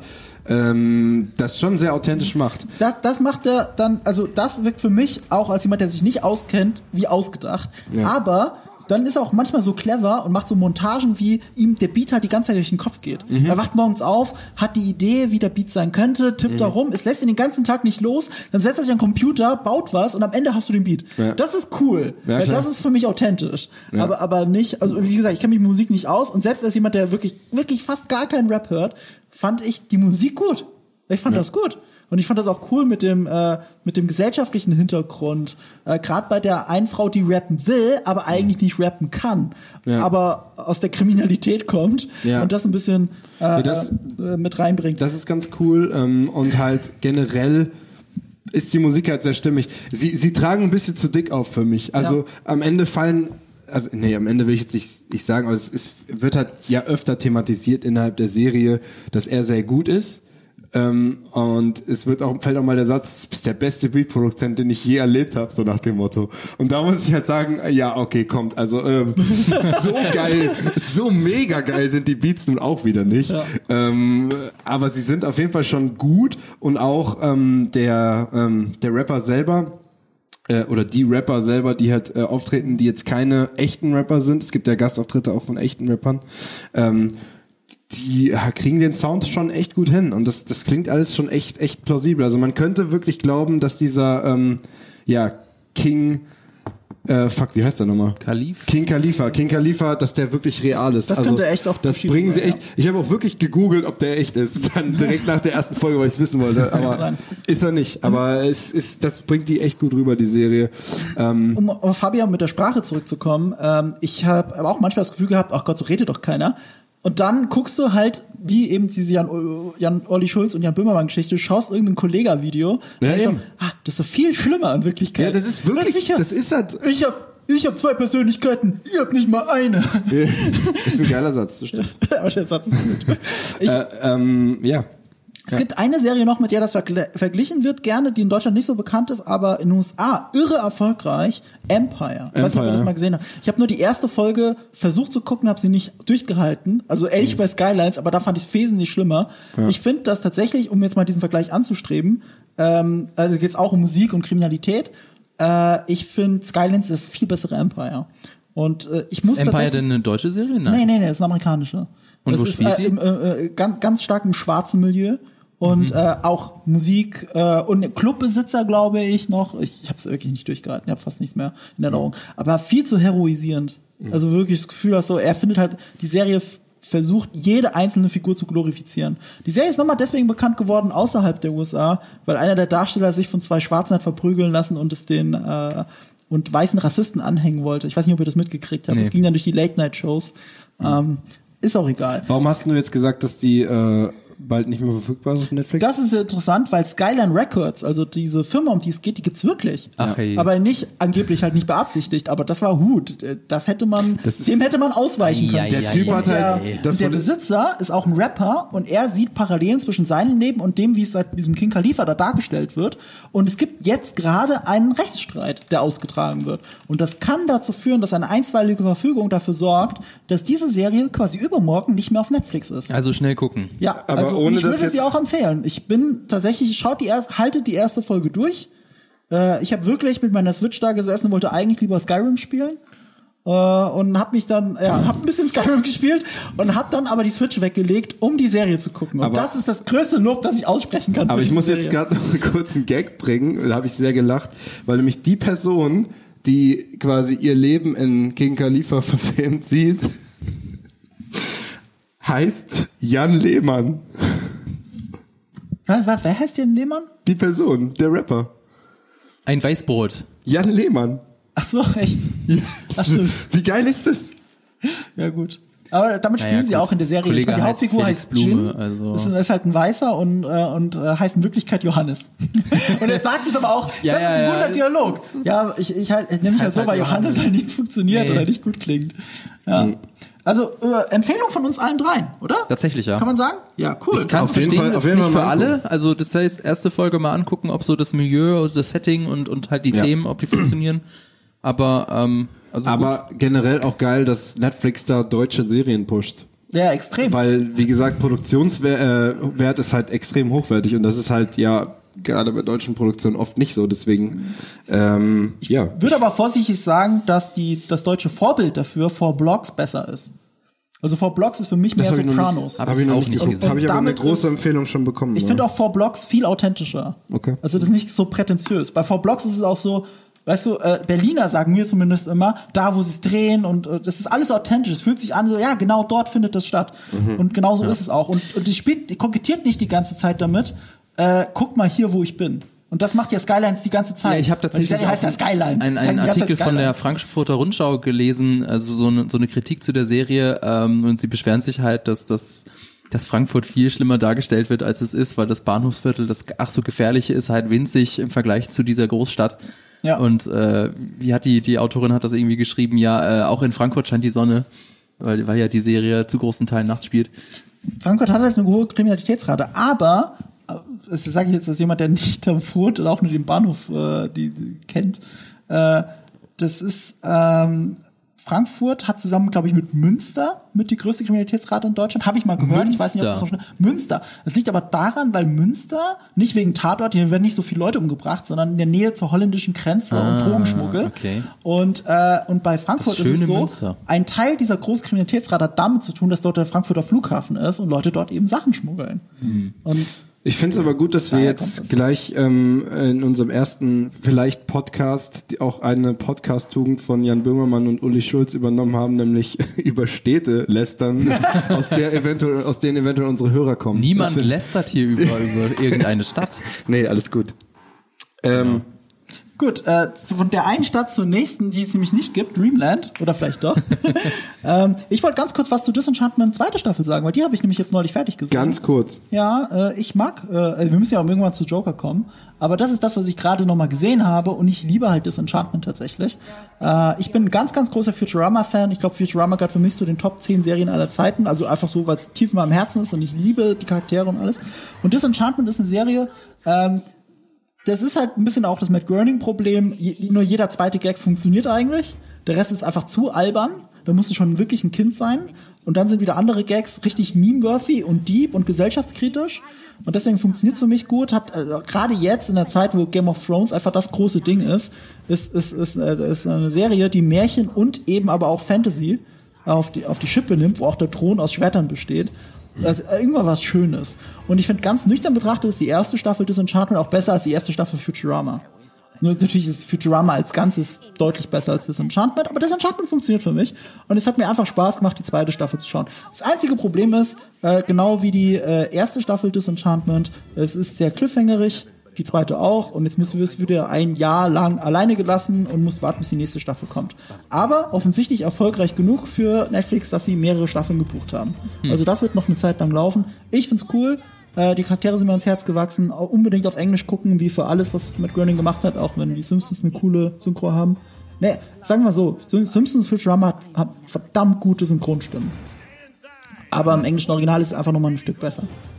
Speaker 4: ähm, das schon sehr authentisch macht.
Speaker 2: Das, das macht er dann, also das wirkt für mich auch als jemand, der sich nicht auskennt, wie ausgedacht. Ja. Aber dann ist er auch manchmal so clever und macht so Montagen, wie ihm der Beat halt die ganze Zeit durch den Kopf geht. Mhm. Er wacht morgens auf, hat die Idee, wie der Beat sein könnte, tippt mhm. da rum, es lässt ihn den ganzen Tag nicht los, dann setzt er sich an den Computer, baut was und am Ende hast du den Beat. Ja. Das ist cool, ja, weil das ist für mich authentisch. Ja. Aber, aber nicht, also wie gesagt, ich kenne mich mit Musik nicht aus und selbst als jemand, der wirklich, wirklich fast gar keinen Rap hört, fand ich die Musik gut. Ich fand ja. das gut. Und ich fand das auch cool mit dem äh, mit dem gesellschaftlichen Hintergrund. Äh, Gerade bei der einen Frau, die rappen will, aber eigentlich nicht rappen kann, ja. aber aus der Kriminalität kommt ja. und das ein bisschen äh, ja, das, äh, mit reinbringt.
Speaker 4: Das ist ganz cool ähm, und halt generell ist die Musik halt sehr stimmig. Sie sie tragen ein bisschen zu dick auf für mich. Also ja. am Ende fallen Also, nee, am Ende will ich jetzt nicht, nicht sagen, aber es, es wird halt ja öfter thematisiert innerhalb der Serie, dass er sehr gut ist. Ähm, und es wird auch, fällt auch mal der Satz, du bist der beste Beatproduzent, den ich je erlebt habe, so nach dem Motto. Und da muss ich halt sagen, ja, okay, kommt. Also ähm, so geil, so mega geil sind die Beats nun auch wieder nicht. Ja. Ähm, aber sie sind auf jeden Fall schon gut und auch ähm, der, ähm, der Rapper selber, oder die Rapper selber, die halt äh, auftreten, die jetzt keine echten Rapper sind. Es gibt ja Gastauftritte auch von echten Rappern. Ähm, die ja, kriegen den Sound schon echt gut hin und das das klingt alles schon echt echt plausibel. Also man könnte wirklich glauben, dass dieser ähm, ja King Äh, fuck, wie heißt der nochmal?
Speaker 3: Khalif?
Speaker 4: King Khalifa. King Khalifa, dass der wirklich real ist.
Speaker 2: Das
Speaker 4: also,
Speaker 2: könnte echt auch
Speaker 4: das bringen sie
Speaker 2: sein,
Speaker 4: echt.
Speaker 2: Ja.
Speaker 4: Ich habe auch wirklich gegoogelt, ob der echt ist. Dann direkt nach der ersten Folge, weil ich es wissen wollte. Aber ist er nicht. Aber es ist, das bringt die echt gut rüber, die Serie. Ähm,
Speaker 2: um auf Fabian mit der Sprache zurückzukommen, ähm, ich habe auch manchmal das Gefühl gehabt, ach Gott, so redet doch keiner. Und dann guckst du halt, wie eben diese Jan, Jan Olli Schulz und Jan Böhmermann-Geschichte, du schaust irgendein Kollega-Video.
Speaker 4: Ja,
Speaker 2: und so, ah, das ist so viel schlimmer in Wirklichkeit.
Speaker 4: Ja, das ist wirklich, das ist halt.
Speaker 2: Ich hab Ich habe zwei Persönlichkeiten, ihr habt nicht mal eine.
Speaker 4: Ist ein geiler Satz, das stimmt.
Speaker 2: Aber der Satz ist gut. Ich,
Speaker 4: äh, ähm, ja.
Speaker 2: Es ja. gibt eine Serie noch, mit der das vergl- verglichen wird, gerne, die in Deutschland nicht so bekannt ist, aber in den U S A irre erfolgreich. Empire. Ich Empire. weiß nicht, ob ihr das mal gesehen habt. Ich habe nur die erste Folge versucht zu gucken, habe sie nicht durchgehalten. Also ähnlich mhm. bei Skylines, aber da fand ich es wesentlich schlimmer. Ja. Ich finde das tatsächlich, um jetzt mal diesen Vergleich anzustreben, ähm, also geht's auch um Musik und Kriminalität. Äh, ich finde Skylines ist das viel bessere Empire. Und äh, ich muss
Speaker 3: ist Empire denn eine deutsche Serie?
Speaker 2: Nein, nee, nee, nee, das ist eine amerikanische.
Speaker 3: Und
Speaker 2: das
Speaker 3: wo
Speaker 2: ist,
Speaker 3: spielt
Speaker 2: äh,
Speaker 3: die?
Speaker 2: Im, äh, ganz, ganz stark im schwarzen Milieu. Und mhm. äh, auch Musik äh, und Clubbesitzer, glaube ich, noch. Ich, ich habe es wirklich nicht durchgehalten, ich habe fast nichts mehr in Erinnerung. Mhm. Aber viel zu heroisierend. Mhm. Also wirklich das Gefühl, dass so, er findet halt, die Serie f- versucht, jede einzelne Figur zu glorifizieren. Die Serie ist nochmal deswegen bekannt geworden außerhalb der U S A, weil einer der Darsteller sich von zwei Schwarzen hat verprügeln lassen und es den äh, und weißen Rassisten anhängen wollte. Ich weiß nicht, ob ihr das mitgekriegt habt. Es nee. ging dann durch die Late-Night-Shows. Mhm. Ähm, ist auch egal.
Speaker 4: Warum hast du jetzt gesagt, dass die äh bald nicht mehr verfügbar ist auf Netflix?
Speaker 2: Das ist interessant, weil Skyline Records, also diese Firma, um die es geht, die gibt's wirklich.
Speaker 3: Ach, hey.
Speaker 2: Aber nicht, angeblich halt nicht beabsichtigt, aber das war Hut. Das hätte man, das dem hätte man ausweichen können.
Speaker 3: Ja,
Speaker 4: der Typ
Speaker 3: ja,
Speaker 4: hat
Speaker 2: der,
Speaker 4: halt, das
Speaker 2: der Besitzer ist auch ein Rapper und er sieht Parallelen zwischen seinem Leben und dem, wie es seit diesem King Khalifa da dargestellt wird. Und es gibt jetzt gerade einen Rechtsstreit, der ausgetragen wird. Und das kann dazu führen, dass eine einstweilige Verfügung dafür sorgt, dass diese Serie quasi übermorgen nicht mehr auf Netflix ist.
Speaker 3: Also schnell gucken.
Speaker 2: Ja,
Speaker 4: aber
Speaker 2: also
Speaker 4: ohne
Speaker 2: ich würde
Speaker 4: das
Speaker 2: sie auch empfehlen. Ich bin tatsächlich, schaut die erst, haltet die erste Folge durch. Äh, ich habe wirklich mit meiner Switch da gesessen und wollte eigentlich lieber Skyrim spielen. Äh, und habe mich dann, ja, hab ein bisschen Skyrim gespielt und habe dann aber die Switch weggelegt, um die Serie zu gucken. Und aber das ist das größte Lob, das ich aussprechen kann.
Speaker 4: Aber
Speaker 2: für
Speaker 4: ich muss
Speaker 2: Serie.
Speaker 4: jetzt gerade noch einen kurzen Gag bringen, da habe ich sehr gelacht, weil nämlich die Person, die quasi ihr Leben in King Khalifa verfilmt sieht, heißt Jan Lehmann.
Speaker 2: Was, was, wer heißt denn Lehmann?
Speaker 4: Die Person, der Rapper.
Speaker 3: Ein Weißbrot.
Speaker 4: Jan Lehmann.
Speaker 2: Ach so, echt?
Speaker 4: Ja,
Speaker 2: Ach so.
Speaker 4: Wie geil ist das?
Speaker 2: Ja, gut. Aber damit spielen
Speaker 3: naja,
Speaker 2: sie
Speaker 3: gut.
Speaker 2: auch in der Serie.
Speaker 3: Kollege
Speaker 2: Ich meine, die
Speaker 3: heißt
Speaker 2: Hauptfigur
Speaker 3: Felix
Speaker 2: heißt
Speaker 3: Blume,
Speaker 2: Jin.
Speaker 3: also.
Speaker 2: Das ist halt ein Weißer und, äh, und äh, heißt in Wirklichkeit Johannes. Und er sagt es aber auch,
Speaker 3: ja,
Speaker 2: das
Speaker 3: ja,
Speaker 2: ist ein guter
Speaker 3: ja.
Speaker 2: Dialog. Ja, ich, ich, halt, ich nehme mich halt so,
Speaker 3: halt
Speaker 2: weil Johannes
Speaker 3: Johannes.
Speaker 2: halt nicht funktioniert
Speaker 3: Nee.
Speaker 2: oder nicht gut klingt. Ja. Mhm. Also, äh, Empfehlung von uns allen dreien, oder?
Speaker 3: Tatsächlich, ja.
Speaker 2: Kann man sagen? Ja, cool.
Speaker 3: Ich kann es
Speaker 4: Auf jeden
Speaker 3: verstehen,
Speaker 4: Fall-
Speaker 3: das
Speaker 4: auf
Speaker 3: ist
Speaker 4: jeden
Speaker 3: nicht
Speaker 4: Fall
Speaker 3: für
Speaker 4: mal
Speaker 3: alle. Also das heißt, erste Folge mal angucken, ob so das Milieu, das Setting und, und halt die
Speaker 4: Ja.
Speaker 3: Themen, ob die funktionieren. Aber, ähm, also
Speaker 4: Aber generell auch geil, dass Netflix da deutsche Serien pusht.
Speaker 2: Ja, extrem.
Speaker 4: Weil, wie gesagt, Produktionswert äh, Wert ist halt extrem hochwertig und das ist halt, ja, gerade bei deutschen Produktionen oft nicht so, deswegen, ähm, ja.
Speaker 2: Ich würde aber vorsichtig sagen, dass die, das deutsche Vorbild dafür, Four Blocks, besser ist. Also Four Blocks ist für mich mehr
Speaker 4: hab ich noch
Speaker 2: Sopranos.
Speaker 4: nicht- Hab ich noch
Speaker 3: auch
Speaker 4: nicht
Speaker 3: nicht
Speaker 4: geguckt.
Speaker 3: gesehen.
Speaker 4: Habe ich aber eine
Speaker 2: damit
Speaker 4: große
Speaker 2: ist-
Speaker 4: Empfehlung schon bekommen.
Speaker 2: Ich
Speaker 4: ja.
Speaker 2: finde auch Four Blocks viel authentischer.
Speaker 4: Okay.
Speaker 2: Also das ist nicht so prätentiös. Bei Four Blocks ist es auch so, weißt du, äh, Berliner sagen mir zumindest immer, da wo sie es drehen und äh, das ist alles authentisch. Es fühlt sich an so, ja, genau dort findet das statt.
Speaker 4: Mhm.
Speaker 2: Und genau so ist es auch. Und, und die spielt, die kokettiert nicht die ganze Zeit damit, äh, guck mal hier, wo ich bin. Und das macht ja Skylines die ganze Zeit.
Speaker 3: ja, ich habe tatsächlich
Speaker 2: Und die Serie heißt ja Skylines.
Speaker 3: einen,
Speaker 2: Die
Speaker 3: einen
Speaker 2: sagen die ganze
Speaker 3: Artikel
Speaker 2: Zeit
Speaker 3: von der
Speaker 2: Skylines.
Speaker 3: Frankfurter Rundschau gelesen, also so eine, so eine Kritik zu der Serie, ähm, und sie beschweren sich halt, dass das dass Frankfurt viel schlimmer dargestellt wird, als es ist, weil das Bahnhofsviertel, das ach so gefährliche ist, halt winzig im Vergleich zu dieser Großstadt.
Speaker 2: Ja.
Speaker 3: Und äh, wie hat die die Autorin hat das irgendwie geschrieben, ja, äh, auch in Frankfurt scheint die Sonne, weil, weil ja die Serie zu großen Teilen nachts spielt.
Speaker 2: Frankfurt hat halt eine hohe Kriminalitätsrate, aber das sage ich jetzt als jemand, der nicht da wohnt oder auch nur den Bahnhof äh, die, die kennt. Äh, das ist ähm, Frankfurt hat zusammen, glaube ich, mit Münster mit die größte Kriminalitätsrate in Deutschland. Habe ich mal gehört. Ich weiß nicht, ob das so schnell. Münster. Das liegt aber daran, weil Münster nicht wegen Tatort, hier werden nicht so viele Leute umgebracht, sondern in der Nähe zur holländischen Grenze
Speaker 3: Ah,
Speaker 2: und Drogenschmuggel.
Speaker 3: okay.
Speaker 2: Und äh, und bei Frankfurt
Speaker 3: Das
Speaker 2: ist es
Speaker 3: schöne
Speaker 2: so,
Speaker 3: Münster.
Speaker 2: ein Teil dieser großen Kriminalitätsrate hat damit zu tun, dass dort der Frankfurter Flughafen ist und Leute dort eben Sachen schmuggeln.
Speaker 3: Mhm.
Speaker 2: Und
Speaker 4: Ich finde es aber gut, dass wir
Speaker 2: Daher kommt
Speaker 4: jetzt
Speaker 2: das.
Speaker 4: gleich ähm, in unserem ersten vielleicht Podcast die auch eine Podcast-Tugend von Jan Böhmermann und Uli Schulz übernommen haben, nämlich über Städte lästern, aus der eventuell, aus denen eventuell unsere Hörer kommen.
Speaker 3: Niemand
Speaker 4: Das find-
Speaker 3: lästert hier über, über irgendeine Stadt.
Speaker 4: Nee, alles gut. Ähm,
Speaker 2: Gut, äh, von der einen Stadt zur nächsten, die es nämlich nicht gibt, Dreamland, oder vielleicht doch. ähm, ich wollte ganz kurz was zu Disenchantment zweite Staffel sagen, weil die habe ich nämlich jetzt neulich fertig gesehen.
Speaker 4: Ganz kurz.
Speaker 2: Ja, äh, ich mag, äh, wir müssen ja auch irgendwann zu Joker kommen, aber das ist das, was ich gerade nochmal gesehen habe und ich liebe halt Disenchantment tatsächlich. Äh, ich bin ein ganz, ganz großer Futurama-Fan. Ich glaube, Futurama gehört für mich zu den Top zehn Serien aller Zeiten, also einfach so, weil es tief in meinem Herzen ist und ich liebe die Charaktere und alles. Und Disenchantment ist eine Serie, ähm, das ist halt ein bisschen auch das Matt Groening-Problem. Je, nur jeder zweite Gag funktioniert eigentlich. Der Rest ist einfach zu albern. Da musst du schon wirklich ein Kind sein. Und dann sind wieder andere Gags richtig meme-worthy und deep und gesellschaftskritisch. Und deswegen funktioniert es für mich gut. Hat äh, gerade jetzt in der Zeit, wo Game of Thrones einfach das große Ding ist, ist, ist, ist, äh, ist eine Serie, die Märchen und eben aber auch Fantasy auf die, auf die Schippe nimmt, wo auch der Thron aus Schwertern besteht. Also irgendwann was Schönes. Und ich finde, ganz nüchtern betrachtet ist die erste Staffel Disenchantment auch besser als die erste Staffel Futurama. Nur natürlich ist Futurama als Ganzes deutlich besser als Disenchantment, aber Disenchantment funktioniert für mich. Und es hat mir einfach Spaß gemacht, die zweite Staffel zu schauen. Das einzige Problem ist, äh, genau wie die äh, erste Staffel Disenchantment, es ist sehr cliffhangerig, die zweite auch. Und jetzt müssen wir es wieder ein Jahr lang alleine gelassen und musst warten, bis die nächste Staffel kommt. Aber offensichtlich erfolgreich genug für Netflix, dass sie mehrere Staffeln gebucht haben. Hm. Also das wird noch eine Zeit lang laufen. Ich find's cool. Äh, die Charaktere sind mir ans Herz gewachsen. Auch unbedingt auf Englisch gucken, wie für alles, was Matt Groening gemacht hat, auch wenn die Simpsons eine coole Synchro haben. Ne, sagen wir so, Simpsons Futurama hat, hat verdammt gute Synchronstimmen. Aber im englischen Original ist es einfach nochmal ein Stück besser.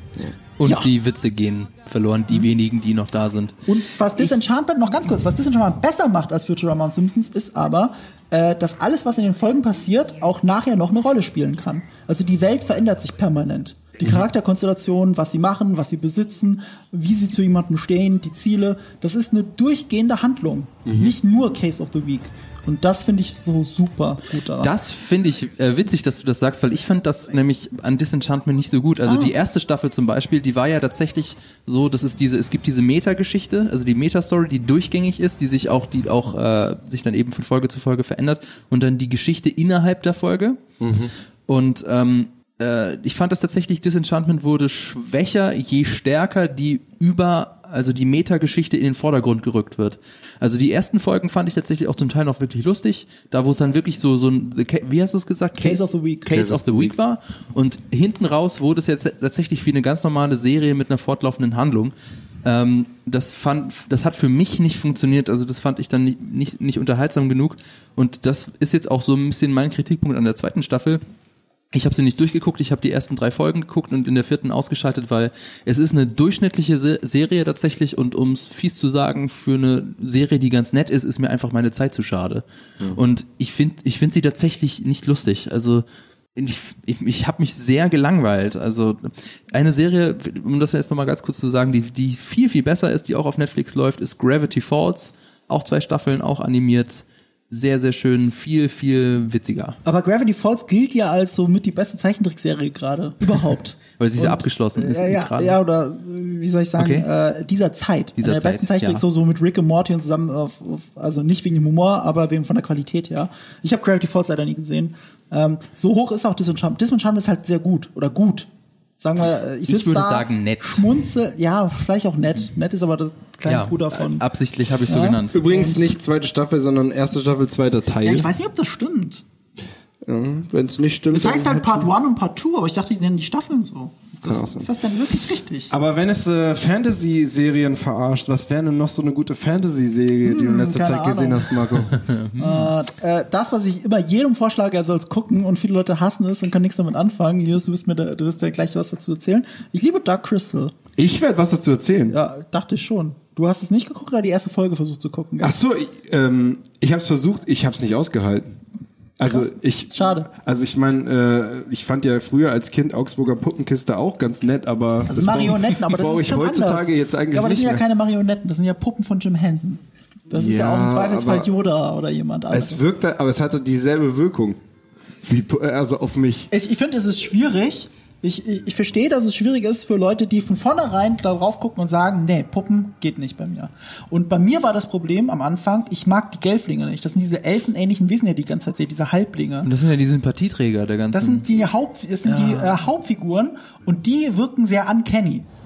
Speaker 3: Und
Speaker 2: ja.
Speaker 3: die Witze gehen verloren, die wenigen, die noch da sind.
Speaker 2: Und was Disenchantment, noch ganz kurz, was Disenchantment besser macht als Futurama und Simpsons, ist aber, äh, dass alles, was in den Folgen passiert, auch nachher noch eine Rolle spielen kann. Also die Welt verändert sich permanent. Die Charakterkonstellation, was sie machen, was sie besitzen, wie sie zu jemandem stehen, die Ziele, das ist eine durchgehende Handlung. Mhm. Nicht nur Case of the Week. Und das finde ich so super gut daran.
Speaker 3: Das finde ich äh, witzig, dass du das sagst, weil ich fand das nämlich an Disenchantment nicht so gut. Also ah. die erste Staffel zum Beispiel, die war ja tatsächlich so, dass es diese, es gibt diese Meta-Geschichte, also die Meta-Story, die durchgängig ist, die sich auch, die auch äh, sich dann eben von Folge zu Folge verändert und dann die Geschichte innerhalb der Folge. Mhm. Und ähm, äh, ich fand das tatsächlich, Disenchantment wurde schwächer, je stärker die über also die Meta-Geschichte in den Vordergrund gerückt wird. Also die ersten Folgen fand ich tatsächlich auch zum Teil noch wirklich lustig, da wo es dann wirklich so so ein, wie hast du es gesagt?
Speaker 2: Case, Case of the Week.
Speaker 3: Case, Case of the Week war. Und hinten raus wurde es jetzt tatsächlich wie eine ganz normale Serie mit einer fortlaufenden Handlung. Ähm, das fand, das hat für mich nicht funktioniert, also das fand ich dann nicht, nicht, nicht unterhaltsam genug. Und das ist jetzt auch so ein bisschen mein Kritikpunkt an der zweiten Staffel. Ich habe sie nicht durchgeguckt, ich habe die ersten drei Folgen geguckt und in der vierten ausgeschaltet, weil es ist eine durchschnittliche Se- Serie tatsächlich und ums fies zu sagen, für eine Serie, die ganz nett ist, ist mir einfach meine Zeit zu schade. Mhm. Und ich finde ich finde sie tatsächlich nicht lustig. Also ich, ich, ich habe mich sehr gelangweilt. Also eine Serie, um das jetzt nochmal ganz kurz zu sagen, die, die viel, viel besser ist, die auch auf Netflix läuft, ist Gravity Falls. Auch zwei Staffeln, auch animiert. Sehr, sehr schön, viel, viel witziger.
Speaker 2: Aber Gravity Falls gilt ja als so mit die beste Zeichentrickserie gerade überhaupt.
Speaker 3: Weil sie ja abgeschlossen ist.
Speaker 2: Äh, ja, ja, oder wie soll ich sagen,
Speaker 3: okay.
Speaker 2: äh, dieser Zeit.
Speaker 3: Dieser
Speaker 2: Einer der besten Zeichentricks, ja. so, so mit Rick und Morty und zusammen, auf, auf, also nicht wegen dem Humor, aber wegen von der Qualität her. Ich habe Gravity Falls leider nie gesehen. Ähm, so hoch ist auch Disenchantment. Disenchantment ist halt sehr gut oder gut. Sagen wir, ich,
Speaker 3: ich würde
Speaker 2: da,
Speaker 3: sagen nett.
Speaker 2: Schmunzel, ja, vielleicht auch nett. Nett ist aber der kleine
Speaker 3: ja,
Speaker 2: Bruder von.
Speaker 3: Absichtlich habe ich es
Speaker 2: ja.
Speaker 3: so genannt.
Speaker 4: Übrigens und nicht zweite Staffel, sondern erste Staffel, zweiter Teil.
Speaker 2: Ja, ich weiß nicht, ob das stimmt.
Speaker 4: Ja, wenn es nicht stimmt.
Speaker 2: Das heißt halt Part eins und Part zwei, aber ich dachte, die nennen die Staffeln so. Ist das,
Speaker 4: so.
Speaker 2: ist das denn wirklich richtig?
Speaker 4: Aber wenn es äh, Fantasy-Serien verarscht, was wäre denn noch so eine gute Fantasy-Serie, hm, die du in letzter Zeit
Speaker 2: Ahnung. gesehen
Speaker 4: hast, Marco?
Speaker 2: äh, äh, das, was ich immer jedem vorschlage, er soll es gucken und viele Leute hassen es und können nichts damit anfangen. Julius, du wirst mir da, du wirst ja gleich was dazu erzählen. Ich liebe Dark Crystal.
Speaker 4: Ich werde was dazu erzählen.
Speaker 2: Ja, dachte ich schon. Du hast es nicht geguckt oder die erste Folge versucht zu gucken?
Speaker 4: Ach so, ich, ähm, ich habe es versucht, ich habe es nicht ausgehalten. Also Krass. ich,
Speaker 2: schade.
Speaker 4: Also ich meine, äh, ich fand ja früher als Kind Augsburger Puppenkiste auch ganz nett, aber
Speaker 2: das, das Marionetten,
Speaker 4: brauch,
Speaker 2: aber das
Speaker 4: brauche
Speaker 2: ist
Speaker 4: ich
Speaker 2: schon
Speaker 4: heutzutage
Speaker 2: anders.
Speaker 4: jetzt eigentlich
Speaker 2: ja, aber das
Speaker 4: nicht
Speaker 2: sind ja
Speaker 4: mehr.
Speaker 2: keine Marionetten, das sind ja Puppen von Jim Henson. Das ja, ist ja auch im Zweifelsfall Yoda oder jemand anderes.
Speaker 4: Es wirkte, aber es hatte dieselbe Wirkung, wie also auf mich.
Speaker 2: Ich, ich finde, es ist schwierig. Ich, ich, ich verstehe, dass es schwierig ist für Leute, die von vornherein darauf gucken und sagen, nee, Puppen geht nicht bei mir. Und bei mir war das Problem am Anfang, ich mag die Gelflinge nicht. Das sind diese elfenähnlichen Wesen, die die ganze Zeit sehe, diese Halblinge.
Speaker 3: Und das sind ja die Sympathieträger der ganzen...
Speaker 2: Das sind die, Haupt, das sind
Speaker 3: ja.
Speaker 2: die äh, Hauptfiguren und die wirken sehr uncanny.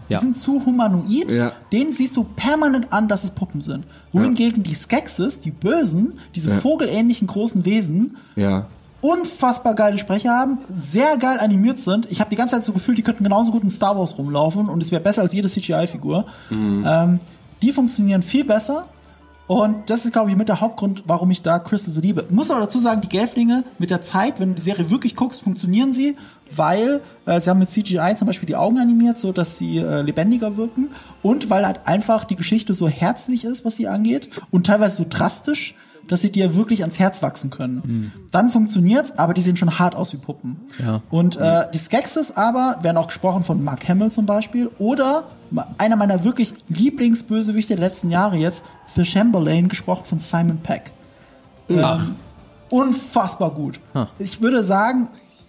Speaker 2: Die
Speaker 3: Ja.
Speaker 2: sind zu humanoid.
Speaker 4: Ja.
Speaker 2: Denen siehst du permanent an, dass es Puppen sind. Wohingegen die Skeksis, die Bösen, diese
Speaker 4: Ja.
Speaker 2: vogelähnlichen großen Wesen,
Speaker 4: Ja.
Speaker 2: unfassbar geile Sprecher haben, sehr geil animiert sind. Ich habe die ganze Zeit so gefühlt, die könnten genauso gut in Star Wars rumlaufen und es wäre besser als jede C G I-Figur.
Speaker 4: Mhm.
Speaker 2: Ähm, die funktionieren viel besser. Und das ist, glaube ich, mit der Hauptgrund, warum ich Dark Crystal so liebe. Muss aber dazu sagen, die Gelflinge mit der Zeit, wenn du die Serie wirklich guckst, funktionieren sie, weil äh, sie haben mit C G I zum Beispiel die Augen animiert, so dass sie äh, lebendiger wirken. Und weil halt einfach die Geschichte so herzlich ist, was sie angeht. Und teilweise so drastisch, dass sie dir wirklich ans Herz wachsen können. Mhm. Dann funktioniert's, aber die sehen schon hart aus wie Puppen.
Speaker 3: Ja.
Speaker 2: Und äh, die Skeksis aber werden auch gesprochen von Mark Hamill zum Beispiel oder einer meiner wirklich Lieblingsbösewichte der letzten Jahre jetzt, The Chamberlain, gesprochen von Simon Pegg.
Speaker 3: Ach.
Speaker 2: Ähm, unfassbar gut.
Speaker 3: Ah.
Speaker 2: Ich würde sagen,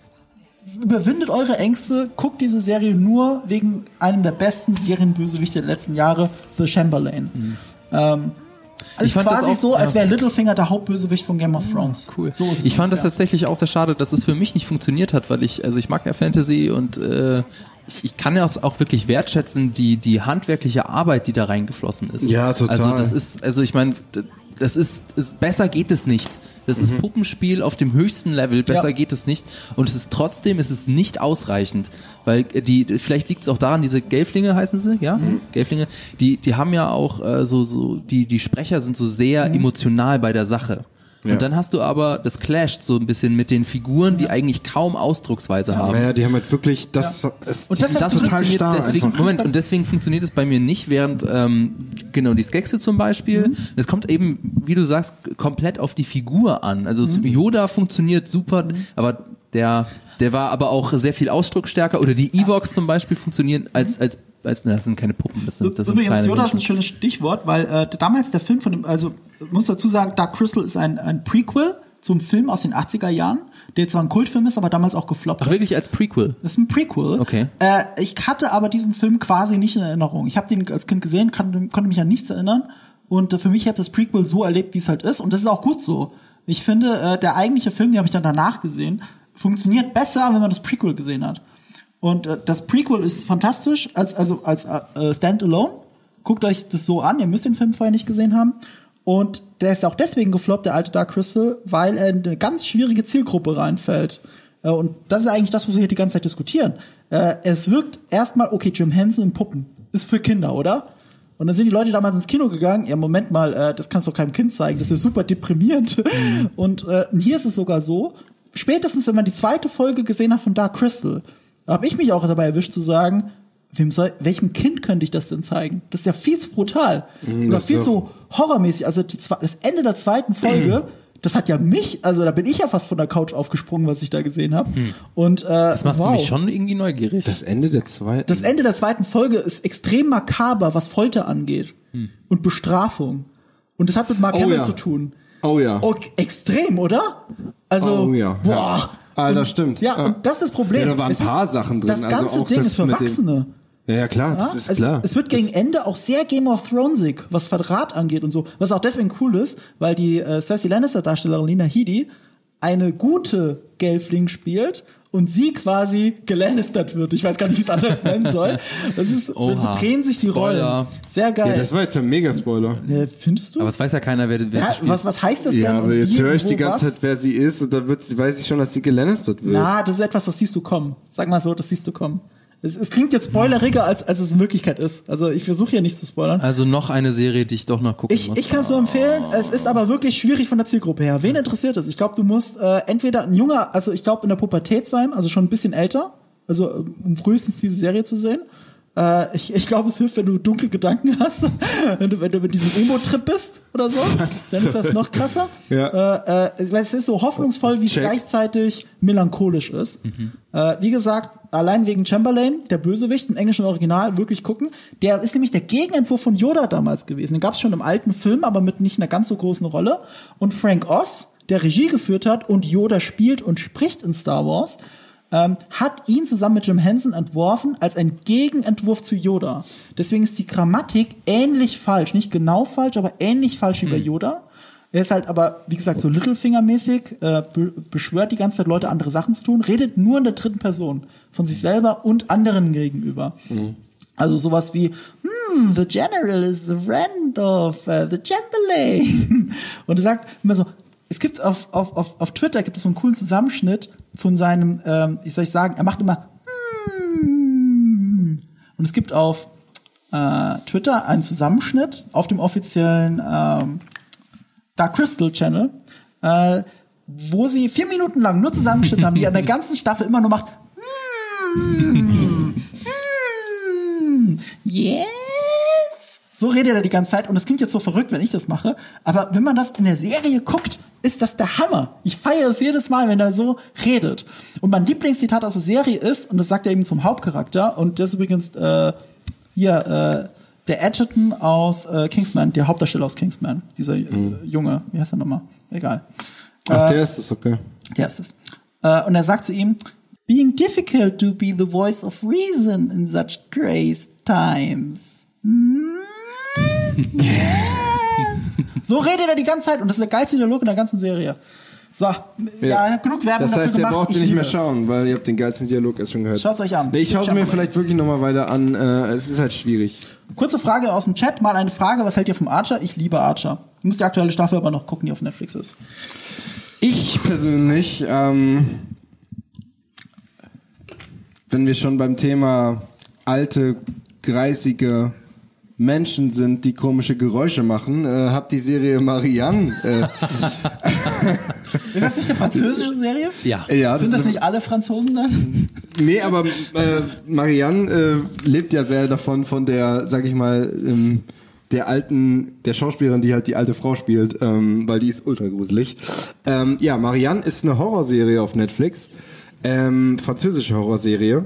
Speaker 2: überwindet eure Ängste, guckt diese Serie nur wegen einem der besten Serienbösewichte der letzten Jahre, The Chamberlain. Mhm. Ähm, Es
Speaker 3: Ich
Speaker 2: ist
Speaker 3: fand das
Speaker 2: quasi
Speaker 3: auch-
Speaker 2: so, als
Speaker 3: ja.
Speaker 2: wäre Littlefinger der Hauptbösewicht von Game of Thrones.
Speaker 3: Cool.
Speaker 2: So ist es
Speaker 3: ich fand das
Speaker 2: ungefähr.
Speaker 3: tatsächlich auch sehr schade, dass es für mich nicht funktioniert hat, weil ich, also ich mag ja Fantasy und äh, ich, ich kann ja auch wirklich wertschätzen, die, die handwerkliche Arbeit, die da reingeflossen ist.
Speaker 4: Ja, total.
Speaker 3: Also das ist, also ich meine, das ist, ist, besser geht es nicht. Das ist Puppenspiel auf dem höchsten Level, besser
Speaker 2: Ja.
Speaker 3: geht es nicht. Und es ist trotzdem, es ist nicht ausreichend. Weil die, vielleicht liegt es auch daran, diese Gelflinge heißen sie, ja? Gelflinge, die, die haben ja auch äh, so, so, die, die Sprecher sind so sehr emotional bei der Sache.
Speaker 4: Ja.
Speaker 3: Und dann hast du aber, das clasht so ein bisschen mit den Figuren, die eigentlich kaum Ausdrucksweise haben.
Speaker 4: Naja, die haben halt wirklich das, es,
Speaker 2: Und
Speaker 4: die
Speaker 2: das
Speaker 4: sind
Speaker 2: hat
Speaker 4: total
Speaker 3: funktioniert
Speaker 4: starr
Speaker 3: deswegen,
Speaker 4: einfach.
Speaker 3: Moment, und deswegen funktioniert es bei mir nicht, während ähm, genau die Skexe zum Beispiel,
Speaker 2: Mhm.
Speaker 3: es kommt eben, wie du sagst, komplett auf die Figur an. Also
Speaker 2: Mhm.
Speaker 3: Yoda funktioniert super, aber der der war aber auch sehr viel ausdrucksstärker, oder die Ewoks zum Beispiel funktionieren als als als das sind keine Puppen, das sind das sind
Speaker 2: Übrigens,
Speaker 3: kleine
Speaker 2: Yoda ist ein
Speaker 3: Menschen.
Speaker 2: schönes Stichwort, weil äh, damals der Film von dem, also muss dazu sagen, Dark Crystal ist ein, ein Prequel zum Film aus den achtziger Jahren, der zwar ein Kultfilm ist, aber damals auch gefloppt
Speaker 3: Ach,
Speaker 2: ist.
Speaker 3: wirklich als Prequel?
Speaker 2: Das ist ein Prequel.
Speaker 3: Okay.
Speaker 2: Äh, ich hatte aber diesen Film quasi nicht in Erinnerung. Ich habe den als Kind gesehen, kann, konnte mich an nichts erinnern. Und äh, für mich habe ich das Prequel so erlebt, wie es halt ist. Und das ist auch gut so. Ich finde, äh, der eigentliche Film, den habe ich dann danach gesehen, funktioniert besser, wenn man das Prequel gesehen hat. Und äh, das Prequel ist fantastisch, als, also als äh, Standalone. Guckt euch das so an, ihr müsst den Film vorher nicht gesehen haben. Und der ist auch deswegen gefloppt, der alte Dark Crystal, weil er in eine ganz schwierige Zielgruppe reinfällt. Äh, Und das ist eigentlich das, was wir hier die ganze Zeit diskutieren. Äh, Es wirkt erstmal, okay, Jim Henson und Puppen. Ist für Kinder, oder? Und dann sind die Leute damals ins Kino gegangen, ja, Moment mal, äh, das kannst du doch keinem Kind zeigen, das ist super deprimierend. Mhm. Und äh, hier ist es sogar so, spätestens wenn man die zweite Folge gesehen hat von Dark Crystal, habe ich mich auch dabei erwischt zu sagen, wem soll, welchem Kind könnte ich das denn zeigen? Das ist ja viel zu brutal.
Speaker 4: Mhm,
Speaker 2: Oder
Speaker 4: das
Speaker 2: viel
Speaker 4: ist
Speaker 2: zu horrormäßig. Also die, zwe- das Ende der zweiten Folge, das hat ja mich, also da bin ich ja fast von der Couch aufgesprungen, was ich da gesehen habe. Und äh,
Speaker 3: Das machst
Speaker 2: wow.
Speaker 3: du mich schon irgendwie neugierig.
Speaker 4: Das Ende der zweiten.
Speaker 2: Das Ende der zweiten Folge ist extrem makaber, was Folter angeht. Und Bestrafung. Und das hat mit Mark
Speaker 4: Oh
Speaker 2: Hamill
Speaker 4: ja.
Speaker 2: zu tun.
Speaker 4: Oh ja.
Speaker 2: Oh, extrem, oder? Also,
Speaker 4: Oh ja.
Speaker 2: boah.
Speaker 4: Ja. Alter,
Speaker 2: und,
Speaker 4: stimmt.
Speaker 2: Ja,
Speaker 4: Ja.
Speaker 2: und das ist das Problem.
Speaker 4: Ja, da waren ein
Speaker 2: Es ist-
Speaker 4: paar Sachen drin.
Speaker 2: Das
Speaker 4: Also
Speaker 2: ganze
Speaker 4: auch
Speaker 2: Ding
Speaker 4: das
Speaker 2: ist für
Speaker 4: mit dem-
Speaker 2: Erwachsene.
Speaker 4: Ja, ja, klar, das
Speaker 2: Ja,
Speaker 4: ist
Speaker 2: es,
Speaker 4: klar.
Speaker 2: es wird gegen Ende auch sehr Game of Thronesig, was Verrat angeht und so. Was auch deswegen cool ist, weil die äh, Cersei Lannister-Darstellerin Lena Headey eine gute Gelfling spielt und sie quasi gelannistert wird. Ich weiß gar nicht, wie ich es anders nennen soll. Das ist,
Speaker 3: Oha.
Speaker 2: da drehen sich die
Speaker 3: Spoiler.
Speaker 2: Rollen. Sehr geil.
Speaker 4: Ja, das war jetzt ein Mega-Spoiler.
Speaker 2: Ja, findest du?
Speaker 3: Aber es weiß ja keiner, wer, wer
Speaker 2: Ja,
Speaker 3: sie spielt.
Speaker 2: was, was heißt das denn?
Speaker 4: Ja, aber
Speaker 2: und
Speaker 4: jetzt
Speaker 2: wie,
Speaker 4: höre ich
Speaker 2: wo,
Speaker 4: die ganze
Speaker 2: was?
Speaker 4: Zeit, wer sie ist, und dann wird sie, weiß ich schon, dass sie gelannistert wird.
Speaker 2: Na, das ist etwas, das siehst du kommen. Sag mal so, das siehst du kommen. Es, es klingt jetzt spoileriger, als, als es in Wirklichkeit ist. Also ich versuche hier nicht zu spoilern.
Speaker 3: Also noch eine Serie, die ich doch noch gucken
Speaker 2: Ich,
Speaker 3: muss.
Speaker 2: ich kann es nur empfehlen. Es ist aber wirklich schwierig von der Zielgruppe her. Wen interessiert es? Ich glaube, du musst äh, entweder ein junger, also ich glaube in der Pubertät sein, also schon ein bisschen älter, also äh, um frühestens diese Serie zu sehen. Äh, ich ich glaube, es hilft, wenn du dunkle Gedanken hast, wenn du wenn du mit diesem Emo-Trip bist oder so, dann ist das noch krasser.
Speaker 4: Ja.
Speaker 2: Äh, äh, weil es ist so hoffnungsvoll, wie es
Speaker 4: Check.
Speaker 2: gleichzeitig melancholisch ist. Äh, wie gesagt, allein wegen Chamberlain, der Bösewicht im englischen Original, wirklich gucken. Der ist nämlich der Gegenentwurf von Yoda damals gewesen. Den gab es schon im alten Film, aber mit nicht einer ganz so großen Rolle. Und Frank Oz, der Regie geführt hat und Yoda spielt und spricht in Star Wars, ähm, hat ihn zusammen mit Jim Henson entworfen als ein Gegenentwurf zu Yoda. Deswegen ist die Grammatik ähnlich falsch. Nicht genau falsch, aber ähnlich falsch wie bei Yoda. Er ist halt aber, wie gesagt, so Littlefinger-mäßig, äh, be beschwört die ganze Zeit Leute, andere Sachen zu tun, redet nur in der dritten Person von sich selber und anderen gegenüber. Mhm. Also sowas wie, hmm, the general is the friend of uh, the Chamberlain. Und er sagt immer so, es gibt auf, auf, auf, auf Twitter gibt es so einen coolen Zusammenschnitt von seinem, ähm, wie soll ich sagen, er macht immer, hmm. Und es gibt auf äh, Twitter einen Zusammenschnitt auf dem offiziellen ähm, Dark Crystal Channel, äh, wo sie vier Minuten lang nur zusammengeschnitten haben, die an der ganzen Staffel immer nur macht, hmm. Yes! So redet er die ganze Zeit und es klingt jetzt so verrückt, wenn ich das mache, aber wenn man das in der Serie guckt, ist das der Hammer. Ich feiere es jedes Mal, wenn er so redet. Und mein Lieblingszitat aus der Serie ist, und das sagt er eben zum Hauptcharakter, und das ist übrigens äh, hier äh, der Edgerton aus äh, Kingsman, der Hauptdarsteller aus Kingsman, dieser mhm. äh, Junge, wie heißt er nochmal? Egal.
Speaker 4: Ach,
Speaker 2: äh,
Speaker 4: der ist es, okay.
Speaker 2: Der ist es. Äh, und er sagt zu ihm, being difficult to be the voice of reason in such crazed times. Mm, yes. So redet er die ganze Zeit und das ist der geilste Dialog in der ganzen Serie. So, ja, ja genug Werbung
Speaker 4: das heißt,
Speaker 2: dafür gemacht.
Speaker 4: ihr braucht sie nicht mehr schauen, weil ihr habt den geilsten Dialog erst schon gehört.
Speaker 2: Schaut's euch an.
Speaker 4: Nee, ich schaue es mir vielleicht wirklich nochmal weiter an. Äh, es ist halt schwierig.
Speaker 2: Kurze Frage aus dem Chat, mal eine Frage, was hält ihr vom Archer? Ich liebe Archer. Ihr müsst die aktuelle Staffel aber noch gucken, die auf Netflix ist.
Speaker 4: Ich persönlich, ähm, wenn wir schon beim Thema alte, greisige Menschen sind, die komische Geräusche machen, äh, hab die Serie Marianne. Äh,
Speaker 2: ist das nicht eine französische Serie?
Speaker 3: Ja.
Speaker 4: ja
Speaker 2: Sind das,
Speaker 4: das
Speaker 2: nicht alle Franzosen dann?
Speaker 4: Nee, aber äh, Marianne äh, lebt ja sehr davon, von der, sag ich mal, ähm, der alten, der Schauspielerin, die halt die alte Frau spielt, ähm, weil die ist ultra gruselig. Ähm, ja, Marianne ist eine Horrorserie auf Netflix, ähm, französische Horrorserie,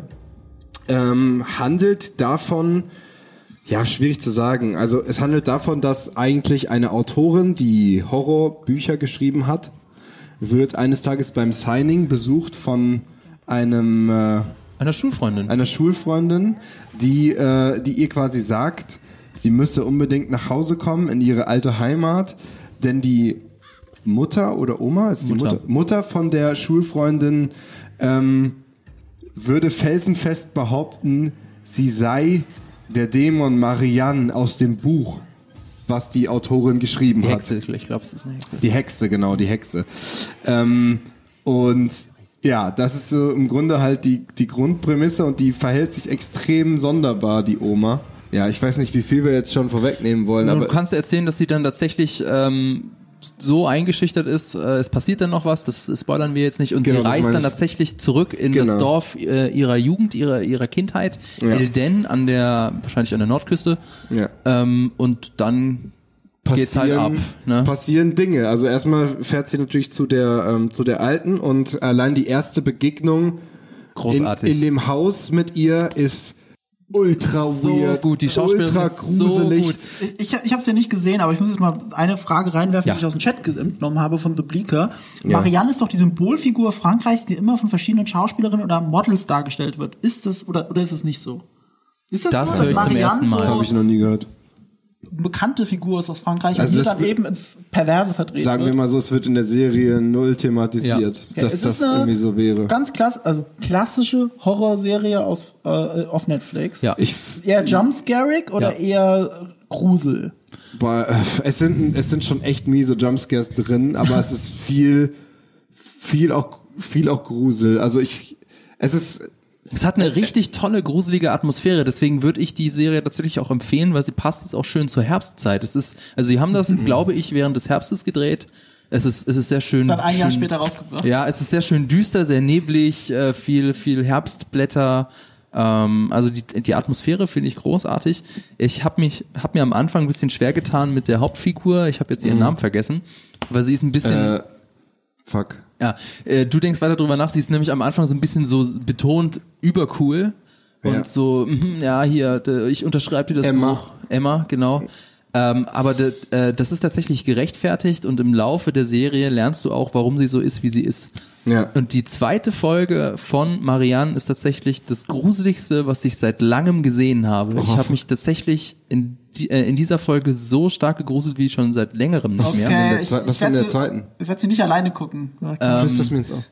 Speaker 4: ähm, handelt davon, ja, schwierig zu sagen. Also es handelt davon, dass eigentlich eine Autorin, die Horrorbücher geschrieben hat, wird eines Tages beim Signing besucht von einem äh,
Speaker 3: einer Schulfreundin,
Speaker 4: einer Schulfreundin, die äh, die ihr quasi sagt, sie müsse unbedingt nach Hause kommen in ihre alte Heimat, denn die Mutter oder Oma ist die
Speaker 3: Mutter,
Speaker 4: Mutter, Mutter von der Schulfreundin ähm, würde felsenfest behaupten, sie sei der Dämon Marianne aus dem Buch, was die Autorin geschrieben
Speaker 3: die
Speaker 4: hat.
Speaker 3: Hexe, ich glaube, es ist eine Hexe.
Speaker 4: Die Hexe, genau, die Hexe. Ähm, und ja, das ist so im Grunde halt die, die Grundprämisse und die verhält sich extrem sonderbar, die Oma. Ja, ich weiß nicht, wie viel wir jetzt schon vorwegnehmen wollen.
Speaker 3: Und
Speaker 4: aber
Speaker 3: du kannst erzählen, dass sie dann tatsächlich ähm, so eingeschüchtert ist, äh, es passiert dann noch was, das spoilern wir jetzt nicht, und
Speaker 4: genau,
Speaker 3: sie reist dann tatsächlich zurück in genau. das Dorf äh, ihrer Jugend, ihrer ihrer Kindheit, ja. Elden an der, wahrscheinlich an der Nordküste, ja. ähm, und dann geht's halt ab. Ne?
Speaker 4: Passieren Dinge. Also erstmal fährt sie natürlich zu der ähm, zu der Alten und allein die erste Begegnung
Speaker 3: großartig
Speaker 4: in, in dem Haus mit ihr ist ultra
Speaker 3: so
Speaker 4: weird,
Speaker 3: gut, die Schauspielerin
Speaker 4: ultra
Speaker 3: ist
Speaker 4: gruselig.
Speaker 3: So gut.
Speaker 2: Ich, ich habe es ja nicht gesehen, aber ich muss jetzt mal eine Frage reinwerfen,
Speaker 3: ja.
Speaker 2: die ich aus dem Chat genommen habe von The Bleaker.
Speaker 4: Ja.
Speaker 2: Marianne ist doch die Symbolfigur Frankreichs, die immer von verschiedenen Schauspielerinnen oder Models dargestellt wird. Ist das oder oder ist es nicht so? Ist das,
Speaker 3: das
Speaker 2: so,
Speaker 3: dass Marianne
Speaker 2: so
Speaker 4: Das habe ich noch nie gehört.
Speaker 2: eine bekannte Figur ist aus Frankreich
Speaker 4: Also
Speaker 2: und die
Speaker 4: das
Speaker 2: dann eben ins Perverse vertreten
Speaker 4: Sagen
Speaker 2: wird?
Speaker 4: wir mal so, es wird in der Serie null thematisiert,
Speaker 2: Ja.
Speaker 4: dass
Speaker 2: Ja, es
Speaker 4: das
Speaker 2: ist eine
Speaker 4: irgendwie so wäre.
Speaker 2: Ganz klass, also klassische Horrorserie aus äh, auf Netflix.
Speaker 3: Ja.
Speaker 4: Ich,
Speaker 2: Eher jumpscarig oder
Speaker 3: Ja.
Speaker 2: eher Grusel?
Speaker 4: boah, es sind es sind schon echt miese Jumpscares drin, aber es ist viel viel auch viel auch Grusel. Also ich es ist
Speaker 3: Es hat eine richtig tolle, gruselige Atmosphäre, deswegen würde ich die Serie tatsächlich auch empfehlen, weil sie passt jetzt auch schön zur Herbstzeit. Es ist, also sie haben das, glaube ich, während des Herbstes gedreht. Es ist, es ist sehr schön.
Speaker 2: Dann ein
Speaker 3: schön,
Speaker 2: Jahr später rausgebracht.
Speaker 3: Ja, es ist sehr schön düster, sehr neblig, äh, viel, viel Herbstblätter. Ähm, also die, die Atmosphäre finde ich großartig. Ich habe mich, habe mir am Anfang ein bisschen schwer getan mit der Hauptfigur. Ich habe jetzt ihren mhm. Namen vergessen, weil sie ist ein bisschen.
Speaker 4: äh, fuck.
Speaker 3: Ja, äh, du denkst weiter drüber nach, sie ist nämlich am Anfang so ein bisschen so betont übercool und
Speaker 4: Ja.
Speaker 3: so, mh, ja, hier, de, ich unterschreibe dir das
Speaker 4: Emma.
Speaker 3: Buch. Emma, genau. Ähm, aber de, äh, das ist tatsächlich gerechtfertigt und im Laufe der Serie lernst du auch, warum sie so ist, wie sie ist.
Speaker 4: Ja.
Speaker 3: Und die zweite Folge von Marianne ist tatsächlich das Gruseligste, was ich seit langem gesehen habe.
Speaker 4: Oh.
Speaker 3: Ich habe mich tatsächlich in, die, äh, in dieser Folge so stark gegruselt wie schon seit längerem nicht mehr.
Speaker 4: in der
Speaker 2: ich,
Speaker 4: Zwe- was
Speaker 2: ich
Speaker 4: in der
Speaker 2: werd sie-
Speaker 4: zweiten?
Speaker 2: Ich werde sie nicht alleine gucken.
Speaker 4: Ähm, das mir jetzt auch.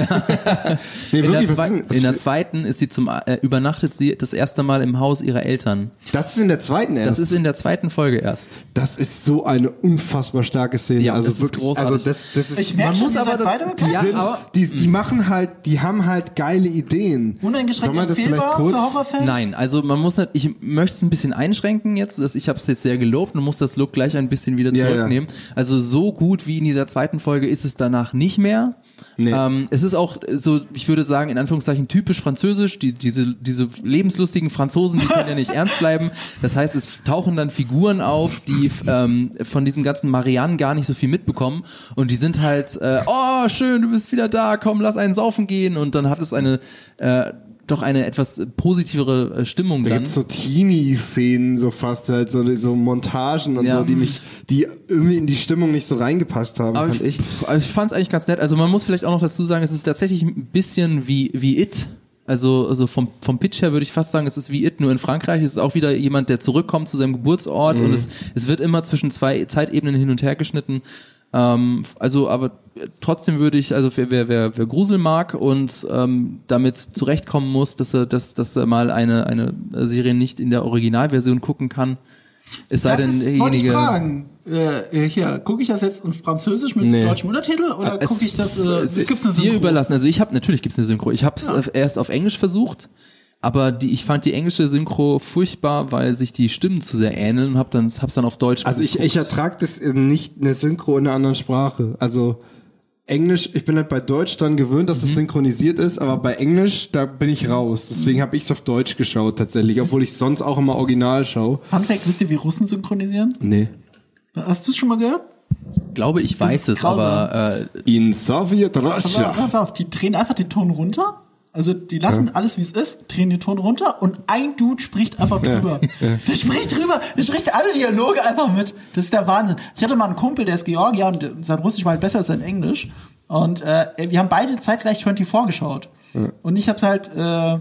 Speaker 4: nee,
Speaker 3: In der,
Speaker 4: wirklich, was
Speaker 3: zwei,
Speaker 4: ist denn, was
Speaker 3: in der
Speaker 4: ist-
Speaker 3: zweiten ist sie zum äh, übernachtet sie das erste Mal im Haus ihrer Eltern.
Speaker 4: das ist in der zweiten erst.
Speaker 3: Das ist in der zweiten Folge erst.
Speaker 4: Das ist so eine unfassbar starke Szene.
Speaker 3: Ja,
Speaker 4: also
Speaker 3: das ist
Speaker 4: wirklich,
Speaker 3: großartig.
Speaker 4: also das, das ist,
Speaker 2: Ich merke
Speaker 3: Man
Speaker 2: schon,
Speaker 3: muss
Speaker 2: ihr
Speaker 3: aber
Speaker 2: seid
Speaker 3: das-
Speaker 2: beide
Speaker 4: die
Speaker 2: begeistert.
Speaker 4: sind,
Speaker 3: aber-
Speaker 4: die, die machen halt, die haben halt geile Ideen.
Speaker 2: Uneingeschränkt
Speaker 4: Soll man das vielleicht
Speaker 2: empfehlbar
Speaker 4: kurz?
Speaker 2: für Horrorfans?
Speaker 3: Nein, also man muss nicht, ich möchte es ein bisschen einschränken jetzt, dass ich habe es jetzt sehr gelobt und muss das Lob gleich ein bisschen wieder
Speaker 4: Ja,
Speaker 3: zurücknehmen. Also so gut wie in dieser zweiten Folge ist es danach nicht mehr.
Speaker 4: Nee.
Speaker 3: Ähm, es ist auch so, ich würde sagen, in Anführungszeichen typisch französisch, die, diese, diese lebenslustigen Franzosen, die können ja nicht ernst bleiben. Das heißt, es tauchen dann Figuren auf, die ähm, von diesem ganzen Marianne gar nicht so viel mitbekommen und die sind halt, äh, oh schön, du bist wieder da, komm, lass einen saufen gehen und dann hat es eine, äh, doch eine etwas positivere äh, Stimmung
Speaker 4: Da
Speaker 3: dann.
Speaker 4: gibt's so Teenie-Szenen, so fast halt, so, so Montagen und
Speaker 3: Ja.
Speaker 4: so, die mich, die irgendwie in die Stimmung nicht so reingepasst haben,
Speaker 3: Aber
Speaker 4: fand
Speaker 3: ich,
Speaker 4: ich.
Speaker 3: also ich fand es eigentlich ganz nett. Also man muss vielleicht auch noch dazu sagen, es ist tatsächlich ein bisschen wie wie It. Also, also vom, vom Pitch her würde ich fast sagen, es ist wie It, nur in Frankreich. Es ist auch wieder jemand, der zurückkommt zu seinem Geburtsort und es, es wird immer zwischen zwei Zeitebenen hin und her geschnitten. Ähm, also, aber trotzdem würde ich, also wer, wer, wer, wer Grusel mag und ähm, damit zurechtkommen muss, dass er, dass, dass er mal eine, eine Serie nicht in der Originalversion gucken kann, es sei
Speaker 2: Das
Speaker 3: denn,
Speaker 2: ist, wollte ich
Speaker 3: derjenige.
Speaker 2: fragen. Äh, hier, gucke ich das jetzt in Französisch mit
Speaker 4: Nee.
Speaker 2: deutschem Untertitel oder
Speaker 3: Es-
Speaker 2: gucke ich das, äh,
Speaker 3: es
Speaker 2: gibt's
Speaker 3: ist
Speaker 2: eine
Speaker 3: dir
Speaker 2: Synchro?
Speaker 3: überlassen. Also ich habe natürlich gibt's eine Synchro. Ich habe es
Speaker 2: Ja.
Speaker 3: erst auf Englisch versucht, aber die ich fand die englische Synchro furchtbar, weil sich die Stimmen zu sehr ähneln und habe dann hab's dann auf Deutsch
Speaker 4: Also ich,
Speaker 3: geguckt.
Speaker 4: ich ertrage das nicht, eine Synchro in einer anderen Sprache. Also Englisch, ich bin halt bei Deutsch dann gewöhnt, dass es synchronisiert ist, aber bei Englisch, da bin ich raus. Deswegen habe ich es auf Deutsch geschaut tatsächlich, obwohl ich sonst auch immer original schaue.
Speaker 2: Fun Fact, wisst ihr, wie Russen synchronisieren?
Speaker 4: Nee.
Speaker 2: Hast du es schon mal gehört?
Speaker 3: glaube, ich weiß
Speaker 2: ist
Speaker 3: es, aber äh,
Speaker 4: In Sowjet
Speaker 2: Aber
Speaker 4: Russia.
Speaker 2: pass auf, die drehen einfach den Ton runter. Also die lassen
Speaker 4: Ja.
Speaker 2: alles wie es ist, drehen den Ton runter und ein Dude spricht einfach drüber. Der spricht drüber, der spricht alle Dialoge einfach mit. Das ist der Wahnsinn. Ich hatte mal einen Kumpel, der ist Georgier und sein Russisch war halt besser als sein Englisch. Und äh, wir haben beide zeitgleich vierundzwanzig geschaut.
Speaker 4: Ja.
Speaker 2: Und ich hab's halt, äh,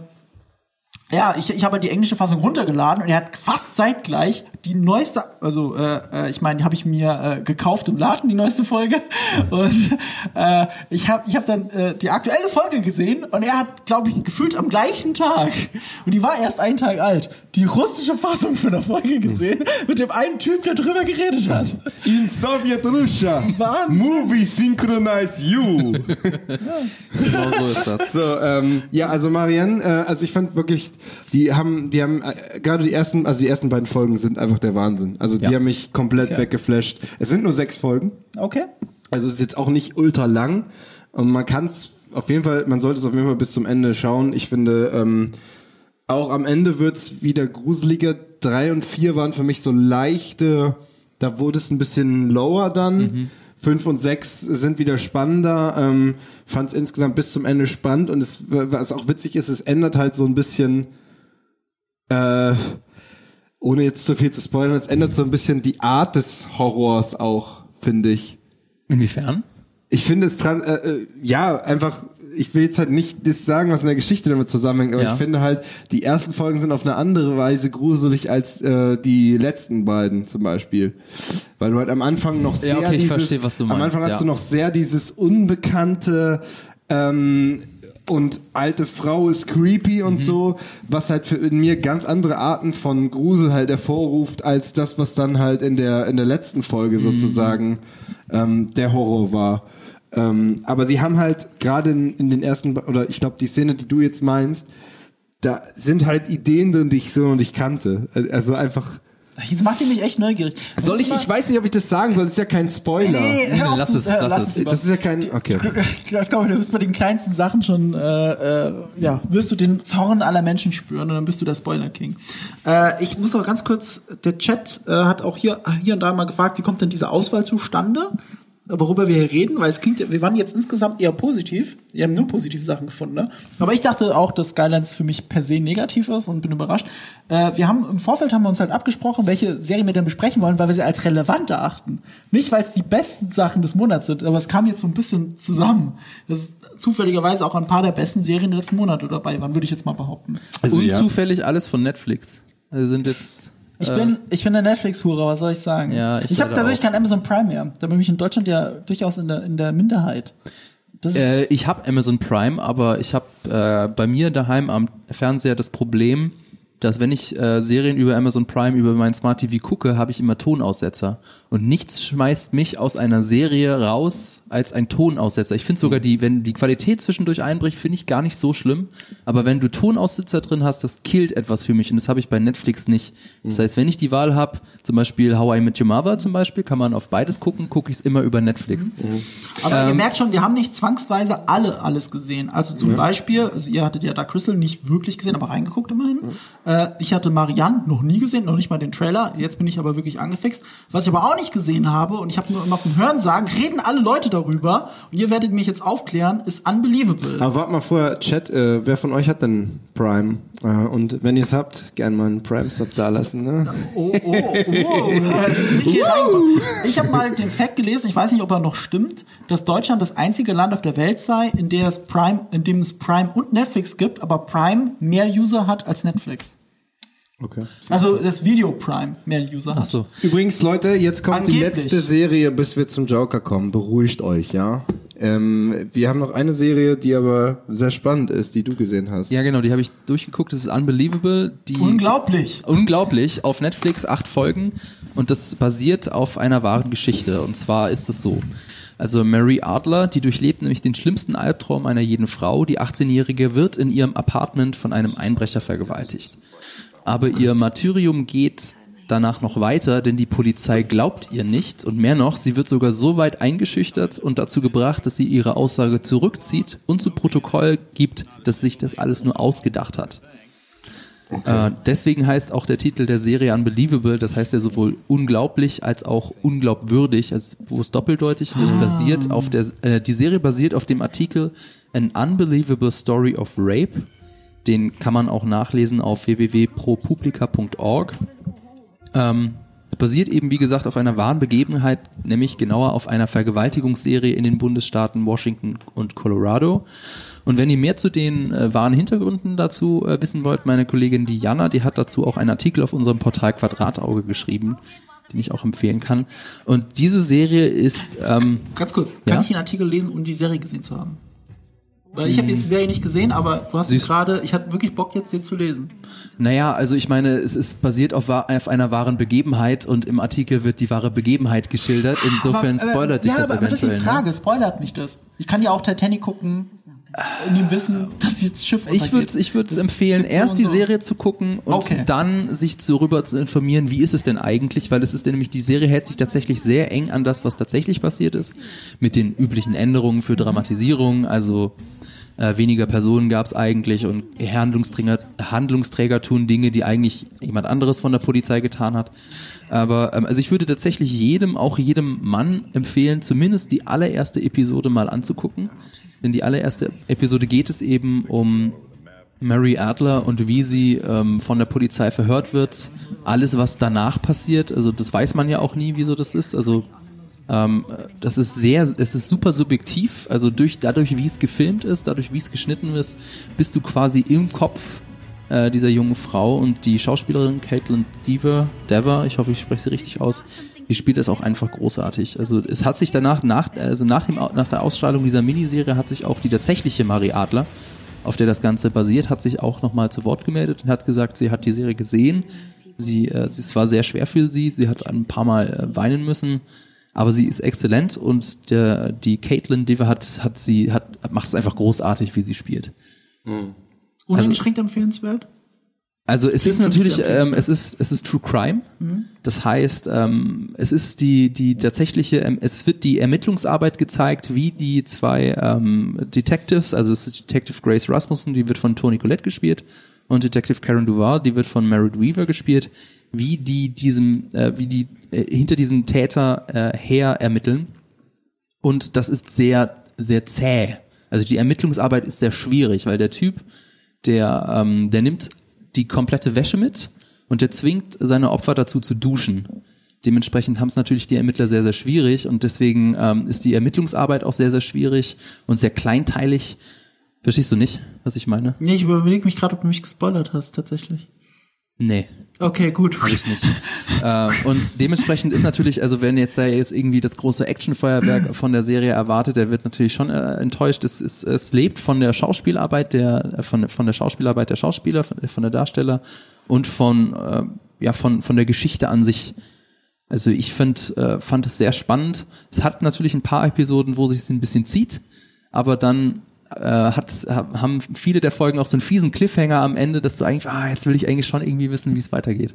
Speaker 2: ja, ich, ich habe halt die englische Fassung runtergeladen und er hat fast zeitgleich die neueste, also äh, äh, ich meine, die habe ich mir äh, gekauft im Laden, die neueste Folge. Und äh, ich habe ich hab dann äh, die aktuelle Folge gesehen und er hat, glaube ich, gefühlt am gleichen Tag, und die war erst einen Tag alt, die russische Fassung von der Folge gesehen, mit dem einen Typ, der drüber geredet hat.
Speaker 4: In Sowjet Russia.
Speaker 2: Wahnsinn.
Speaker 4: Movie synchronize you.
Speaker 3: genau so ist das.
Speaker 4: So, ähm, ja, also Marianne, äh, also ich fand wirklich, die haben, die haben äh, gerade die ersten, also die ersten beiden Folgen sind einfach der Wahnsinn. Also die
Speaker 3: Ja.
Speaker 4: haben mich komplett
Speaker 2: Ja.
Speaker 4: weggeflasht. Es sind nur sechs Folgen,
Speaker 2: Okay.
Speaker 4: also es ist jetzt auch nicht ultra lang und man kann es auf jeden Fall, man sollte es auf jeden Fall bis zum Ende schauen. Ich finde, ähm, auch am Ende wird's wieder gruseliger. Drei und vier waren für mich so leichte, da wurde es ein bisschen lower dann.
Speaker 3: Mhm.
Speaker 4: Fünf und sechs sind wieder spannender. Ähm, fand es insgesamt bis zum Ende spannend und es, was auch witzig ist, es ändert halt so ein bisschen, äh, ohne jetzt zu viel zu spoilern, es ändert so ein bisschen die Art des Horrors auch, finde ich.
Speaker 3: Inwiefern?
Speaker 4: Ich finde es dran, äh, äh, ja, einfach, ich will jetzt halt nicht das sagen, was in der Geschichte damit zusammenhängt, aber
Speaker 3: Ja.
Speaker 4: ich finde halt, die ersten Folgen sind auf eine andere Weise gruselig als äh, die letzten beiden zum Beispiel. Weil du halt am Anfang noch sehr
Speaker 3: Ja, okay, ich
Speaker 4: dieses,
Speaker 3: verstehe, was du
Speaker 4: am
Speaker 3: meinst,
Speaker 4: Anfang hast
Speaker 3: ja.
Speaker 4: du noch sehr dieses Unbekannte, ähm, und alte Frau ist creepy und
Speaker 3: Mhm.
Speaker 4: so, was halt für in mir ganz andere Arten von Grusel halt hervorruft, als das, was dann halt in der in der letzten Folge
Speaker 3: Mhm.
Speaker 4: sozusagen ähm, der Horror war. Ähm, aber sie haben halt gerade in, in den ersten, oder ich glaube die Szene, die du jetzt meinst, da sind halt Ideen drin, die ich so noch nicht kannte. Also einfach.
Speaker 2: Jetzt macht ihr mich echt neugierig.
Speaker 4: Soll ich, ich weiß nicht, ob ich das sagen soll, das ist ja kein Spoiler.
Speaker 2: Nee, nee, hör auf,
Speaker 3: Lass
Speaker 2: du-
Speaker 3: es,
Speaker 2: äh,
Speaker 3: lass es.
Speaker 2: lieber.
Speaker 4: Das ist ja kein, okay.
Speaker 2: Ich glaube, du bist bei den kleinsten Sachen schon, äh, äh, ja, wirst du den Zorn aller Menschen spüren und dann bist du der Spoiler-King. Äh, ich muss auch ganz kurz, der Chat äh, hat auch hier, hier und da mal gefragt, wie kommt denn diese Auswahl zustande? worüber wir hier reden, weil es klingt, wir waren jetzt insgesamt eher positiv. Wir haben nur positive Sachen gefunden, ne? Aber ich dachte auch, dass Skylands für mich per se negativ ist und bin überrascht. Äh, wir haben im Vorfeld haben wir uns halt abgesprochen, welche Serien wir denn besprechen wollen, weil wir sie als relevant erachten. Nicht, weil es die besten Sachen des Monats sind, aber es kam jetzt so ein bisschen zusammen. Das ist zufälligerweise auch ein paar der besten Serien der letzten Monate dabei waren, würde ich jetzt mal behaupten.
Speaker 3: Also
Speaker 4: ja.
Speaker 3: Unzufällig alles von Netflix. Also sind jetzt
Speaker 2: Ich bin, ich bin eine Netflix-Hure, was soll ich sagen?
Speaker 3: Ja, ich
Speaker 2: ich habe
Speaker 3: leider
Speaker 2: tatsächlich
Speaker 3: auch.
Speaker 2: kein Amazon Prime mehr. Da bin ich in Deutschland ja durchaus in der, in der Minderheit. Das ist,
Speaker 3: Äh, ich habe Amazon Prime, aber ich habe äh, bei mir daheim am Fernseher das Problem, dass wenn ich äh, Serien über Amazon Prime über mein Smart T V gucke, habe ich immer Tonaussetzer. Und nichts schmeißt mich aus einer Serie raus als ein Tonaussetzer. Ich finde sogar, die, wenn die Qualität zwischendurch einbricht, finde ich gar nicht so schlimm. Aber wenn du Tonaussetzer drin hast, das killt etwas für mich. Und das habe ich bei Netflix nicht. Das heißt, wenn ich die Wahl habe, zum Beispiel How I Met Your Mother zum Beispiel, kann man auf beides gucken, gucke ich es immer über Netflix.
Speaker 2: aber ihr merkt schon, wir haben nicht zwangsweise alle alles gesehen. Also zum Beispiel, also ihr hattet ja Dark Crystal nicht wirklich gesehen, aber reingeguckt immerhin. Äh, ich hatte Marianne noch nie gesehen, noch nicht mal den Trailer. Jetzt bin ich aber wirklich angefixt. Was ich aber auch nicht gesehen habe, und ich habe nur immer vom Hören sagen, reden alle Leute darüber, und ihr werdet mich jetzt aufklären, ist Unbelievable.
Speaker 4: Aber warte mal vorher, Chat, äh, wer von euch hat denn Prime? Äh, und wenn ihr es habt, gern mal einen Prime-Sub da lassen, ne?
Speaker 2: Oh, oh, oh. Sneaky reingekommen. Ich habe mal den Fact gelesen, ich weiß nicht, ob er noch stimmt, dass Deutschland das einzige Land auf der Welt sei, in der es Prime, in dem es Prime und Netflix gibt, aber Prime mehr User hat als Netflix.
Speaker 4: Okay.
Speaker 2: Also das Video Prime mehr User hat.
Speaker 3: Ach so.
Speaker 4: Übrigens, Leute, jetzt kommt die
Speaker 2: Angeblich.
Speaker 4: letzte Serie, bis wir zum Joker kommen. Beruhigt euch, ja? Ähm, wir haben noch eine Serie, die aber sehr spannend ist, die du gesehen hast.
Speaker 3: Ja, genau, die habe ich durchgeguckt. Das ist Unbelievable. Die
Speaker 2: Unglaublich.
Speaker 3: Unglaublich. Auf Netflix, acht Folgen. Und das basiert auf einer wahren Geschichte. Und zwar ist es so. Also Mary Adler, die durchlebt nämlich den schlimmsten Albtraum einer jeden Frau. Die achtzehnjährige wird in ihrem Apartment von einem Einbrecher vergewaltigt. Aber ihr Martyrium geht danach noch weiter, denn die Polizei glaubt ihr nicht. Und mehr noch, sie wird sogar so weit eingeschüchtert und dazu gebracht, dass sie ihre Aussage zurückzieht und zu Protokoll gibt, dass sich das alles nur ausgedacht hat. Okay. Äh, deswegen heißt auch der Titel der Serie Unbelievable, das heißt ja sowohl unglaublich als auch unglaubwürdig, also wo es doppeldeutig ist, basiert auf der, äh, die Serie basiert auf dem Artikel An Unbelievable Story of Rape. Den kann man auch nachlesen auf w w w punkt pro publica punkt org. Ähm, basiert eben, wie gesagt, auf einer wahren Begebenheit, nämlich genauer auf einer Vergewaltigungsserie in den Bundesstaaten Washington und Colorado. Und wenn ihr mehr zu den äh, wahren Hintergründen dazu äh, wissen wollt, meine Kollegin Diana, die hat dazu auch einen Artikel auf unserem Portal Quadratauge geschrieben, den ich auch empfehlen kann. Und diese Serie ist... Ähm,
Speaker 2: Ganz kurz, kann
Speaker 3: ja?
Speaker 2: ich den Artikel lesen, um die Serie gesehen zu haben? Weil ich habe jetzt die Serie nicht gesehen, aber du hast gerade, ich hatte wirklich Bock jetzt den zu lesen.
Speaker 3: Naja, also ich meine, es ist basiert auf, wa- auf einer wahren Begebenheit und im Artikel wird die wahre Begebenheit geschildert. Insofern
Speaker 2: aber,
Speaker 3: spoilert dich
Speaker 2: ja,
Speaker 3: das
Speaker 2: aber, aber das ist
Speaker 3: eventuell.
Speaker 2: die Frage, spoilert mich das? Ich kann ja auch Titanic gucken, in dem Wissen, dass das Schiff
Speaker 3: Ne? Ich würde ich würde es empfehlen,
Speaker 2: gibt so
Speaker 3: erst
Speaker 2: und
Speaker 3: die
Speaker 2: so.
Speaker 3: Serie zu gucken und
Speaker 2: Okay.
Speaker 3: dann sich darüber zu informieren, wie ist es denn eigentlich, weil es ist nämlich, die Serie hält sich tatsächlich sehr eng an das, was tatsächlich passiert ist, mit den üblichen Änderungen für Dramatisierung, also äh, weniger Personen gab es eigentlich und Handlungsträger, Handlungsträger tun Dinge, die eigentlich jemand anderes von der Polizei getan hat. Aber ähm, also ich würde tatsächlich jedem, auch jedem Mann empfehlen, zumindest die allererste Episode mal anzugucken. Denn die allererste Episode geht es eben um Mary Adler und wie sie ähm, von der Polizei verhört wird. Alles, was danach passiert, also das weiß man ja auch nie, wieso das ist. Also ähm, das ist sehr, es ist super subjektiv. Also durch dadurch, wie es gefilmt ist, dadurch, wie es geschnitten ist, bist du quasi im Kopf äh, dieser jungen Frau und die Schauspielerin Caitlin Dever, Dever, ich hoffe, ich spreche sie richtig aus. Die spielt das auch einfach großartig. Also es hat sich danach, nach, also nach, dem, nach der Ausstrahlung dieser Miniserie hat sich auch die tatsächliche Mary Adler, auf der das Ganze basiert, hat sich auch nochmal zu Wort gemeldet und hat gesagt, sie hat die Serie gesehen. Sie, äh, es war sehr schwer für sie, sie hat ein paar Mal äh, weinen müssen, aber sie ist exzellent und der, die Caitlin Dever hat, hat sie, hat, macht es einfach großartig, wie sie spielt.
Speaker 4: Mhm.
Speaker 2: Uneingeschränkt empfehlenswert?
Speaker 3: Also es
Speaker 2: Klingt
Speaker 3: ist
Speaker 2: für mich
Speaker 3: natürlich,
Speaker 2: sehr
Speaker 3: ähm, es ist es ist True Crime. Mhm. Das heißt, ähm, es ist die die tatsächliche, ähm, es wird die Ermittlungsarbeit gezeigt, wie die zwei ähm, Detectives, also es ist Detective Grace Rasmussen, die wird von Toni Collette gespielt, und Detective Karen Duval, die wird von Merritt Weaver gespielt, wie die diesem, äh, wie die äh, hinter diesem Täter äh, her ermitteln. und das ist sehr, sehr zäh. Also die Ermittlungsarbeit ist sehr schwierig, weil der Typ, der, ähm, der nimmt die komplette Wäsche mit und der zwingt seine Opfer dazu zu duschen. Dementsprechend haben es natürlich die Ermittler sehr, sehr schwierig und deswegen ähm, ist die Ermittlungsarbeit auch sehr, sehr schwierig und sehr kleinteilig. Verstehst du nicht, was ich meine?
Speaker 2: Nee, ich überlege mich gerade, ob du mich gespoilert hast, tatsächlich.
Speaker 3: Nee.
Speaker 2: Okay, gut.
Speaker 3: Hab ich nicht. äh, und dementsprechend ist natürlich, also wenn jetzt da jetzt irgendwie das große Actionfeuerwerk von der Serie erwartet, der wird natürlich schon äh, enttäuscht. Es, es, es lebt von der Schauspielarbeit der, äh, von, von der Schauspielarbeit der Schauspieler, von, von der Darsteller und von, äh, ja, von, von der Geschichte an sich. Also ich find, äh, fand es sehr spannend. Es hat natürlich ein paar Episoden, wo sich es ein bisschen zieht, aber dann äh, hat, haben viele der Folgen auch so einen fiesen Cliffhanger am Ende, dass du eigentlich, ah, jetzt will ich eigentlich schon irgendwie wissen, wie es weitergeht.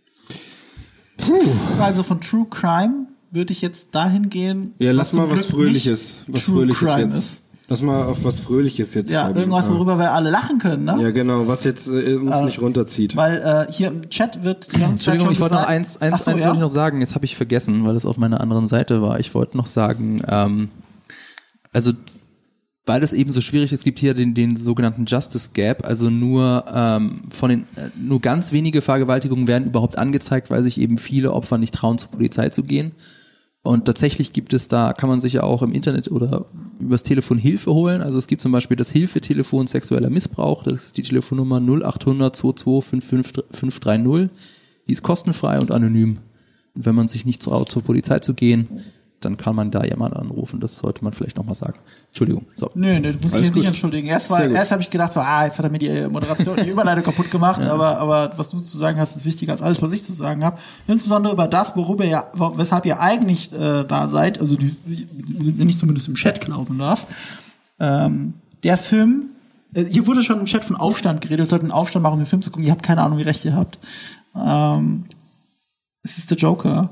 Speaker 2: Puh. Also von True Crime würde ich jetzt dahin gehen.
Speaker 4: Ja, lass mal was Fröhliches, was Fröhliches jetzt. Ist. Lass mal auf was Fröhliches jetzt
Speaker 2: Ja,
Speaker 4: kommen.
Speaker 2: irgendwas, worüber wir alle lachen können, ne?
Speaker 4: Ja, genau, was jetzt äh, uns äh, nicht runterzieht.
Speaker 2: Weil äh, hier im Chat wird die ganze Zeit
Speaker 3: Entschuldigung,
Speaker 2: schon
Speaker 3: ich wollte noch
Speaker 2: gesagt,
Speaker 3: eins, eins,
Speaker 2: so,
Speaker 3: eins
Speaker 2: ja?
Speaker 3: wollte ich noch sagen, jetzt habe ich vergessen, weil es auf meiner anderen Seite war. Ich wollte noch sagen, ähm, also weil es eben so schwierig ist, gibt hier den, den sogenannten Justice Gap, also nur ähm, von den äh, nur ganz wenige Vergewaltigungen werden überhaupt angezeigt, weil sich eben viele Opfer nicht trauen, zur Polizei zu gehen. Und tatsächlich gibt es da, kann man sich ja auch im Internet oder übers Telefon Hilfe holen. Also es gibt zum Beispiel das Hilfetelefon sexueller Missbrauch, das ist die Telefonnummer null acht hundert zweiundzwanzig fünfundfünfzig fünf drei null. Die ist kostenfrei und anonym. Und wenn man sich nicht traut, zur Polizei zu gehen, dann kann man da jemanden anrufen. Das sollte man vielleicht nochmal sagen. Entschuldigung. So.
Speaker 2: Nö, nö, du musst dich nicht entschuldigen. Erst, war, erst habe ich gedacht, so, ah, jetzt hat er mir die Moderation, die Überleitung kaputt gemacht, ja. aber, aber was du zu sagen hast, ist wichtiger als alles, was ich zu sagen habe. Insbesondere über das, worüber ihr, weshalb ihr eigentlich äh, da seid, also die, wenn ich zumindest im Chat glauben darf. Ähm, der Film, äh, hier wurde schon im Chat von Aufstand geredet, wir sollten einen Aufstand machen, um den Film zu gucken. Ihr habt keine Ahnung, wie recht ihr habt. Ähm, es ist der Joker.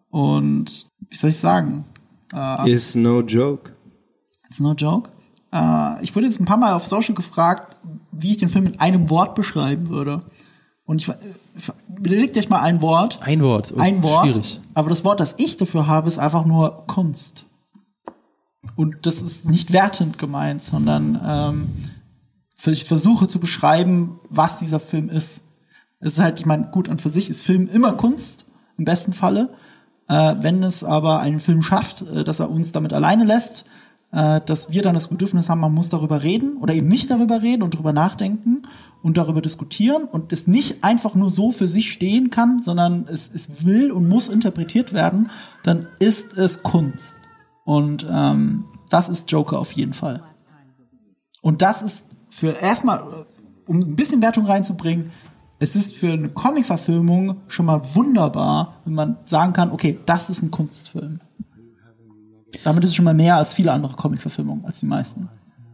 Speaker 2: Und wie soll ich sagen? Äh,
Speaker 4: It's no joke.
Speaker 2: It's no joke. Äh, ich wurde jetzt ein paar Mal auf Social gefragt, wie ich den Film in einem Wort beschreiben würde. Und ich, ich überlegt euch mal ein Wort.
Speaker 3: Ein Wort. Oh,
Speaker 2: ein Wort.
Speaker 3: Schwierig.
Speaker 2: Aber das Wort, das ich dafür habe, ist einfach nur Kunst. Und das ist nicht wertend gemeint, sondern ähm, ich versuche zu beschreiben, was dieser Film ist. Es ist halt, ich meine, gut, an für sich ist Film immer Kunst, im besten Falle. Äh, wenn es aber einen Film schafft, äh, dass er uns damit alleine lässt, äh, dass wir dann das Bedürfnis haben, man muss darüber reden oder eben nicht darüber reden und darüber nachdenken und darüber diskutieren und es nicht einfach nur so für sich stehen kann, sondern es, es will und muss interpretiert werden, dann ist es Kunst. Und ähm, das ist Joker auf jeden Fall. Und das ist für erstmal, um ein bisschen Wertung reinzubringen, es ist für eine Comic-Verfilmung schon mal wunderbar, wenn man sagen kann, okay, das ist ein Kunstfilm. Damit ist es schon mal mehr als viele andere Comic-Verfilmungen, als die meisten.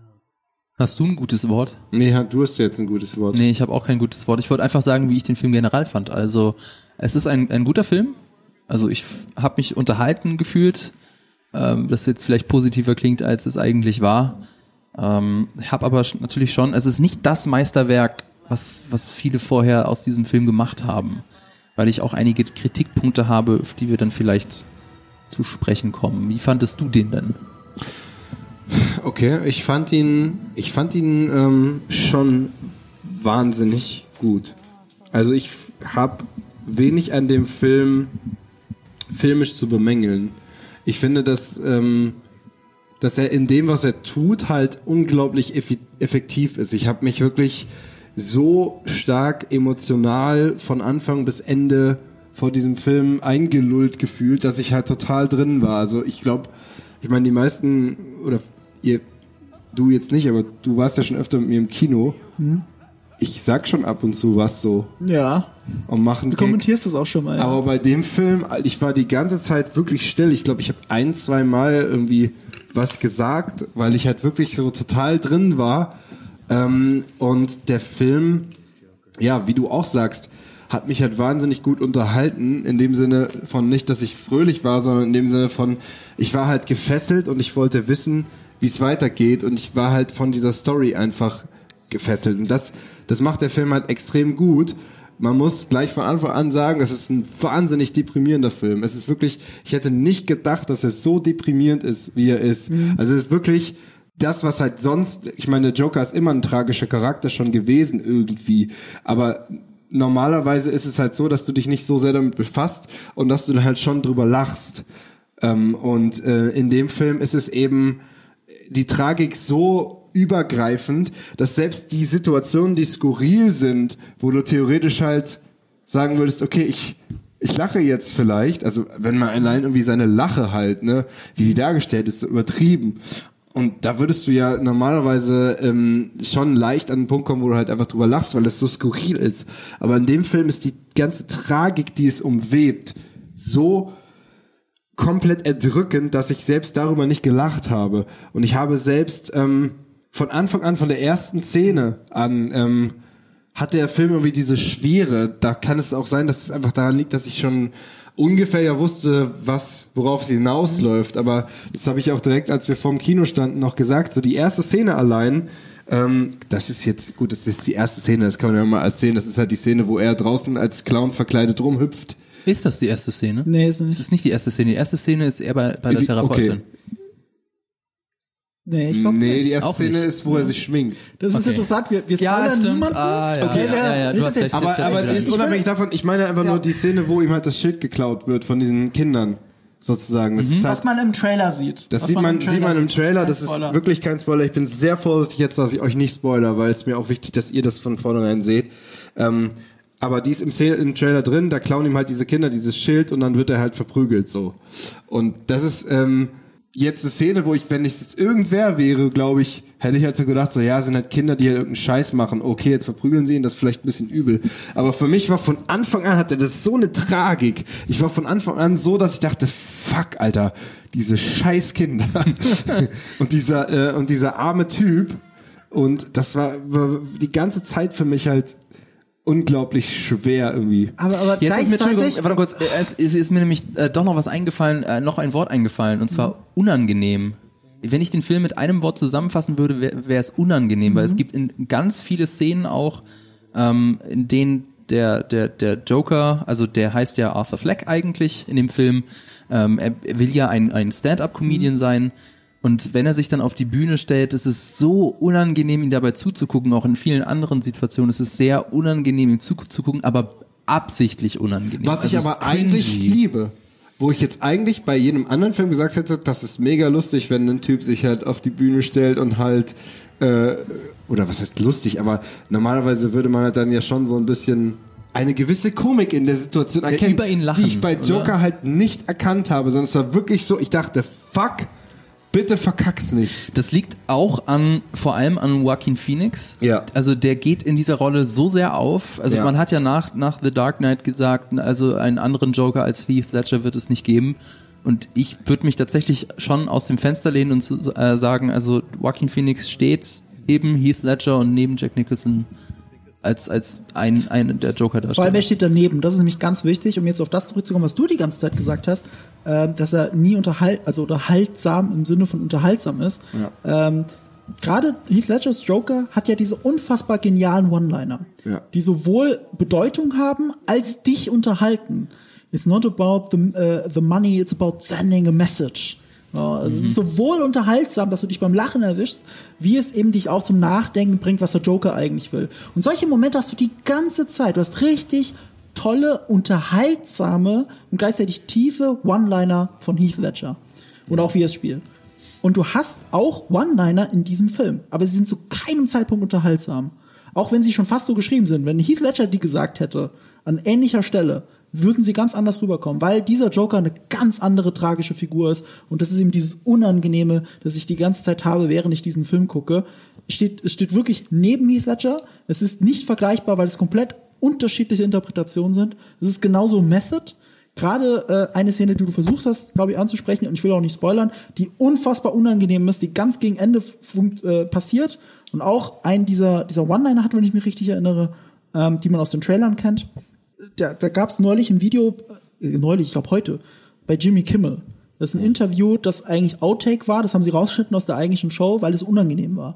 Speaker 3: Hast du ein gutes Wort?
Speaker 4: Nee, du hast jetzt ein gutes Wort.
Speaker 3: Nee, ich habe auch kein gutes Wort. Ich wollte einfach sagen, wie ich den Film generell fand. Also, es ist ein, ein guter Film. Also, ich habe mich unterhalten gefühlt, ähm, das jetzt vielleicht positiver klingt, als es eigentlich war. Ähm, ich habe aber natürlich schon, es ist nicht das Meisterwerk, was, was viele vorher aus diesem Film gemacht haben, weil ich auch einige Kritikpunkte habe, auf die wir dann vielleicht zu sprechen kommen. Wie fandest du den denn?
Speaker 4: Okay, ich fand ihn, ich fand ihn ähm, schon wahnsinnig gut. Also ich habe wenig an dem Film filmisch zu bemängeln. Ich finde, dass, ähm, dass er in dem, was er tut, halt unglaublich eff- effektiv ist. Ich habe mich wirklich so stark emotional von Anfang bis Ende vor diesem Film eingelullt gefühlt, dass ich halt total drin war. Also ich glaube, ich meine, die meisten, oder ihr, du jetzt nicht, aber du warst ja schon öfter mit mir im Kino. Hm. Ich sag schon ab und zu was so.
Speaker 2: Ja.
Speaker 4: Und machen
Speaker 2: du kommentierst das auch schon mal. Ja.
Speaker 4: Aber bei dem Film, ich war die ganze Zeit wirklich still. Ich glaube, ich habe ein, zwei Mal irgendwie was gesagt, weil ich halt wirklich so total drin war. Ähm, und der Film, ja, wie du auch sagst, hat mich halt wahnsinnig gut unterhalten, in dem Sinne von nicht, dass ich fröhlich war, sondern in dem Sinne von, ich war halt gefesselt und ich wollte wissen, wie es weitergeht und ich war halt von dieser Story einfach gefesselt und das, das macht der Film halt extrem gut. man muss gleich von Anfang an sagen, das ist ein wahnsinnig deprimierender Film. Es ist wirklich, ich hätte nicht gedacht, dass er so deprimierend ist, wie er ist. Mhm. Also es ist wirklich das, was halt sonst, ich meine, Joker ist immer ein tragischer Charakter schon gewesen irgendwie, aber normalerweise ist es halt so, dass du dich nicht so sehr damit befasst und dass du dann halt schon drüber lachst. Ähm, und äh, in dem Film ist es eben die Tragik so übergreifend, dass selbst die Situationen, die skurril sind, wo du theoretisch halt sagen würdest, okay, ich ich lache jetzt vielleicht, also wenn man allein irgendwie seine Lache halt, ne, wie die dargestellt ist, so übertrieben. Und da würdest du ja normalerweise ähm, schon leicht an den Punkt kommen, wo du halt einfach drüber lachst, weil es so skurril ist. Aber in dem Film ist die ganze Tragik, die es umwebt, so komplett erdrückend, dass ich selbst darüber nicht gelacht habe. Und ich habe selbst ähm, von Anfang an, von der ersten Szene an, ähm, hat der Film irgendwie diese Schwere. Da kann es auch sein, dass es einfach daran liegt, dass ich schon ungefähr ja wusste, was, worauf es hinausläuft. Aber das habe ich auch direkt, als wir vorm Kino standen, noch gesagt. So die erste Szene allein, ähm, das ist jetzt, gut, das ist die erste Szene, das kann man ja mal erzählen. Das ist halt die Szene, wo er draußen als Clown verkleidet rumhüpft.
Speaker 3: Ist das die erste Szene?
Speaker 2: Nee, ist nicht.
Speaker 3: Das ist nicht die erste Szene. Die erste Szene ist eher bei, bei der Therapeutin.
Speaker 4: Okay.
Speaker 2: Nee, ich glaube
Speaker 4: Nee,
Speaker 2: nicht.
Speaker 4: die erste
Speaker 3: Auch
Speaker 4: Szene
Speaker 3: nicht.
Speaker 4: ist, wo er sich schminkt.
Speaker 2: Das ist
Speaker 3: Okay.
Speaker 2: interessant, wir, wir
Speaker 3: Ja,
Speaker 2: spoilern
Speaker 3: stimmt.
Speaker 2: niemanden.
Speaker 3: Ah, ja.
Speaker 2: Okay,
Speaker 3: ja,
Speaker 2: wer-
Speaker 3: ja, ja, du
Speaker 2: ist
Speaker 3: hast
Speaker 2: das
Speaker 3: recht.
Speaker 2: jetzt-
Speaker 4: Aber,
Speaker 3: Das ist
Speaker 4: aber
Speaker 3: wieder-
Speaker 4: jetzt unabhängig davon, ich meine einfach
Speaker 2: Ja.
Speaker 4: nur die Szene, wo ihm halt das Schild geklaut wird von diesen Kindern, sozusagen. Das ist halt,
Speaker 2: Was man im Trailer sieht.
Speaker 4: das
Speaker 2: Was
Speaker 4: sieht man,
Speaker 2: im
Speaker 4: sieht man im Trailer,
Speaker 2: Kein
Speaker 4: das ist
Speaker 2: Spoiler.
Speaker 4: wirklich kein Spoiler. Ich bin sehr vorsichtig jetzt, dass ich euch nicht spoiler, weil es mir auch wichtig, dass ihr das von vornherein seht. Ähm, aber die ist im, Szene, im Trailer drin, da klauen ihm halt diese Kinder dieses Schild und dann wird er halt verprügelt, so. Und das ist, ähm, jetzt eine Szene, wo ich, wenn ich jetzt irgendwer wäre, glaube ich, hätte ich halt so gedacht, so, ja, sind halt Kinder, die halt irgendeinen Scheiß machen. Okay, jetzt verprügeln sie ihn, das ist vielleicht ein bisschen übel. Aber für mich war von Anfang an, hatte das so eine Tragik. Ich war von Anfang an so, dass ich dachte, fuck, Alter, diese scheiß Kinder. und dieser, äh, und dieser arme Typ. Und das war, war die ganze Zeit für mich halt unglaublich schwer irgendwie.
Speaker 2: Aber, aber
Speaker 3: Jetzt ist mir,
Speaker 2: gleichzeitig...
Speaker 3: Entschuldigung, warte kurz, äh, jetzt ist, ist mir nämlich äh, doch noch was eingefallen, äh, noch ein Wort eingefallen, und zwar unangenehm. Wenn ich den Film mit einem Wort zusammenfassen würde, wäre es unangenehm, mhm. weil es gibt in ganz viele Szenen auch, ähm, in denen der, der, der Joker, also der heißt ja Arthur Fleck eigentlich in dem Film, ähm, er, er will ja ein, ein Stand-up-Comedian mhm. sein. Und wenn er sich dann auf die Bühne stellt, ist es so unangenehm, ihm dabei zuzugucken, auch in vielen anderen Situationen. Es ist sehr unangenehm, ihm zuzugucken, aber absichtlich unangenehm.
Speaker 4: Was ich
Speaker 3: Also es
Speaker 4: aber
Speaker 3: ist cringy.
Speaker 4: eigentlich liebe, wo ich jetzt eigentlich bei jedem anderen Film gesagt hätte, das ist mega lustig, wenn ein Typ sich halt auf die Bühne stellt und halt, äh, oder was heißt lustig, aber normalerweise würde man halt dann ja schon so ein bisschen eine gewisse Komik in der Situation erkennen,
Speaker 3: über ihn lachen,
Speaker 4: die ich bei Joker
Speaker 3: oder?
Speaker 4: halt nicht erkannt habe, sondern es war wirklich so, ich dachte, fuck, bitte verkack's nicht.
Speaker 3: Das liegt auch an, vor allem an Joaquin Phoenix.
Speaker 4: Ja.
Speaker 3: Also der geht in dieser Rolle so sehr auf. Also
Speaker 4: Ja.
Speaker 3: man hat ja nach, nach The Dark Knight gesagt, also einen anderen Joker als Heath Ledger wird es nicht geben. Und ich würde mich tatsächlich schon aus dem Fenster lehnen und zu, äh, sagen, also Joaquin Phoenix steht eben Heath Ledger und neben Jack Nicholson als, als ein, ein der Joker
Speaker 2: Vor allem,
Speaker 3: darstellt.
Speaker 2: er steht daneben. Das ist nämlich ganz wichtig, um jetzt auf das zurückzukommen, was du die ganze Zeit gesagt hast, äh, dass er nie unterhalt, also unterhaltsam im Sinne von unterhaltsam ist. Ja. Ähm, Gerade Heath Ledgers Joker hat ja diese unfassbar genialen One-Liner,
Speaker 4: Ja.
Speaker 2: die sowohl Bedeutung haben, als dich unterhalten. It's not about the, uh, the money, it's about sending a message. Ja, also es ist sowohl unterhaltsam, dass du dich beim Lachen erwischst, wie es eben dich auch zum Nachdenken bringt, was der Joker eigentlich will. Und solche Momente hast du die ganze Zeit. Du hast richtig tolle, unterhaltsame und gleichzeitig tiefe One-Liner von Heath Ledger. Und auch wie er es spielt. Und du hast auch One-Liner in diesem Film. Aber sie sind zu keinem Zeitpunkt unterhaltsam. Auch wenn sie schon fast so geschrieben sind. Wenn Heath Ledger die gesagt hätte, an ähnlicher Stelle, würden sie ganz anders rüberkommen, weil dieser Joker eine ganz andere tragische Figur ist und das ist eben dieses Unangenehme, das ich die ganze Zeit habe, während ich diesen Film gucke. Es steht, es steht wirklich neben Heath Ledger. Es ist nicht vergleichbar, weil es komplett unterschiedliche Interpretationen sind. Es ist genauso Method. Gerade äh, eine Szene, die du versucht hast, glaube ich, anzusprechen, und ich will auch nicht spoilern, die unfassbar unangenehm ist, die ganz gegen Ende funkt, äh, passiert und auch ein dieser, dieser One-Liner hat, wenn ich mich richtig erinnere, ähm, die man aus den Trailern kennt. Da, da gab es neulich ein Video, äh, neulich, ich glaube heute, bei Jimmy Kimmel. Das ist ein Interview, das eigentlich Outtake war, das haben sie rausgeschnitten aus der eigentlichen Show, weil es unangenehm war.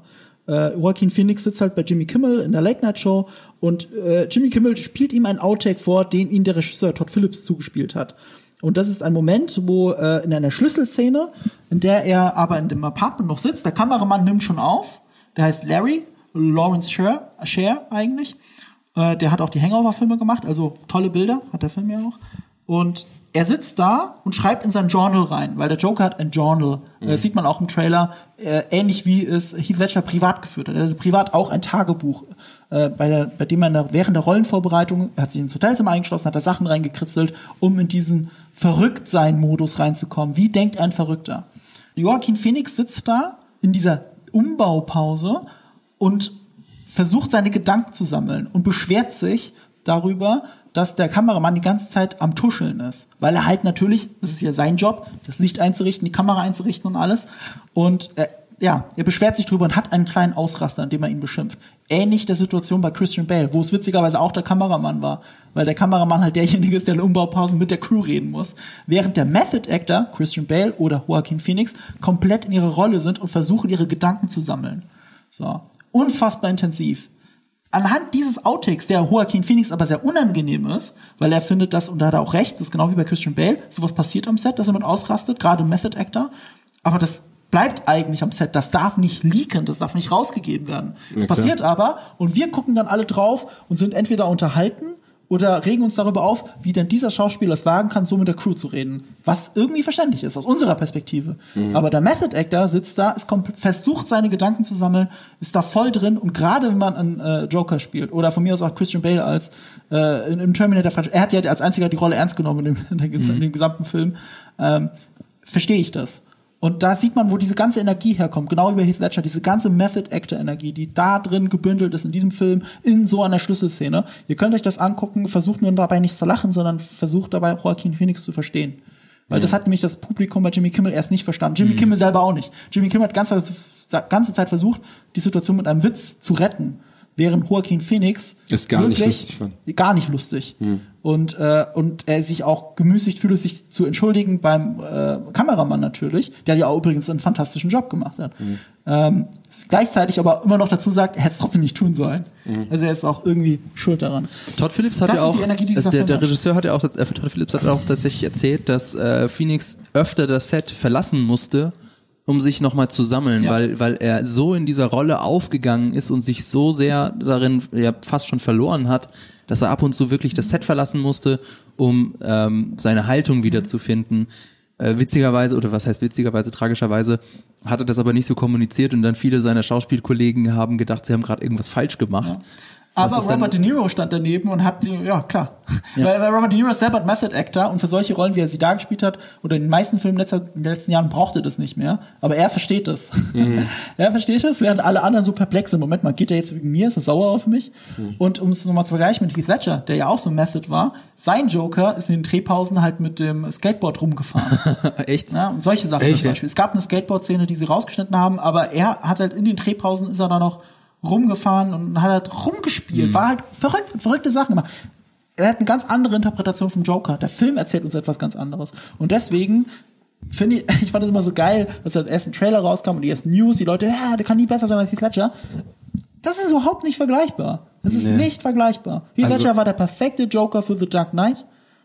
Speaker 2: äh, Joaquin Phoenix sitzt halt bei Jimmy Kimmel in der Late-Night-Show und äh, Jimmy Kimmel spielt ihm einen Outtake vor, den ihm der Regisseur Todd Phillips zugespielt hat. Und das ist ein Moment, wo äh, in einer Schlüsselszene, in der er aber in dem Apartment noch sitzt, der Kameramann nimmt schon auf, der heißt Larry, Lawrence Sher, Sher eigentlich, äh, der hat auch die Hangover-Filme gemacht, also tolle Bilder, hat der Film ja auch. Und er sitzt da und schreibt in sein Journal rein, weil der Joker hat ein Journal. Mhm. Das sieht man auch im Trailer, äh, ähnlich wie es Heath Ledger privat geführt hat. Er hat privat auch ein Tagebuch, äh, bei, der, bei dem er in der, während der Rollenvorbereitung, er hat sich ins Hotelzimmer eingeschlossen, hat da Sachen reingekritzelt, um in diesen Verrücktsein-Modus reinzukommen. Wie denkt ein Verrückter? Joaquin Phoenix sitzt da in dieser Umbaupause und versucht, seine Gedanken zu sammeln und beschwert sich darüber, dass der Kameramann die ganze Zeit am Tuscheln ist. Weil er halt natürlich, das ist ja sein Job, das Licht einzurichten, die Kamera einzurichten und alles. Und äh, ja, er beschwert sich drüber und hat einen kleinen Ausraster, in dem er ihn beschimpft. Ähnlich der Situation bei Christian Bale, wo es witzigerweise auch der Kameramann war. Weil der Kameramann halt derjenige ist, der in Umbaupausen mit der Crew reden muss. Während der Method Actor, Christian Bale oder Joaquin Phoenix, komplett in ihrer Rolle sind und versuchen, ihre Gedanken zu sammeln. So. Unfassbar intensiv. Anhand dieses Outtakes, der Joaquin Phoenix aber sehr unangenehm ist, weil er findet das, und da hat er auch recht, das ist genau wie bei Christian Bale, sowas passiert am Set, dass er mit ausrastet, gerade Method Actor, aber das bleibt eigentlich am Set, das darf nicht leaken, das darf nicht rausgegeben werden. Das ja, passiert aber, und wir gucken dann alle drauf und sind entweder unterhalten oder regen uns darüber auf, wie denn dieser Schauspieler es wagen kann, so mit der Crew zu reden. Was irgendwie verständlich ist, aus unserer Perspektive. Mhm. Aber der Method Actor sitzt da, ist komplett, versucht, seine Gedanken zu sammeln, ist da voll drin, und gerade wenn man einen äh, Joker spielt, oder von mir aus auch Christian Bale als äh, im Terminator, er hat ja als einziger die Rolle ernst genommen in dem, in der, mhm. in dem gesamten Film, ähm, verstehe ich das. Und da sieht man, wo diese ganze Energie herkommt, genau wie bei Heath Ledger, diese ganze Method-Actor-Energie, die da drin gebündelt ist in diesem Film, in so einer Schlüsselszene. Ihr könnt euch das angucken, versucht nur dabei nicht zu lachen, sondern versucht dabei Joaquin Phoenix zu verstehen. Weil mhm. das hat nämlich das Publikum bei Jimmy Kimmel erst nicht verstanden. Jimmy mhm. Kimmel selber auch nicht. Jimmy Kimmel hat ganz, ganze Zeit versucht, die Situation mit einem Witz zu retten, während Joaquin Phoenix
Speaker 4: ist gar
Speaker 2: wirklich
Speaker 4: nicht lustig fand.
Speaker 2: gar nicht lustig. Hm. Und, äh, und er sich auch gemüßigt fühlt, sich zu entschuldigen beim äh, Kameramann natürlich, der ja auch übrigens einen fantastischen Job gemacht hat. Hm. Ähm, gleichzeitig aber immer noch dazu sagt, er hätte es trotzdem nicht tun sollen. Hm. Also er ist auch irgendwie schuld daran.
Speaker 3: Todd Phillips hat ja auch, Energie, also der, der Regisseur hat ja auch, äh, Todd Phillips hat auch tatsächlich erzählt, dass äh, Phoenix öfter das Set verlassen musste, um sich nochmal zu sammeln, ja. weil weil er so in dieser Rolle aufgegangen ist und sich so sehr darin ja fast schon verloren hat, dass er ab und zu wirklich das Set verlassen musste, um ähm, seine Haltung wiederzufinden. Äh, witzigerweise, oder was heißt witzigerweise, tragischerweise, hat er das aber nicht so kommuniziert, und dann viele seiner Schauspielkollegen haben gedacht, sie haben gerade irgendwas falsch gemacht.
Speaker 2: Ja. Aber Robert De Niro stand daneben und hat, ja klar, ja. Weil, weil Robert De Niro ist selber ein Method Actor, und für solche Rollen, wie er sie da gespielt hat, oder in den meisten Filmen in den letzten Jahren, braucht er das nicht mehr. Aber er versteht das. Mhm. Er versteht das, während alle anderen so perplex sind. Moment mal, geht er jetzt wegen mir? Ist er sauer auf mich? Mhm. Und um es nochmal zu vergleichen mit Heath Ledger, der ja auch so ein Method war, sein Joker ist in den Drehpausen halt mit dem Skateboard rumgefahren.
Speaker 3: Echt?
Speaker 2: Ja, und solche Sachen
Speaker 3: Echt?
Speaker 2: zum Beispiel. Es gab eine Skateboard-Szene, die sie rausgeschnitten haben, aber er hat halt in den Drehpausen, ist er da noch rumgefahren und hat halt rumgespielt, mhm. war halt verrückt, verrückte Sachen gemacht. Er hat eine ganz andere Interpretation vom Joker. Der Film erzählt uns etwas ganz anderes. Und deswegen finde ich, ich fand es immer so geil, als der erste Trailer rauskam und die ersten News, die Leute, ja, der kann nie besser sein als Heath Ledger. Das ist überhaupt nicht vergleichbar. Das ist nee. nicht vergleichbar. Heath also, Ledger war der perfekte Joker für The Dark Knight,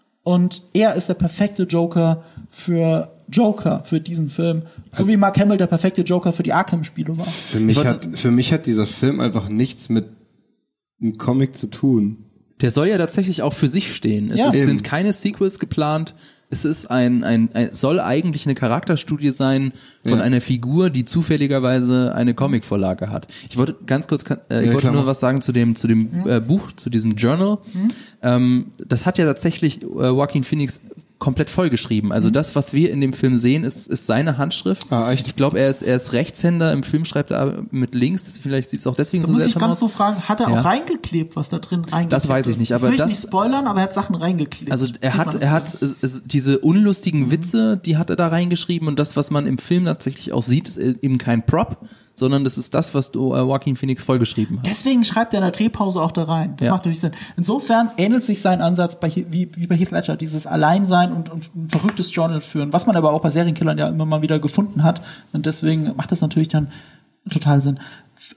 Speaker 2: und er ist der perfekte Joker für Joker, für diesen Film. So also, wie Mark Hamill der perfekte Joker für die Arkham-Spiele war.
Speaker 4: Für mich hat, für mich hat dieser Film einfach nichts mit einem Comic zu tun.
Speaker 3: Der soll ja tatsächlich auch für sich stehen. Es
Speaker 2: ja.
Speaker 3: ist, sind keine Sequels geplant. Es ist ein, ein, ein, soll eigentlich eine Charakterstudie sein von ja. einer Figur, die zufälligerweise eine Comicvorlage hat. Ich wollte ganz kurz, äh, ich ja, wollte nur was sagen zu dem, zu dem mhm. äh, Buch, zu diesem Journal. Mhm. Ähm, das hat ja tatsächlich äh, Joaquin Phoenix komplett vollgeschrieben. Also mhm. das, was wir in dem Film sehen, ist, ist seine Handschrift. Ah, echt? Ich glaube, er ist, er ist Rechtshänder. Im Film schreibt er mit links. Das, vielleicht sieht es auch deswegen
Speaker 2: da
Speaker 3: so
Speaker 2: seltsam
Speaker 3: aus.
Speaker 2: muss ich ganz so fragen, hat er
Speaker 3: ja.
Speaker 2: auch reingeklebt, was da drin reingeklebt
Speaker 3: Das weiß ich nicht. Aber
Speaker 2: das will ich
Speaker 3: das,
Speaker 2: nicht spoilern, aber er hat Sachen reingeklebt.
Speaker 3: Also er hat, er hat es, es, diese unlustigen mhm. Witze, die hat er da reingeschrieben, und das, was man im Film tatsächlich auch sieht, ist eben kein Prop, sondern das ist das, was du, äh, Joaquin Phoenix vollgeschrieben hat.
Speaker 2: Deswegen schreibt er in der Drehpause auch da rein. Das ja. macht natürlich Sinn. Insofern ähnelt sich sein Ansatz bei, wie, wie bei Heath Ledger, dieses Alleinsein und, und ein verrücktes Journal führen, was man aber auch bei Serienkillern ja immer mal wieder gefunden hat. Und deswegen macht das natürlich dann total Sinn.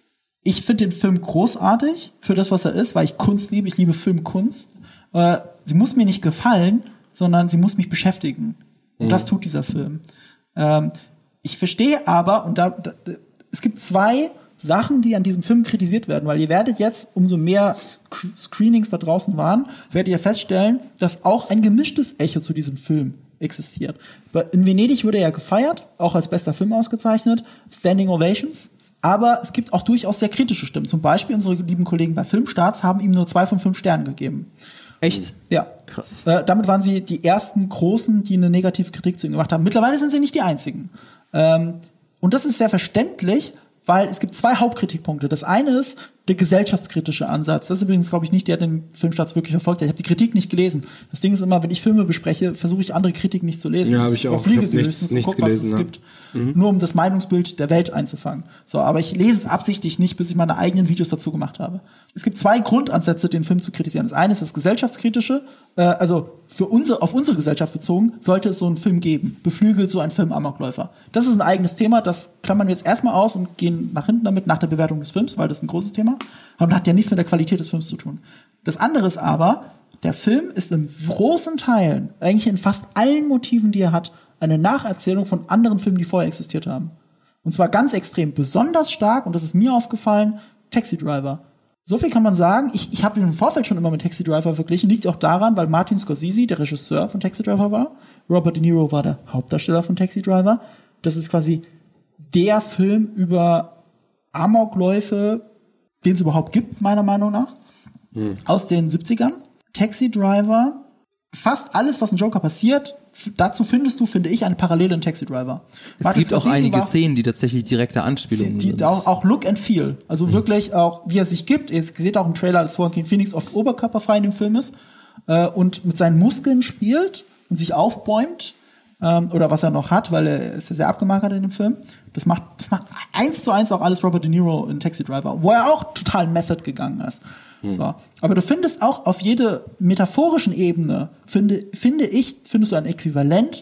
Speaker 2: ich finde den Film großartig für das, was er ist, weil ich Kunst liebe. Ich liebe Filmkunst. Äh, sie muss mir nicht gefallen, sondern sie muss mich beschäftigen. Und mhm. das tut dieser Film. Ähm, ich verstehe aber, und da, da es gibt zwei Sachen, die an diesem Film kritisiert werden, weil ihr werdet jetzt, umso mehr Screenings da draußen waren, werdet ihr feststellen, dass auch ein gemischtes Echo zu diesem Film existiert. In Venedig wurde er ja gefeiert, auch als bester Film ausgezeichnet, Standing Ovations, aber es gibt auch durchaus sehr kritische Stimmen. Zum Beispiel unsere lieben Kollegen bei Filmstarts haben ihm nur zwei von fünf Sternen gegeben.
Speaker 3: Echt?
Speaker 2: Ja.
Speaker 3: Krass.
Speaker 2: Äh, damit waren sie die ersten Großen, die eine negative Kritik zu ihm gemacht haben. Mittlerweile sind sie nicht die einzigen. Ähm, und das ist sehr verständlich, weil es gibt zwei Hauptkritikpunkte. Das eine ist der gesellschaftskritische Ansatz. Das ist übrigens, glaube ich, nicht der, der den Filmstarts wirklich verfolgt hat. Ich habe die Kritik nicht gelesen. Das Ding ist immer, wenn ich Filme bespreche, versuche ich andere Kritiken nicht zu lesen.
Speaker 4: Ja, habe ich auch.
Speaker 2: Fliege
Speaker 4: ich
Speaker 2: sie
Speaker 4: nichts,
Speaker 2: höchstens
Speaker 4: nichts
Speaker 2: und guck,
Speaker 4: gelesen,
Speaker 2: was es
Speaker 4: ja.
Speaker 2: gibt. Mhm. Nur um das Meinungsbild der Welt einzufangen. So, aber ich lese es absichtlich nicht, bis ich meine eigenen Videos dazu gemacht habe. Es gibt zwei Grundansätze, den Film zu kritisieren. Das eine ist das gesellschaftskritische, äh, also für unsere, auf unsere Gesellschaft bezogen, sollte es so einen Film geben. Beflügelt so ein Film Amokläufer. Das ist ein eigenes Thema, das klammern wir jetzt erstmal aus und gehen nach hinten damit, nach der Bewertung des Films, weil das ist ein großes Thema. Aber das hat ja nichts mit der Qualität des Films zu tun. Das andere ist aber, der Film ist in großen Teilen, eigentlich in fast allen Motiven, die er hat, eine Nacherzählung von anderen Filmen, die vorher existiert haben. Und zwar ganz extrem, besonders stark, und das ist mir aufgefallen, Taxi Driver. So viel kann man sagen. Ich, ich habe ihn im Vorfeld schon immer mit Taxi Driver verglichen. Liegt auch daran, weil Martin Scorsese der Regisseur von Taxi Driver war. Robert De Niro war der Hauptdarsteller von Taxi Driver. Das ist quasi der Film über Amokläufe, den es überhaupt gibt, meiner Meinung nach. Hm. Aus den siebzigern. Taxi Driver, fast alles, was in Joker passiert, f- dazu findest du, finde ich, eine Parallele in Taxi Driver.
Speaker 3: Es
Speaker 2: Martin
Speaker 3: gibt auch
Speaker 2: Scorsese
Speaker 3: einige
Speaker 2: war,
Speaker 3: Szenen, die tatsächlich direkte Anspielungen
Speaker 2: die,
Speaker 3: sind.
Speaker 2: die, auch, auch Look and Feel. Also
Speaker 3: Mhm.
Speaker 2: wirklich auch, wie er sich gibt. Ihr seht auch im Trailer, dass Joaquin Phoenix oft oberkörperfrei in dem Film ist äh, und mit seinen Muskeln spielt und sich aufbäumt. Ähm, oder was er noch hat, weil er ist ja sehr abgemagert in dem Film. Das macht, das macht eins zu eins auch alles Robert De Niro in Taxi Driver, wo er auch total Method gegangen ist. Hm. So. Aber du findest auch auf jeder metaphorischen Ebene, finde, finde ich, findest du ein Äquivalent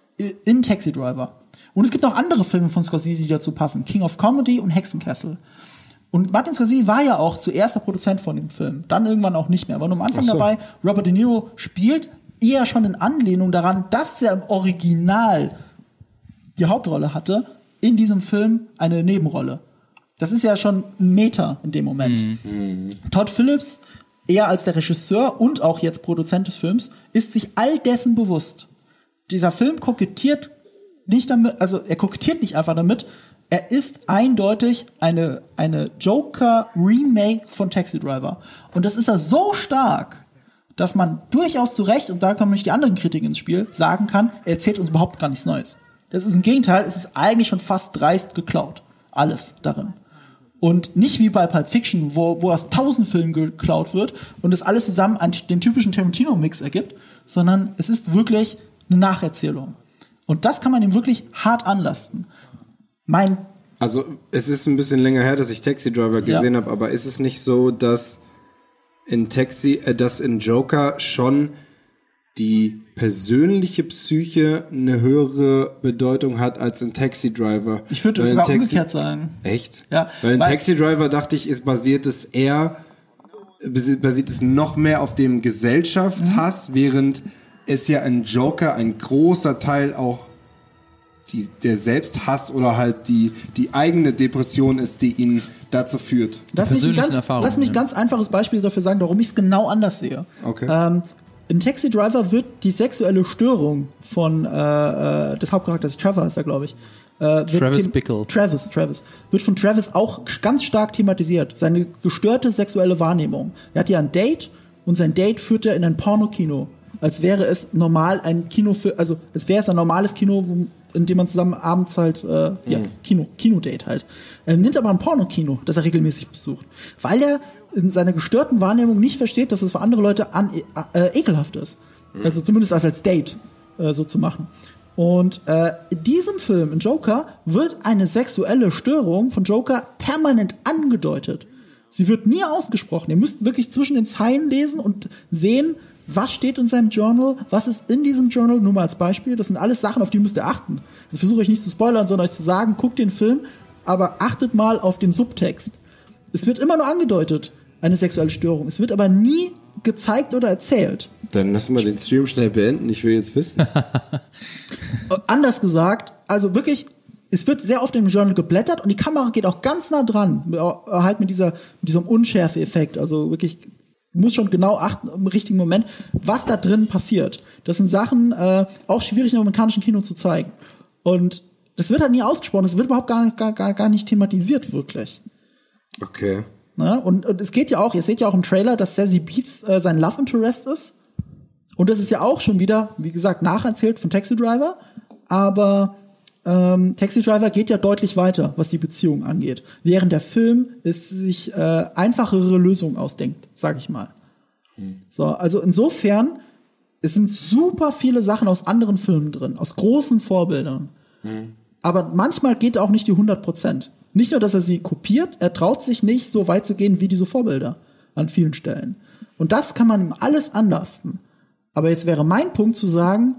Speaker 2: in Taxi Driver. Und es gibt auch andere Filme von Scorsese, die dazu passen. King of Comedy und Hexenkessel. Und Martin Scorsese war ja auch zuerst der Produzent von dem Film. Dann irgendwann auch nicht mehr. Aber nur am Anfang
Speaker 4: Ach so.
Speaker 2: dabei, Robert De Niro spielt eher schon in Anlehnung daran, dass er im Original die Hauptrolle hatte, in diesem Film eine Nebenrolle. Das ist ja schon ein Meter in dem Moment.
Speaker 4: Mhm.
Speaker 2: Todd Phillips, eher als der Regisseur und auch jetzt Produzent des Films, ist sich all dessen bewusst. Dieser Film kokettiert nicht damit, also er kokettiert nicht einfach damit, er ist eindeutig eine, eine Joker-Remake von Taxi Driver. Und das ist er so stark, dass man durchaus zu Recht, und da kommen nicht die anderen Kritiken ins Spiel, sagen kann, er erzählt uns überhaupt gar nichts Neues. Das ist im Gegenteil, es ist eigentlich schon fast dreist geklaut. Alles darin. Und nicht wie bei Pulp Fiction, wo, wo aus tausend Filmen geklaut wird und das alles zusammen an den typischen Tarantino-Mix ergibt, sondern es ist wirklich eine Nacherzählung. Und das kann man ihm wirklich hart anlasten. Mein
Speaker 4: Also, es ist ein bisschen länger her, dass ich Taxi Driver gesehen
Speaker 2: Ja.
Speaker 4: habe, aber ist es nicht so, dass in Taxi, äh, dass in Joker schon die persönliche Psyche eine höhere Bedeutung hat als in Taxi Driver?
Speaker 2: Ich würde
Speaker 4: Weil in
Speaker 2: sogar
Speaker 4: Taxi-
Speaker 2: umgekehrt sagen.
Speaker 4: Echt?
Speaker 2: Ja,
Speaker 4: Weil in
Speaker 2: weil-
Speaker 4: Taxi Driver dachte ich, ist basiert es eher, basi- basiert es noch mehr auf dem Gesellschaftshass,
Speaker 2: Mhm.
Speaker 4: während es ja ein Joker ein großer Teil auch die, der Selbsthass oder halt die, die eigene Depression ist, die ihn dazu führt.
Speaker 2: Lass mich, ein
Speaker 3: persönlichen
Speaker 2: ganz,
Speaker 3: Erfahrungen,
Speaker 2: lass mich ein
Speaker 3: ja.
Speaker 2: ganz einfaches Beispiel dafür sagen, warum ich es genau anders sehe.
Speaker 4: Okay.
Speaker 2: Ähm, in Taxi Driver wird die sexuelle Störung von äh, äh, des Hauptcharakters, Trevor ist er, glaube ich. Äh, wird
Speaker 3: Travis
Speaker 2: them-
Speaker 3: Bickle.
Speaker 2: Travis, Travis. Wird von Travis auch ganz stark thematisiert. Seine gestörte sexuelle Wahrnehmung. Er hat ja ein Date und sein Date führt er in ein Pornokino. Als wäre es normal ein Kino für, also als wäre es ein normales Kino, wo- in dem man zusammen abends halt, äh, ja, Kino, Kinodate halt. Er nimmt aber ein Pornokino, das er regelmäßig besucht. Weil er in seiner gestörten Wahrnehmung nicht versteht, dass es für andere Leute an, äh, ekelhaft ist. Also zumindest als, als Date äh, so zu machen. Und äh, in diesem Film, in Joker, wird eine sexuelle Störung von Joker permanent angedeutet. Sie wird nie ausgesprochen. Ihr müsst wirklich zwischen den Zeilen lesen und sehen, was steht in seinem Journal, was ist in diesem Journal, nur mal als Beispiel. Das sind alles Sachen, auf die müsst ihr achten. Ich versuche euch nicht zu spoilern, sondern euch zu sagen, guckt den Film, aber achtet mal auf den Subtext. Es wird immer nur angedeutet, eine sexuelle Störung. Es wird aber nie gezeigt oder erzählt.
Speaker 4: Dann lassen wir den Stream schnell beenden. Ich will jetzt wissen.
Speaker 2: Anders gesagt, also wirklich, es wird sehr oft im Journal geblättert und die Kamera geht auch ganz nah dran. Halt mit dieser, mit diesem Unschärfe-Effekt. Also wirklich, muss schon genau achten im richtigen Moment, was da drin passiert. Das sind Sachen, äh, auch schwierig im amerikanischen Kino zu zeigen. Und das wird halt nie ausgesprochen. Das wird überhaupt gar nicht, gar, gar nicht thematisiert, wirklich.
Speaker 4: Okay.
Speaker 2: Na, und, und es geht ja auch, ihr seht ja auch im Trailer, dass Sassy Beats äh, sein Love Interest ist. Und das ist ja auch schon wieder, wie gesagt, nacherzählt von Taxi Driver. Aber ähm, Taxi Driver geht ja deutlich weiter, was die Beziehung angeht. Während der Film es sich äh, einfachere Lösungen ausdenkt, sag ich mal. Hm. So, also insofern, es sind super viele Sachen aus anderen Filmen drin, aus großen Vorbildern. Hm. Aber manchmal geht auch nicht die hundert Prozent. Nicht nur, dass er sie kopiert, er traut sich nicht, so weit zu gehen wie diese Vorbilder an vielen Stellen. Und das kann man ihm alles anlasten. Aber jetzt wäre mein Punkt zu sagen,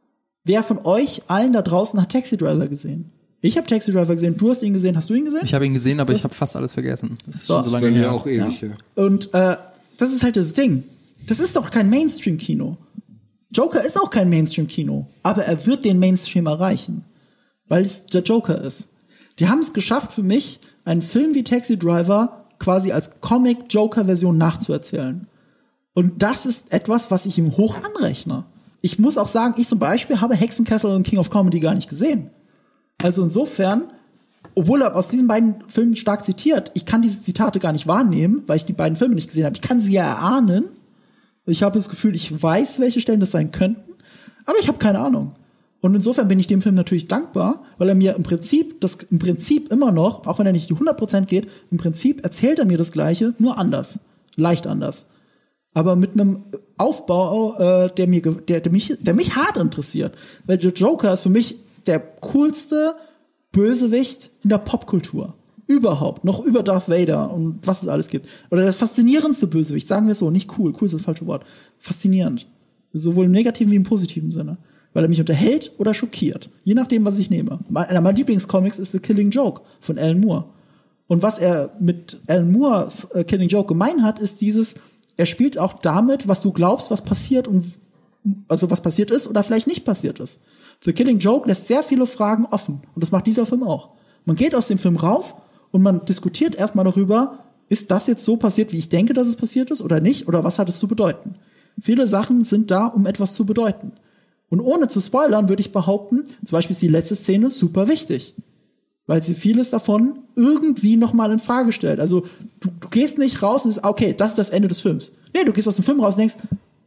Speaker 2: wer von euch allen da draußen hat Taxi Driver gesehen? Ich habe Taxi Driver gesehen, du hast ihn gesehen, hast du ihn gesehen?
Speaker 3: Ich habe ihn gesehen, aber ich habe fast alles vergessen. Das ist
Speaker 2: so,
Speaker 3: schon so lange her.
Speaker 4: Auch ewig, ja.
Speaker 2: Ja. Und äh, das ist halt das Ding. Das ist doch kein Mainstream-Kino. Joker ist auch kein Mainstream-Kino, aber er wird den Mainstream erreichen, weil es der Joker ist. Die haben es geschafft für mich, einen Film wie Taxi Driver quasi als Comic-Joker-Version nachzuerzählen. Und das ist etwas, was ich ihm hoch anrechne. Ich muss auch sagen, ich zum Beispiel habe Hexenkessel und King of Comedy gar nicht gesehen. Also insofern, obwohl er aus diesen beiden Filmen stark zitiert, ich kann diese Zitate gar nicht wahrnehmen, weil ich die beiden Filme nicht gesehen habe. Ich kann sie ja erahnen. Ich habe das Gefühl, ich weiß, welche Stellen das sein könnten, aber ich habe keine Ahnung. Und insofern bin ich dem Film natürlich dankbar, weil er mir im Prinzip, das im Prinzip immer noch, auch wenn er nicht die hundert Prozent geht, im Prinzip erzählt er mir das Gleiche, nur anders. Leicht anders. Aber mit einem Aufbau, äh, der mir, der, der mich, der mich hart interessiert. Weil der Joker ist für mich der coolste Bösewicht in der Popkultur. Überhaupt. Noch über Darth Vader und was es alles gibt. Oder das faszinierendste Bösewicht, sagen wir es so, nicht cool. Cool ist das falsche Wort. Faszinierend. Sowohl im negativen wie im positiven Sinne. Weil er mich unterhält oder schockiert. Je nachdem, was ich nehme. Einer meiner Lieblingscomics ist The Killing Joke von Alan Moore. Und was er mit Alan Moores äh, Killing Joke gemein hat, ist dieses, er spielt auch damit, was du glaubst, was passiert und also was passiert ist oder vielleicht nicht passiert ist. The Killing Joke lässt sehr viele Fragen offen. Und das macht dieser Film auch. Man geht aus dem Film raus und man diskutiert erstmal darüber, ist das jetzt so passiert, wie ich denke, dass es passiert ist oder nicht? Oder was hat es zu bedeuten? Viele Sachen sind da, um etwas zu bedeuten. Und ohne zu spoilern, würde ich behaupten, zum Beispiel ist die letzte Szene super wichtig. Weil sie vieles davon irgendwie nochmal in Frage stellt. Also, du, du gehst nicht raus und sagst, okay, das ist das Ende des Films. Nee, du gehst aus dem Film raus und denkst,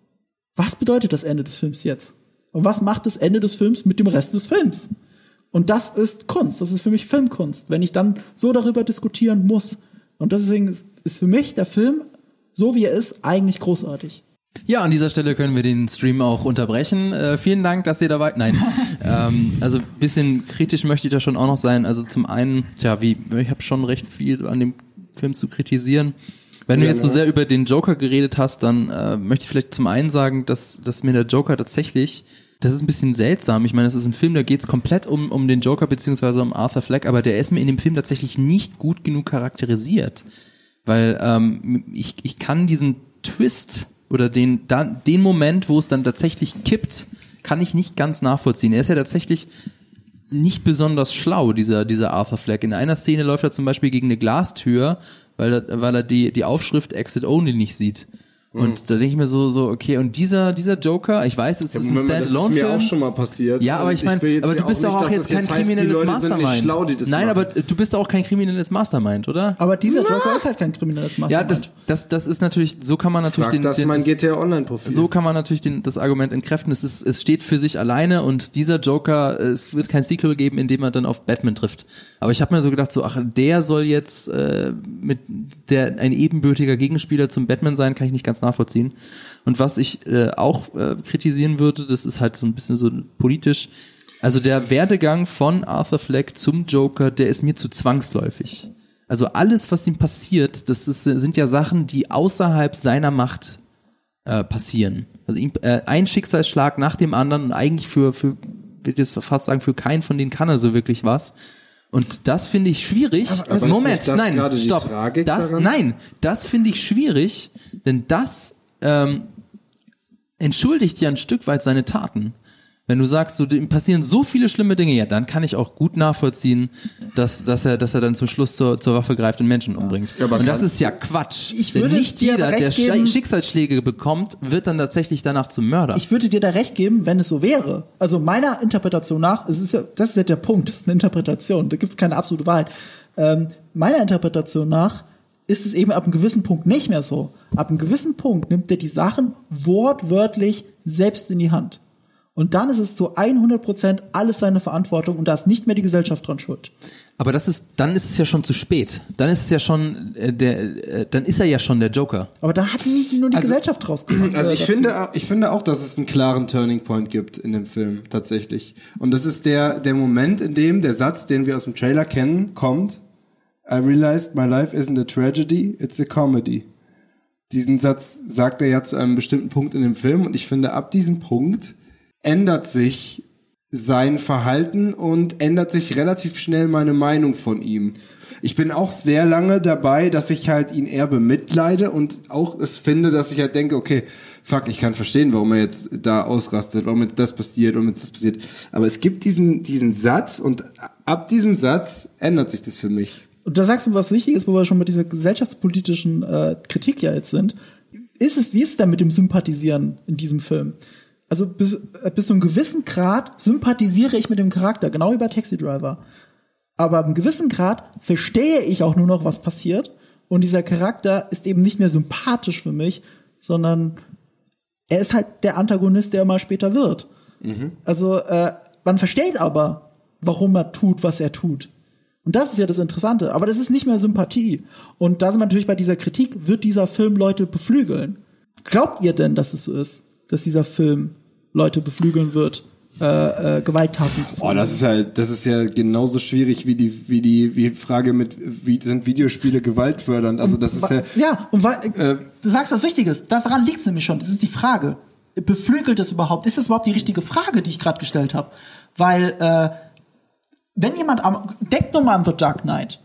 Speaker 2: was bedeutet das Ende des Films jetzt? Und was macht das Ende des Films mit dem Rest des Films? Und das ist Kunst. Das ist für mich Filmkunst, wenn ich dann so darüber diskutieren muss. Und deswegen ist, ist für mich der Film, so wie er ist, eigentlich großartig.
Speaker 3: Ja, an dieser Stelle können wir den Stream auch unterbrechen. Äh, vielen Dank, dass ihr dabei... Nein, ähm, also ein bisschen kritisch möchte ich da schon auch noch sein. Also zum einen, tja, wie ich habe schon recht viel an dem Film zu kritisieren. Wenn du jetzt so sehr über den Joker geredet hast, dann äh, möchte ich vielleicht zum einen sagen, dass, dass mir der Joker tatsächlich... Das ist ein bisschen seltsam. Ich meine, es ist ein Film, da geht es komplett um, um den Joker beziehungsweise um Arthur Fleck, aber der ist mir in dem Film tatsächlich nicht gut genug charakterisiert. Weil ähm, ich, ich kann diesen Twist... oder den, dann, den Moment, wo es dann tatsächlich kippt, kann ich nicht ganz nachvollziehen. Er ist ja tatsächlich nicht besonders schlau, dieser, dieser Arthur Fleck. In einer Szene läuft er zum Beispiel gegen eine Glastür, weil er, weil er die, die Aufschrift Exit Only nicht sieht. Und mhm. da denke ich mir so, so, okay, und dieser, dieser Joker, ich weiß, es
Speaker 4: ja,
Speaker 3: ist ein Standalone-Film.
Speaker 4: Das ist mir auch schon mal passiert.
Speaker 3: Ja, aber ich meine, aber du bist doch auch jetzt kein kriminelles Mastermind.
Speaker 4: Schlau,
Speaker 3: Nein, aber du bist doch auch kein kriminelles Mastermind, oder?
Speaker 2: Aber dieser Na. Joker ist halt kein kriminelles Mastermind.
Speaker 3: Ja, das, das, das ist natürlich, so kann man natürlich
Speaker 4: Frag
Speaker 3: den,
Speaker 4: das
Speaker 3: den
Speaker 4: mein
Speaker 3: das,
Speaker 4: G T A Online-Profil.
Speaker 3: So kann man natürlich den, das Argument entkräften. Es ist, es steht für sich alleine und dieser Joker, es wird kein Sequel geben, in dem er dann auf Batman trifft. Aber ich habe mir so gedacht, so, ach, der soll jetzt äh, mit der ein ebenbürtiger Gegenspieler zum Batman sein, kann ich nicht ganz nachvollziehen. Und was ich äh, auch äh, kritisieren würde, das ist halt so ein bisschen so politisch, also der Werdegang von Arthur Fleck zum Joker, der ist mir zu zwangsläufig. Also alles, was ihm passiert, das ist, sind ja Sachen, die außerhalb seiner Macht äh, passieren. Also ihm, äh, ein Schicksalsschlag nach dem anderen und eigentlich für, für, würde ich jetzt fast sagen, für keinen von denen kann er so wirklich was. Und das finde ich schwierig.
Speaker 4: Aber ist
Speaker 3: Moment,
Speaker 4: nicht das
Speaker 3: nein,
Speaker 4: gerade die
Speaker 3: stopp.
Speaker 4: Tragik
Speaker 3: Das,
Speaker 4: daran?
Speaker 3: nein, das finde ich schwierig, denn das ähm, entschuldigt ja ein Stück weit seine Taten. Wenn du sagst, so, dem passieren so viele schlimme Dinge, ja, dann kann ich auch gut nachvollziehen, dass, dass er, dass er dann zum Schluss zur, zur Waffe greift und Menschen umbringt.
Speaker 4: Ja, aber
Speaker 3: und das
Speaker 4: kannst-
Speaker 3: ist ja Quatsch.
Speaker 2: Ich
Speaker 3: Denn
Speaker 2: würde
Speaker 3: nicht
Speaker 2: dir
Speaker 3: jeder,
Speaker 2: aber
Speaker 3: der
Speaker 2: recht geben-
Speaker 3: Schicksalsschläge bekommt, wird dann tatsächlich danach zum Mörder.
Speaker 2: Ich würde dir da recht geben, wenn es so wäre. Also meiner Interpretation nach, es ist ja, das ist ja der Punkt, das ist eine Interpretation, da gibt es keine absolute Wahrheit. Ähm, meiner Interpretation nach ist es eben ab einem gewissen Punkt nicht mehr so. Ab einem gewissen Punkt nimmt er die Sachen wortwörtlich selbst in die Hand. Und dann ist es zu hundert Prozent alles seine Verantwortung und da ist nicht mehr die Gesellschaft dran schuld.
Speaker 3: Aber das ist, dann ist es ja schon zu spät. Dann ist es ja schon, äh, der, äh, dann ist er ja schon der Joker.
Speaker 2: Aber da hat nicht nur die
Speaker 4: Also-
Speaker 2: Gesellschaft draus gemacht.
Speaker 4: Also
Speaker 2: äh,
Speaker 4: ich
Speaker 2: dazu.
Speaker 4: finde, ich finde auch, dass es einen klaren Turning Point gibt in dem Film, tatsächlich. Und das ist der, der Moment, in dem der Satz, den wir aus dem Trailer kennen, kommt: I realized my life isn't a tragedy, it's a comedy. Diesen Satz sagt er ja zu einem bestimmten Punkt in dem Film und ich finde, ab diesem Punkt ändert sich sein Verhalten und ändert sich relativ schnell meine Meinung von ihm. Ich bin auch sehr lange dabei, dass ich halt ihn eher bemitleide und auch es finde, dass ich halt denke, okay, fuck, ich kann verstehen, warum er jetzt da ausrastet, warum jetzt das passiert, warum jetzt das passiert. Aber es gibt diesen, diesen Satz und ab diesem Satz ändert sich das für mich.
Speaker 2: Und da sagst du was Wichtiges, wo wir schon bei dieser gesellschaftspolitischen äh, Kritik ja jetzt sind. Ist es, wie ist es denn mit dem Sympathisieren in diesem Film? Also bis, äh, bis zu einem gewissen Grad sympathisiere ich mit dem Charakter, genau wie bei Taxi Driver. Aber ab einem gewissen Grad verstehe ich auch nur noch, was passiert. Und dieser Charakter ist eben nicht mehr sympathisch für mich, sondern er ist halt der Antagonist, der immer später wird. Mhm. Also äh, man versteht aber, warum er tut, was er tut. Und das ist ja das Interessante. Aber das ist nicht mehr Sympathie. Und da sind wir natürlich bei dieser Kritik, wird dieser Film Leute beflügeln? Glaubt ihr denn, dass es so ist, dass dieser Film Leute beflügeln wird, äh, äh, Gewalttaten zu
Speaker 4: Oh, das ist halt, das ist ja genauso schwierig wie die, wie die, wie die Frage mit, wie sind Videospiele gewaltfördernd? Also das ist ja,
Speaker 2: Ja, und weil,
Speaker 4: Äh,
Speaker 2: du sagst was Wichtiges, daran liegt es nämlich schon. Das ist die Frage. Beflügelt es überhaupt? Ist das überhaupt die richtige Frage, die ich gerade gestellt habe? Weil, äh, wenn jemand am, denkt nur mal an The Dark Knight.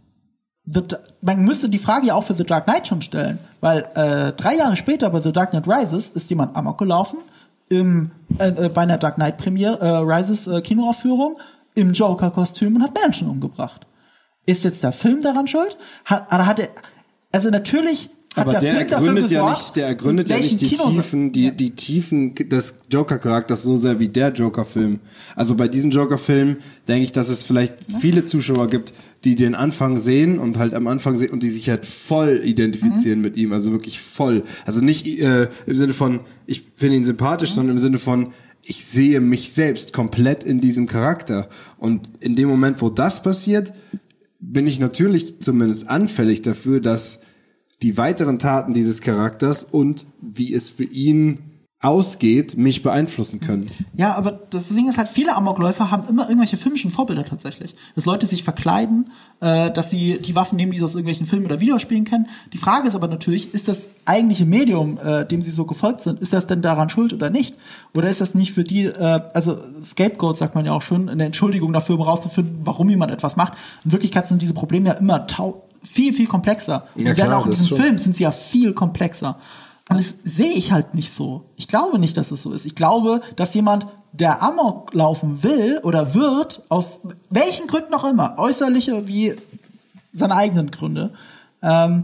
Speaker 2: The, man müsste die Frage ja auch für The Dark Knight schon stellen, weil äh, drei Jahre später bei The Dark Knight Rises ist jemand amok gelaufen im, äh, bei einer Dark Knight Premiere, äh, Rises äh, Kinoaufführung im Joker-Kostüm und hat Menschen umgebracht. Ist jetzt der Film daran schuld? Hat, hat er, also natürlich hat
Speaker 4: aber
Speaker 2: der,
Speaker 4: der
Speaker 2: Film dafür
Speaker 4: ergründet ja
Speaker 2: gesorgt,
Speaker 4: nicht, der ergründet ja
Speaker 2: welchen
Speaker 4: nicht die
Speaker 2: Kinos-
Speaker 4: Tiefen, die,
Speaker 2: Ja.
Speaker 4: die Tiefen des Joker-Charakters so sehr wie der Joker-Film. Also bei diesem Joker-Film denke ich, dass es vielleicht viele Zuschauer gibt, die den Anfang sehen und halt am Anfang sehen und die sich halt voll identifizieren mhm. mit ihm, also wirklich voll. Also nicht äh, im Sinne von, ich finde ihn sympathisch, mhm. sondern im Sinne von, ich sehe mich selbst komplett in diesem Charakter. Und in dem Moment, wo das passiert, bin ich natürlich zumindest anfällig dafür, dass die weiteren Taten dieses Charakters und wie es für ihn ausgeht, mich beeinflussen können.
Speaker 2: Ja, aber das Ding ist halt, viele Amokläufer haben immer irgendwelche filmischen Vorbilder tatsächlich. Dass Leute sich verkleiden, äh, dass sie die Waffen nehmen, die sie aus irgendwelchen Filmen oder Videospielen kennen. Die Frage ist aber natürlich, ist das eigentliche Medium, äh, dem sie so gefolgt sind, ist das denn daran schuld oder nicht? Oder ist das nicht für die, äh, also Scapegoat sagt man ja auch schon, eine Entschuldigung dafür, um rauszufinden, warum jemand etwas macht. In Wirklichkeit sind diese Probleme ja immer tau- viel, viel komplexer. Und
Speaker 4: Ja,
Speaker 2: klar,
Speaker 4: klar,
Speaker 2: auch in
Speaker 4: das
Speaker 2: diesem
Speaker 4: schon.
Speaker 2: Film sind sie ja viel komplexer. Und das sehe ich halt nicht so. Ich glaube nicht, dass es so ist. Ich glaube, dass jemand, der Amok laufen will oder wird, aus welchen Gründen auch immer, äußerliche wie seine eigenen Gründe, ähm,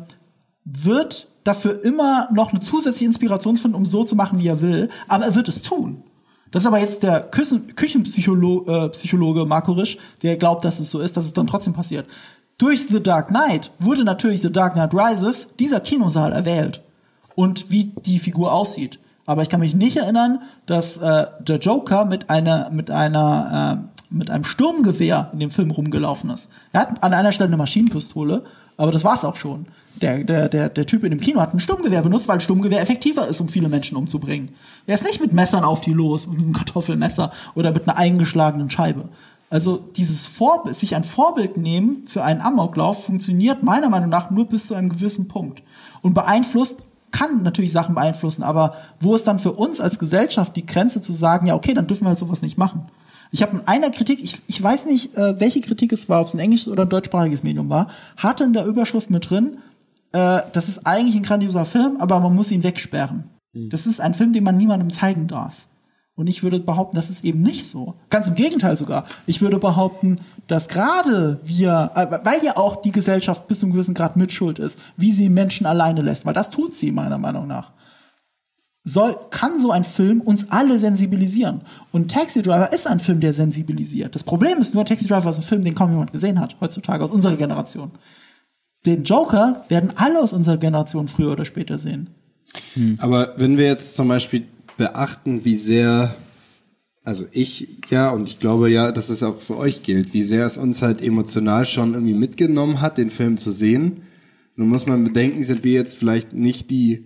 Speaker 2: wird dafür immer noch eine zusätzliche Inspiration finden, um so zu machen, wie er will. Aber er wird es tun. Das ist aber jetzt der Küchen- Küchenpsychologe äh, Psychologe Marco Risch, der glaubt, dass es so ist, dass es dann trotzdem passiert. Durch The Dark Knight wurde natürlich The Dark Knight Rises dieser Kinosaal erwählt. Und wie die Figur aussieht. Aber ich kann mich nicht erinnern, dass äh, der Joker mit einer mit einer äh, mit einem Sturmgewehr in dem Film rumgelaufen ist. Er hat an einer Stelle eine Maschinenpistole, aber das war's auch schon. Der der der der Typ in dem Kino hat ein Sturmgewehr benutzt, weil ein Sturmgewehr effektiver ist, um viele Menschen umzubringen. Er ist nicht mit Messern auf die los, mit einem Kartoffelmesser oder mit einer eingeschlagenen Scheibe. Also dieses Vorbild, sich ein Vorbild nehmen für einen Amoklauf funktioniert meiner Meinung nach nur bis zu einem gewissen Punkt und beeinflusst kann natürlich Sachen beeinflussen, aber wo ist dann für uns als Gesellschaft die Grenze zu sagen, ja, okay, dann dürfen wir halt sowas nicht machen. Ich habe in einer Kritik, ich, ich weiß nicht, äh, welche Kritik es war, ob es ein englisches oder ein deutschsprachiges Medium war, hatte in der Überschrift mit drin, äh, das ist eigentlich ein grandioser Film, aber man muss ihn wegsperren. Mhm. Das ist ein Film, den man niemandem zeigen darf. Und ich würde behaupten, das ist eben nicht so. Ganz im Gegenteil sogar. Ich würde behaupten, dass gerade wir, äh, weil ja auch die Gesellschaft bis zu einem gewissen Grad mitschuld ist, wie sie Menschen alleine lässt, weil das tut sie meiner Meinung nach. Soll, kann so ein Film uns alle sensibilisieren. Und Taxi Driver ist ein Film, der sensibilisiert. Das Problem ist nur, Taxi Driver ist ein Film, den kaum jemand gesehen hat, heutzutage aus unserer Generation. Den Joker werden alle aus unserer Generation früher oder später sehen.
Speaker 4: Hm. Aber wenn wir jetzt zum Beispiel beachten, wie sehr, also ich, ja, und ich glaube ja, dass es auch für euch gilt, wie sehr es uns halt emotional schon irgendwie mitgenommen hat, den Film zu sehen. Nun muss man bedenken, sind wir jetzt vielleicht nicht die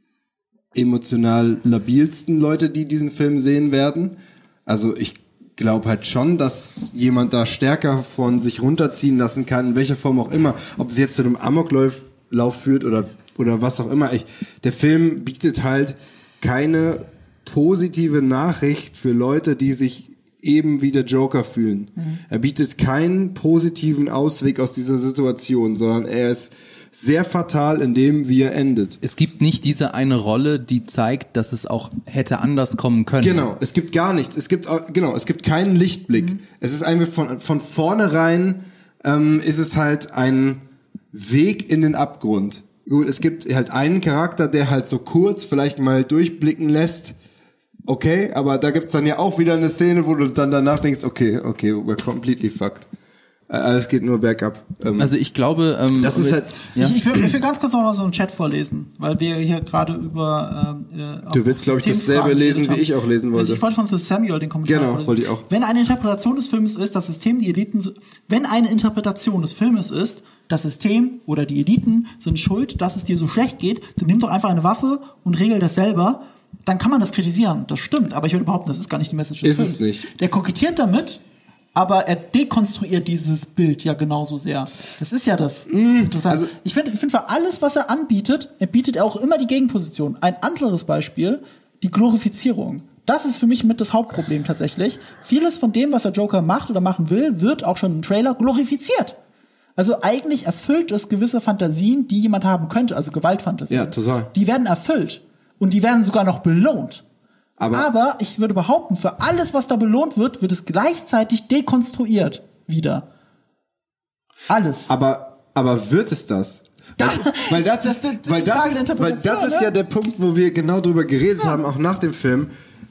Speaker 4: emotional labilsten Leute, die diesen Film sehen werden. Also ich glaube halt schon, dass jemand da stärker von sich runterziehen lassen kann, in welcher Form auch immer. Ob es jetzt zu einem Amoklauf Lauf führt oder, oder was auch immer. Ich, der Film bietet halt keine positive Nachricht für Leute, die sich eben wie der Joker fühlen. Mhm. Er bietet keinen positiven Ausweg aus dieser Situation, sondern er ist sehr fatal in dem, wie er endet.
Speaker 3: Es gibt nicht diese eine Rolle, die zeigt, dass es auch hätte anders kommen können.
Speaker 4: Genau, es gibt gar nichts. Es gibt auch, genau, es gibt keinen Lichtblick. Mhm. Es ist einfach von von vornherein ähm, ist es halt ein Weg in den Abgrund. Gut, es gibt halt einen Charakter, der halt so kurz vielleicht mal durchblicken lässt. Okay, aber da gibt's dann ja auch wieder eine Szene, wo du dann danach denkst, okay, okay, we're completely fucked. Alles geht nur bergab. Ähm,
Speaker 3: also ich glaube, ähm,
Speaker 4: das ist halt.
Speaker 2: Ja. Ich, ich, will, ich will ganz kurz noch mal so einen Chat vorlesen, weil wir hier gerade über. Äh,
Speaker 4: du willst, glaube ich, dasselbe lesen, wie ich auch lesen wollte.
Speaker 2: Also ich wollte von The Samuel den Kommentar
Speaker 4: Genau,
Speaker 2: vorlesen.
Speaker 4: wollte ich auch.
Speaker 2: Wenn eine Interpretation des Filmes ist, das System, die Eliten, wenn eine Interpretation des Filmes ist, das System oder die Eliten sind schuld, dass es dir so schlecht geht, dann nimm doch einfach eine Waffe und regel das selber. Dann kann man das kritisieren. Das stimmt, aber ich würde behaupten, das ist gar nicht die Message des
Speaker 4: ist
Speaker 2: Films.
Speaker 4: Es nicht.
Speaker 2: Der kokettiert damit. Aber er dekonstruiert dieses Bild ja genauso sehr. Das ist ja das mm, Interessante. Also ich finde, ich finde für alles, was er anbietet, er bietet auch immer die Gegenposition. Ein anderes Beispiel, die Glorifizierung. Das ist für mich mit das Hauptproblem tatsächlich. Vieles von dem, was der Joker macht oder machen will, wird auch schon im Trailer glorifiziert. Also eigentlich erfüllt es gewisse Fantasien, die jemand haben könnte, also Gewaltfantasien.
Speaker 4: Ja, total.
Speaker 2: Die werden erfüllt. Und die werden sogar noch belohnt.
Speaker 4: Aber,
Speaker 2: Aber ich würde behaupten, für alles, was da belohnt wird, wird es gleichzeitig dekonstruiert wieder. Alles.
Speaker 4: Aber, aber wird es das?
Speaker 2: Da,
Speaker 4: weil, weil das,
Speaker 2: das,
Speaker 4: ist,
Speaker 2: das, das
Speaker 4: weil das, ist, weil das ist ja der Punkt, wo wir genau drüber geredet ja. haben, auch nach dem Film.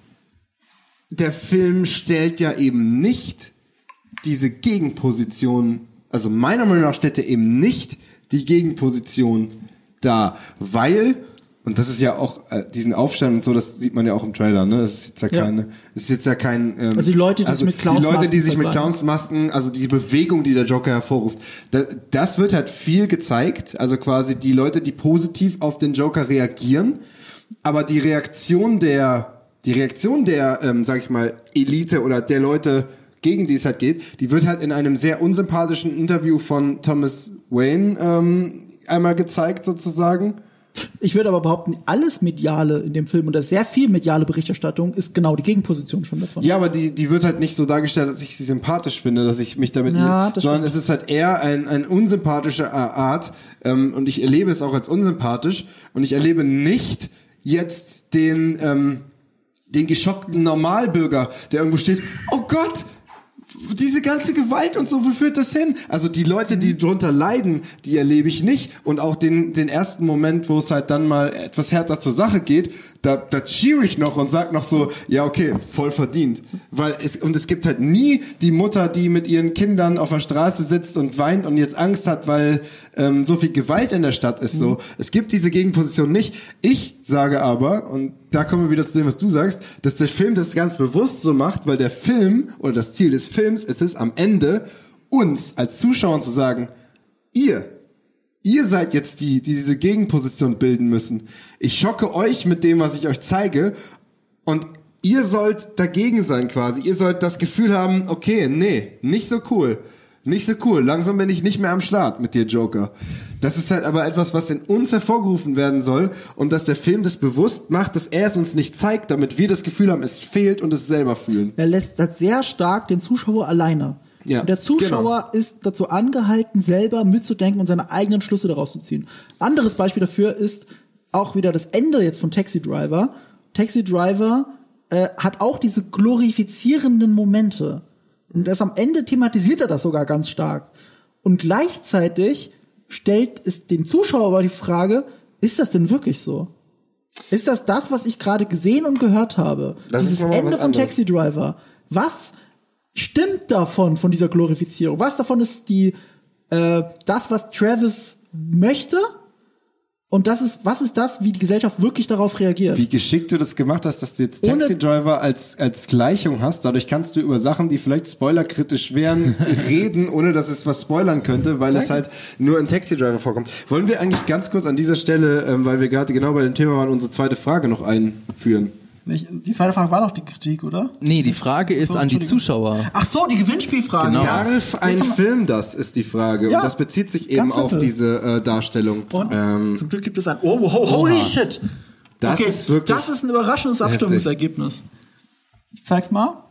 Speaker 4: Der Film stellt ja eben nicht diese Gegenposition, also meiner Meinung nach stellt er eben nicht die Gegenposition dar, weil und das ist ja auch, äh, diesen Aufstand und so, das sieht man ja auch im Trailer, ne? Das ist jetzt ja, ja. keine, das ist jetzt ja kein, ähm,
Speaker 2: also die Leute, die
Speaker 4: also
Speaker 2: mit Clownsmasken,
Speaker 4: die Leute, die sich mit Clownsmasken, also die Bewegung, die der Joker hervorruft, das, das wird halt viel gezeigt, also quasi die Leute, die positiv auf den Joker reagieren, aber die Reaktion der, die Reaktion der, ähm, sag ich mal, Elite oder der Leute, gegen die es halt geht, die wird halt in einem sehr unsympathischen Interview von Thomas Wayne, ähm, einmal gezeigt sozusagen.
Speaker 2: Ich würde aber behaupten, alles Mediale in dem Film und da sehr viel mediale Berichterstattung ist genau die Gegenposition schon davon.
Speaker 4: Ja, aber die, die wird halt nicht so dargestellt, dass ich sie sympathisch finde, dass ich mich damit,
Speaker 2: ja,
Speaker 4: nicht, sondern stimmt. Es ist halt eher ein, ein unsympathische Art, ähm, und ich erlebe es auch als unsympathisch und ich erlebe nicht jetzt den, ähm, den geschockten Normalbürger, der irgendwo steht, oh Gott, diese ganze Gewalt und so, wo führt das hin? Also die Leute, die drunter leiden, die erlebe ich nicht. Und auch den, den ersten Moment, wo es halt dann mal etwas härter zur Sache geht, da, da cheer ich noch und sag noch so, ja okay, voll verdient. Weil es, und es gibt halt nie die Mutter, die mit ihren Kindern auf der Straße sitzt und weint und jetzt Angst hat, weil ähm, so viel Gewalt in der Stadt ist. So, es gibt diese Gegenposition nicht. Ich sage aber, und da kommen wir wieder zu dem, was du sagst, dass der Film das ganz bewusst so macht, weil der Film oder das Ziel des Films ist es am Ende, uns als Zuschauern zu sagen, ihr, ihr seid jetzt die, die diese Gegenposition bilden müssen. Ich schocke euch mit dem, was ich euch zeige und ihr sollt dagegen sein quasi. Ihr sollt das Gefühl haben, okay, nee, nicht so cool. Nicht so cool. Langsam bin ich nicht mehr am Start mit dir, Joker. Das ist halt aber etwas, was in uns hervorgerufen werden soll und dass der Film das bewusst macht, dass er es uns nicht zeigt, damit wir das Gefühl haben, es fehlt und es selber fühlen.
Speaker 2: Er lässt das sehr stark den Zuschauer alleine.
Speaker 4: Ja,
Speaker 2: und der Zuschauer
Speaker 4: genau.
Speaker 2: ist dazu angehalten, selber mitzudenken und seine eigenen Schlüsse daraus zu ziehen. Anderes Beispiel dafür ist auch wieder das Ende jetzt von Taxi Driver. Taxi Driver äh, hat auch diese glorifizierenden Momente. Und das am Ende thematisiert er das sogar ganz stark. Und gleichzeitig stellt es den Zuschauer aber die Frage, ist das denn wirklich so? Ist das das, was ich gerade gesehen und gehört habe?
Speaker 4: Das
Speaker 2: Dieses
Speaker 4: ist nochmal
Speaker 2: Ende
Speaker 4: was
Speaker 2: von
Speaker 4: anderes.
Speaker 2: Taxi Driver. Was stimmt davon, von dieser Glorifizierung? Was davon ist die, äh, das, was Travis möchte? Und das ist, was ist das, wie die Gesellschaft wirklich darauf reagiert?
Speaker 4: Wie geschickt du das gemacht hast, dass du jetzt
Speaker 2: Ohne-
Speaker 4: Taxi Driver als, als Gleichung hast. Dadurch kannst du über Sachen, die vielleicht spoilerkritisch wären, reden, ohne dass es was spoilern könnte, weil es halt nur in Taxi Driver vorkommt. Wollen wir eigentlich ganz kurz an dieser Stelle, ähm, weil wir gerade genau bei dem Thema waren, unsere zweite Frage noch einführen?
Speaker 2: Die zweite Frage war doch die Kritik, oder?
Speaker 3: Nee, die Frage ist
Speaker 2: So,
Speaker 3: an die
Speaker 2: Entschuldigung.
Speaker 3: Ach
Speaker 2: Ach so, die Gewinnspielfrage.
Speaker 3: Genau.
Speaker 2: Ja.
Speaker 4: Darf ein
Speaker 2: Jetzt haben wir-
Speaker 4: Film das, ist die Frage.
Speaker 2: Ja,
Speaker 4: Und das bezieht sich eben
Speaker 2: ganz
Speaker 4: auf
Speaker 2: simpel.
Speaker 4: diese äh, Darstellung.
Speaker 2: Und
Speaker 4: Ähm,
Speaker 2: zum Glück gibt es ein Oh, oh holy
Speaker 3: Oha.
Speaker 2: shit.
Speaker 4: Das
Speaker 2: okay,
Speaker 4: ist wirklich
Speaker 2: das ist ein überraschendes Abstimmungsergebnis. Ich zeig's mal.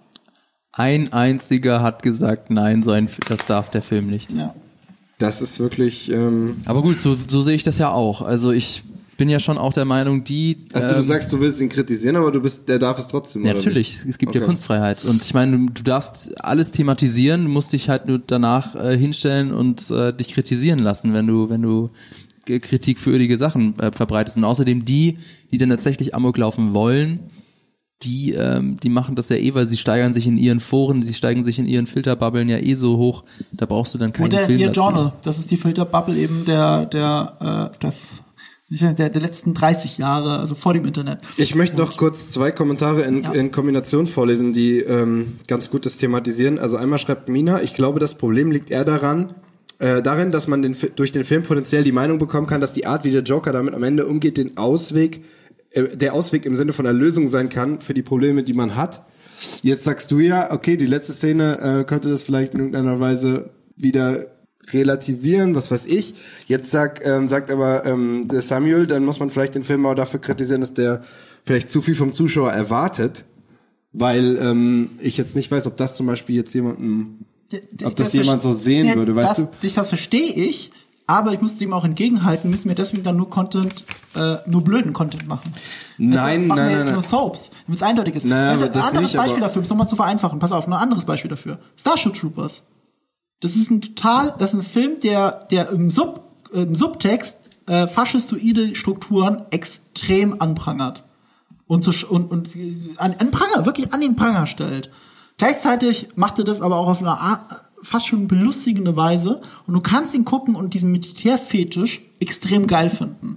Speaker 3: Ein einziger hat gesagt, nein, so ein, das darf der Film nicht.
Speaker 2: Ja.
Speaker 4: das ist wirklich... Ähm,
Speaker 3: Aber gut, so, so sehe ich das ja auch. Also ich bin ja schon auch der Meinung, die...
Speaker 4: also
Speaker 3: ähm,
Speaker 4: du sagst, du willst ihn kritisieren, aber du bist, der darf es trotzdem,
Speaker 3: Ja,
Speaker 4: oder
Speaker 3: natürlich,
Speaker 4: wie?
Speaker 3: es gibt ja
Speaker 4: Okay.
Speaker 3: Kunstfreiheit. Und ich meine, du, du darfst alles thematisieren, du musst dich halt nur danach äh, hinstellen und äh, dich kritisieren lassen, wenn du, wenn du äh, kritikwürdige Sachen äh, verbreitest. Und außerdem die, die dann tatsächlich Amok laufen wollen, die, ähm, die machen das ja eh, weil sie steigern sich in ihren Foren, sie steigen sich in ihren Filterbubbeln ja eh so hoch, da brauchst du dann keinen
Speaker 2: Und der
Speaker 3: Film
Speaker 2: Ihr
Speaker 3: dazu.
Speaker 2: Journal, das ist die Filterbubble eben der, der, äh, der, der, der letzten dreißig Jahre, also vor dem Internet.
Speaker 4: Ich möchte noch kurz zwei Kommentare in,
Speaker 2: Ja.
Speaker 4: in Kombination vorlesen, die ähm, ganz gut das thematisieren. Also einmal schreibt Mina, ich glaube, das Problem liegt eher daran, äh, darin, dass man den, Fi- durch den Film potenziell die Meinung bekommen kann, dass die Art, wie der Joker damit am Ende umgeht, den Ausweg, äh, der Ausweg im Sinne von einer Lösung sein kann für die Probleme, die man hat. Jetzt sagst du ja, okay, die letzte Szene äh, könnte das vielleicht in irgendeiner Weise wieder relativieren, was weiß ich. Jetzt sag, ähm, sagt aber ähm, der Samuel, dann muss man vielleicht den Film auch dafür kritisieren, dass der vielleicht zu viel vom Zuschauer erwartet, weil ähm, ich jetzt nicht weiß, ob das zum Beispiel jetzt jemanden, ob das jemand so sehen
Speaker 2: Ja,
Speaker 4: würde, weißt
Speaker 2: das,
Speaker 4: du?
Speaker 2: Das, das verstehe ich, aber ich muss dem auch entgegenhalten, müssen wir deswegen dann nur Content, äh, nur blöden Content machen.
Speaker 4: Nein,
Speaker 2: Deshalb machen
Speaker 4: nein,
Speaker 2: wir
Speaker 4: nein,
Speaker 2: jetzt
Speaker 4: nein.
Speaker 2: nur Soaps, damit es eindeutig ist.
Speaker 4: Naja,
Speaker 2: das ist
Speaker 4: aber das
Speaker 2: ein anderes
Speaker 4: nicht,
Speaker 2: Beispiel
Speaker 4: aber-
Speaker 2: dafür, um es nochmal zu vereinfachen. Pass auf, ein anderes Beispiel dafür. Starship Troopers. Das ist ein total, das ist ein Film, der, der im, Sub, im Subtext äh, faschistoide Strukturen extrem anprangert. Und, zu, sch- und, und äh, an, an Pranger, wirklich an den Pranger stellt. Gleichzeitig macht er das aber auch auf eine Art, fast schon belustigende Weise. Und du kannst ihn gucken und diesen Militärfetisch extrem geil finden.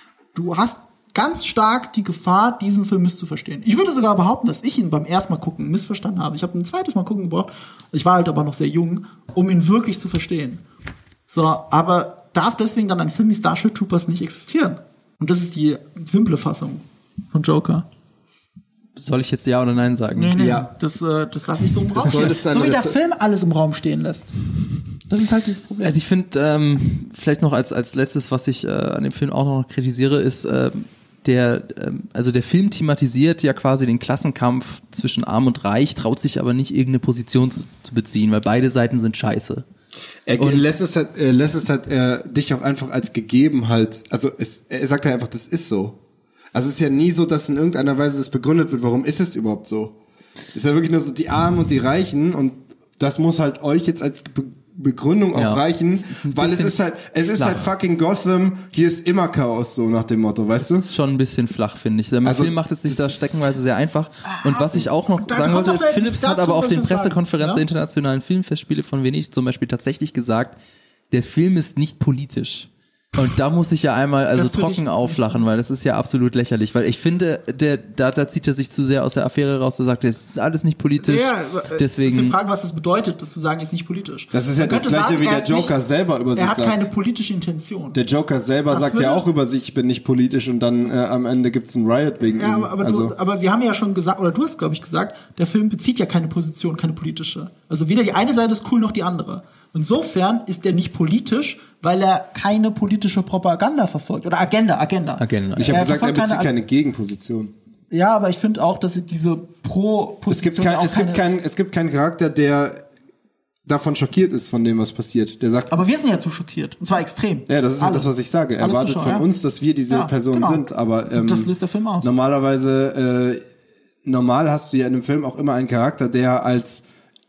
Speaker 2: Du hast ganz stark die Gefahr, diesen Film misszuverstehen. Ich würde sogar behaupten, dass ich ihn beim ersten Mal gucken missverstanden habe. Ich habe ein zweites Mal gucken gebraucht. Ich war halt aber noch sehr jung, um ihn wirklich zu verstehen. So, aber darf deswegen dann ein Film wie Starship Troopers nicht existieren? Und das ist die simple Fassung von Joker.
Speaker 3: Soll ich jetzt ja oder nein sagen?
Speaker 2: Nee, nee,
Speaker 4: Ja.
Speaker 2: das, äh, das lasse ich so im Raum stehen.
Speaker 4: solltest du
Speaker 2: So
Speaker 4: eine
Speaker 2: wie der
Speaker 4: Reze-
Speaker 2: Film alles im Raum stehen lässt. Das ist halt dieses Problem.
Speaker 3: Also ich finde, ähm, vielleicht noch als als letztes, was ich äh, an dem Film auch noch kritisiere, ist ähm, der, ähm, also der Film thematisiert ja quasi den Klassenkampf zwischen Arm und Reich, traut sich aber nicht irgendeine Position zu, zu beziehen, weil beide Seiten sind scheiße.
Speaker 4: Er
Speaker 3: Und-
Speaker 4: lässt es halt, er lässt es halt äh, dich auch einfach als gegeben halt, also es, er sagt ja einfach, das ist so. Also es ist ja nie so, dass in irgendeiner Weise das begründet wird, warum ist es überhaupt so? Es ist ja wirklich nur so die Armen und die Reichen und das muss halt euch jetzt als Be Begründung auch
Speaker 3: Ja.
Speaker 4: reichen,
Speaker 3: Es ist ein
Speaker 4: weil es
Speaker 3: bisschen
Speaker 4: ist halt, es ist
Speaker 3: flach.
Speaker 4: halt fucking Gotham, hier ist immer Chaos, so nach dem Motto, weißt du?
Speaker 3: Das ist schon ein bisschen flach, finde ich. Der
Speaker 4: Also,
Speaker 3: Film macht es sich
Speaker 4: das
Speaker 3: da
Speaker 4: ist-
Speaker 3: steckenweise sehr einfach. Und was ich auch noch
Speaker 2: Da
Speaker 3: sagen
Speaker 2: kommt
Speaker 3: wollte,
Speaker 2: doch
Speaker 3: ist,
Speaker 2: gleich
Speaker 3: Philips hat
Speaker 2: dazu,
Speaker 3: aber auf
Speaker 2: was
Speaker 3: den
Speaker 2: wir sagen,
Speaker 3: Pressekonferenz
Speaker 2: ja?
Speaker 3: der Internationalen Filmfestspiele von Venedig zum Beispiel tatsächlich gesagt, der Film ist nicht politisch. Und da muss ich ja einmal also
Speaker 2: Das würde
Speaker 3: trocken
Speaker 2: ich-
Speaker 3: auflachen, weil das ist ja absolut lächerlich. Weil ich finde, der, da, da zieht er sich zu sehr aus der Affäre raus, der sagt, das ist alles nicht politisch.
Speaker 2: Ja, äh, ist die
Speaker 3: Deswegen,
Speaker 2: Frage, was das bedeutet, das zu sagen, ist nicht politisch.
Speaker 4: Das ist ja
Speaker 2: Man
Speaker 4: das
Speaker 2: könnte
Speaker 4: Gleiche,
Speaker 2: sagen,
Speaker 4: wie
Speaker 2: er
Speaker 4: der
Speaker 2: ist
Speaker 4: Joker
Speaker 2: nicht,
Speaker 4: selber über sich
Speaker 2: Er hat
Speaker 4: sagt.
Speaker 2: keine politische Intention.
Speaker 4: Der Joker selber
Speaker 2: Das
Speaker 4: sagt ja
Speaker 2: würde-
Speaker 4: auch über sich, ich bin nicht politisch und dann äh, am Ende gibt's einen Riot wegen
Speaker 2: Ja,
Speaker 4: ihm.
Speaker 2: aber, aber,
Speaker 4: also,
Speaker 2: du, aber wir haben ja schon gesagt, oder du hast, glaube ich, gesagt, der Film bezieht ja keine Position, keine politische. Also weder die eine Seite ist cool noch die andere. Insofern ist der nicht politisch, weil er keine politische Propaganda verfolgt. Oder Agenda, Agenda.
Speaker 3: Agenda.
Speaker 4: Ich habe gesagt, er bezieht
Speaker 2: keine,
Speaker 4: keine Gegenposition.
Speaker 2: Ja, aber ich finde auch, dass sie diese Pro-Position
Speaker 4: Es gibt, kein,
Speaker 2: auch
Speaker 4: es, gibt
Speaker 2: keine
Speaker 4: kein, es gibt keinen Charakter, der davon schockiert ist, von dem, was passiert. Der sagt,
Speaker 2: aber wir sind ja zu schockiert. Und zwar extrem.
Speaker 4: ja, das ist
Speaker 2: Alle.
Speaker 4: ja das, was ich sage. Er
Speaker 2: Alle
Speaker 4: erwartet
Speaker 2: Zuschauer,
Speaker 4: von
Speaker 2: ja.
Speaker 4: uns, dass wir diese
Speaker 2: Ja,
Speaker 4: Person
Speaker 2: genau.
Speaker 4: sind. Aber ähm,
Speaker 2: Und das löst der Film aus.
Speaker 4: Normalerweise, äh, normal hast du ja in einem Film auch immer einen Charakter, der als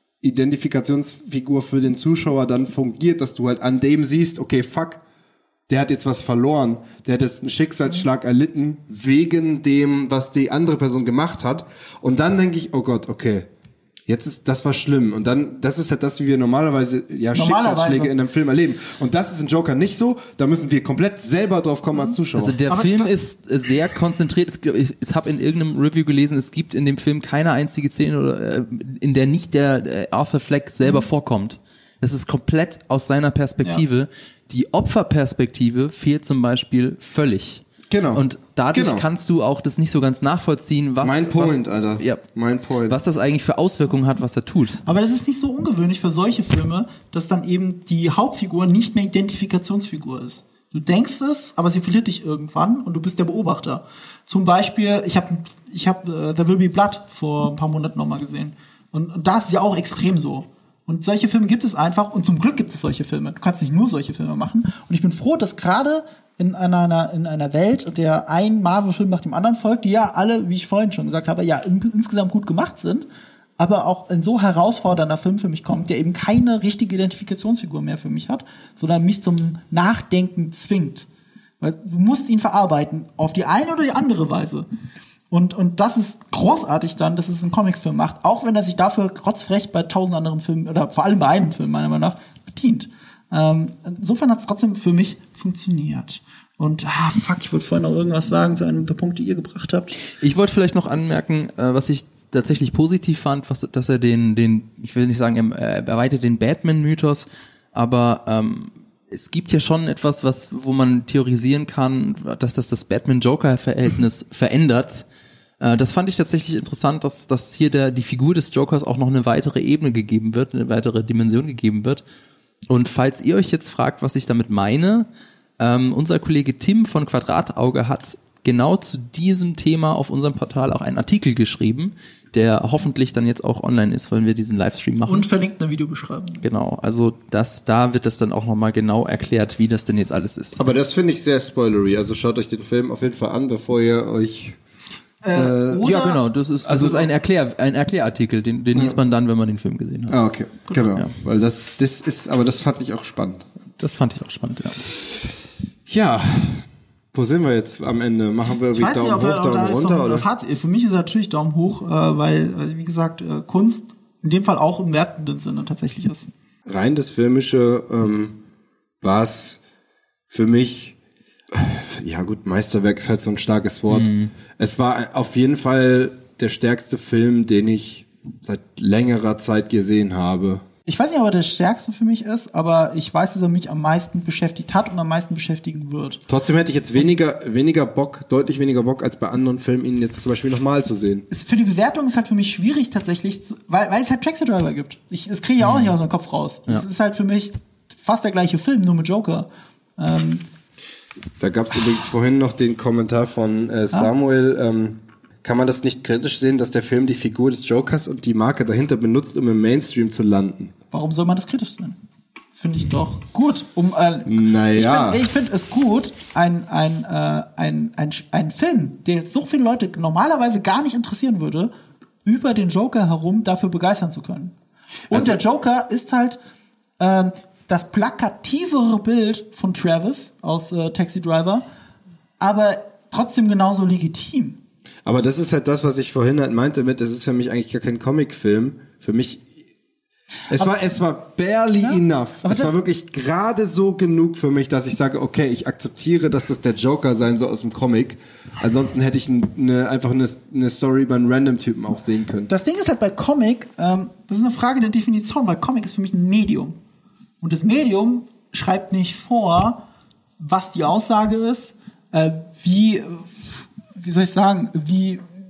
Speaker 4: Identifikationsfigur für den Zuschauer dann fungiert, dass du halt an dem siehst, okay, fuck, der hat jetzt was verloren, der hat jetzt einen Schicksalsschlag erlitten, wegen dem, was die andere Person gemacht hat. Und dann denke ich, oh Gott, okay, jetzt ist, das war schlimm. Und dann, das ist halt das, wie wir normalerweise, ja,
Speaker 2: Normalerweise.
Speaker 4: Schicksalsschläge in einem Film erleben. Und das ist in Joker nicht so, da müssen wir komplett selber drauf kommen als Zuschauer.
Speaker 3: Also der
Speaker 2: Aber
Speaker 3: Film
Speaker 2: das-
Speaker 3: ist sehr konzentriert. Es- Ich, ich habe in irgendeinem Review gelesen, es gibt in dem Film keine einzige Szene, oder, äh, in der nicht der äh, Arthur Fleck selber
Speaker 2: Mhm.
Speaker 3: vorkommt. Es ist komplett aus seiner Perspektive.
Speaker 2: Ja.
Speaker 3: Die Opferperspektive fehlt zum Beispiel völlig.
Speaker 4: Genau.
Speaker 3: Und dadurch
Speaker 4: Genau.
Speaker 3: kannst du auch das nicht so ganz nachvollziehen, was,
Speaker 4: Mein Point,
Speaker 3: was,
Speaker 4: Alter.
Speaker 3: Ja,
Speaker 4: Mein Point.
Speaker 3: was das eigentlich für Auswirkungen hat, was er tut.
Speaker 2: Aber das ist nicht so ungewöhnlich für solche Filme, dass dann eben die Hauptfigur nicht mehr Identifikationsfigur ist. Du denkst es, aber sie verliert dich irgendwann und du bist der Beobachter. Zum Beispiel, ich habe ich hab, uh, There Will Be Blood vor ein paar Monaten nochmal gesehen. Und, und da ist es ja auch extrem so. Und solche Filme gibt es einfach, und zum Glück gibt es solche Filme. Du kannst nicht nur solche Filme machen. Und ich bin froh, dass gerade in einer, in einer Welt, der ein Marvel-Film nach dem anderen folgt, die ja alle, wie ich vorhin schon gesagt habe, ja in, insgesamt gut gemacht sind, aber auch ein so herausfordernder Film für mich kommt, der eben keine richtige Identifikationsfigur mehr für mich hat, sondern mich zum Nachdenken zwingt. Weil du musst ihn verarbeiten, auf die eine oder die andere Weise. Und, und das ist großartig dann, dass es einen Comicfilm macht, auch wenn er sich dafür rotzfrech bei tausend anderen Filmen, oder vor allem bei einem Film meiner Meinung nach, bedient. Ähm, insofern hat es trotzdem für mich funktioniert. Und, ah, fuck, ich wollte vorhin noch irgendwas sagen zu einem der Punkte, die ihr gebracht habt.
Speaker 3: Ich wollte vielleicht noch anmerken, äh, was ich tatsächlich positiv fand, was, dass er den, den, ich will nicht sagen, er äh, erweitert den Batman-Mythos, aber ähm, es gibt ja schon etwas, was, wo man theorisieren kann, dass das das Batman-Joker-Verhältnis verändert. Äh, das fand ich tatsächlich interessant, dass, dass hier der, die Figur des Jokers auch noch eine weitere Ebene gegeben wird, eine weitere Dimension gegeben wird. Und falls ihr euch jetzt fragt, was ich damit meine, ähm, unser Kollege Tim von Quadratauge hat genau zu diesem Thema auf unserem Portal auch einen Artikel geschrieben, der hoffentlich dann jetzt auch online ist, wenn wir diesen Livestream machen.
Speaker 2: Und verlinkt eine Videobeschreibung.
Speaker 3: Genau, also das, da wird das dann auch nochmal genau erklärt, wie das denn jetzt alles ist.
Speaker 4: Aber das finde ich sehr spoilery. Also schaut euch den Film auf jeden Fall an, bevor ihr euch...
Speaker 2: Äh, oder
Speaker 3: Ja, genau, das ist, das
Speaker 4: Also-
Speaker 3: ist ein, Erklär, ein Erklärartikel, den, den liest man dann, wenn man den Film gesehen hat.
Speaker 4: Ah, okay. Genau.
Speaker 3: Ja.
Speaker 4: Weil das, das ist, aber das fand ich auch spannend.
Speaker 3: Das fand ich auch spannend, ja.
Speaker 4: Ja. Wo sind wir jetzt am Ende? Machen wir
Speaker 2: Ich
Speaker 4: wie
Speaker 2: weiß
Speaker 4: Daumen
Speaker 2: nicht, ob
Speaker 4: hoch,
Speaker 2: er,
Speaker 4: Daumen
Speaker 2: da ist
Speaker 4: runter?
Speaker 2: noch ein
Speaker 4: Oder?
Speaker 2: Fazit. Für mich ist er natürlich Daumen hoch, äh, weil, äh, wie gesagt, äh, Kunst in dem Fall auch im wertenden Sinne tatsächlich ist.
Speaker 4: Rein das Filmische ähm, war es für mich, äh, ja gut, Meisterwerk ist halt so ein starkes Wort.
Speaker 3: Mhm.
Speaker 4: Es war auf jeden Fall der stärkste Film, den ich seit längerer Zeit gesehen habe.
Speaker 2: Ich weiß nicht, ob er der stärkste für mich ist, aber ich weiß, dass er mich am meisten beschäftigt hat und am meisten beschäftigen wird.
Speaker 4: Trotzdem hätte ich jetzt weniger, weniger Bock, deutlich weniger Bock, als bei anderen Filmen ihn jetzt zum Beispiel nochmal zu sehen.
Speaker 2: Es, für die Bewertung ist halt für mich schwierig tatsächlich, zu, weil, weil es halt Taxi Driver gibt. Ich, das kriege ich ja auch nicht aus meinem Kopf raus. Es ist halt für mich fast der gleiche Film, nur mit Joker. Ähm,
Speaker 4: Da gab es übrigens vorhin noch den Kommentar von äh, Samuel. Ähm, kann man das nicht kritisch sehen, dass der Film die Figur des Jokers und die Marke dahinter benutzt, um im Mainstream zu landen?
Speaker 2: Warum soll man das kritisch sehen? Finde ich doch gut. Um, äh,
Speaker 4: Naja.
Speaker 2: Ich finde find es gut, ein, ein, äh, ein, ein, ein Film, der jetzt so viele Leute normalerweise gar nicht interessieren würde, über den Joker herum dafür begeistern zu können. Und
Speaker 4: Also-
Speaker 2: der Joker ist halt ähm, das plakativere Bild von Travis aus äh, Taxi Driver, aber trotzdem genauso legitim.
Speaker 4: Aber das ist halt das, was ich vorhin halt meinte mit, das ist für mich eigentlich gar kein Comicfilm. Für mich, es
Speaker 2: Aber-
Speaker 4: war, es war barely
Speaker 2: Ja,
Speaker 4: enough.
Speaker 2: aber
Speaker 4: Es
Speaker 2: das-
Speaker 4: war wirklich gerade so genug für mich, dass ich sage, okay, ich akzeptiere, dass das der Joker sein soll aus dem Comic. Ansonsten hätte ich eine, einfach eine, eine Story über einen Random-Typen auch sehen können.
Speaker 2: Das Ding ist halt bei Comic, ähm, das ist eine Frage der Definition, weil Comic ist für mich ein Medium. Und das Medium schreibt nicht vor, was die Aussage ist, äh, wie, äh, wie soll ich sagen, wie,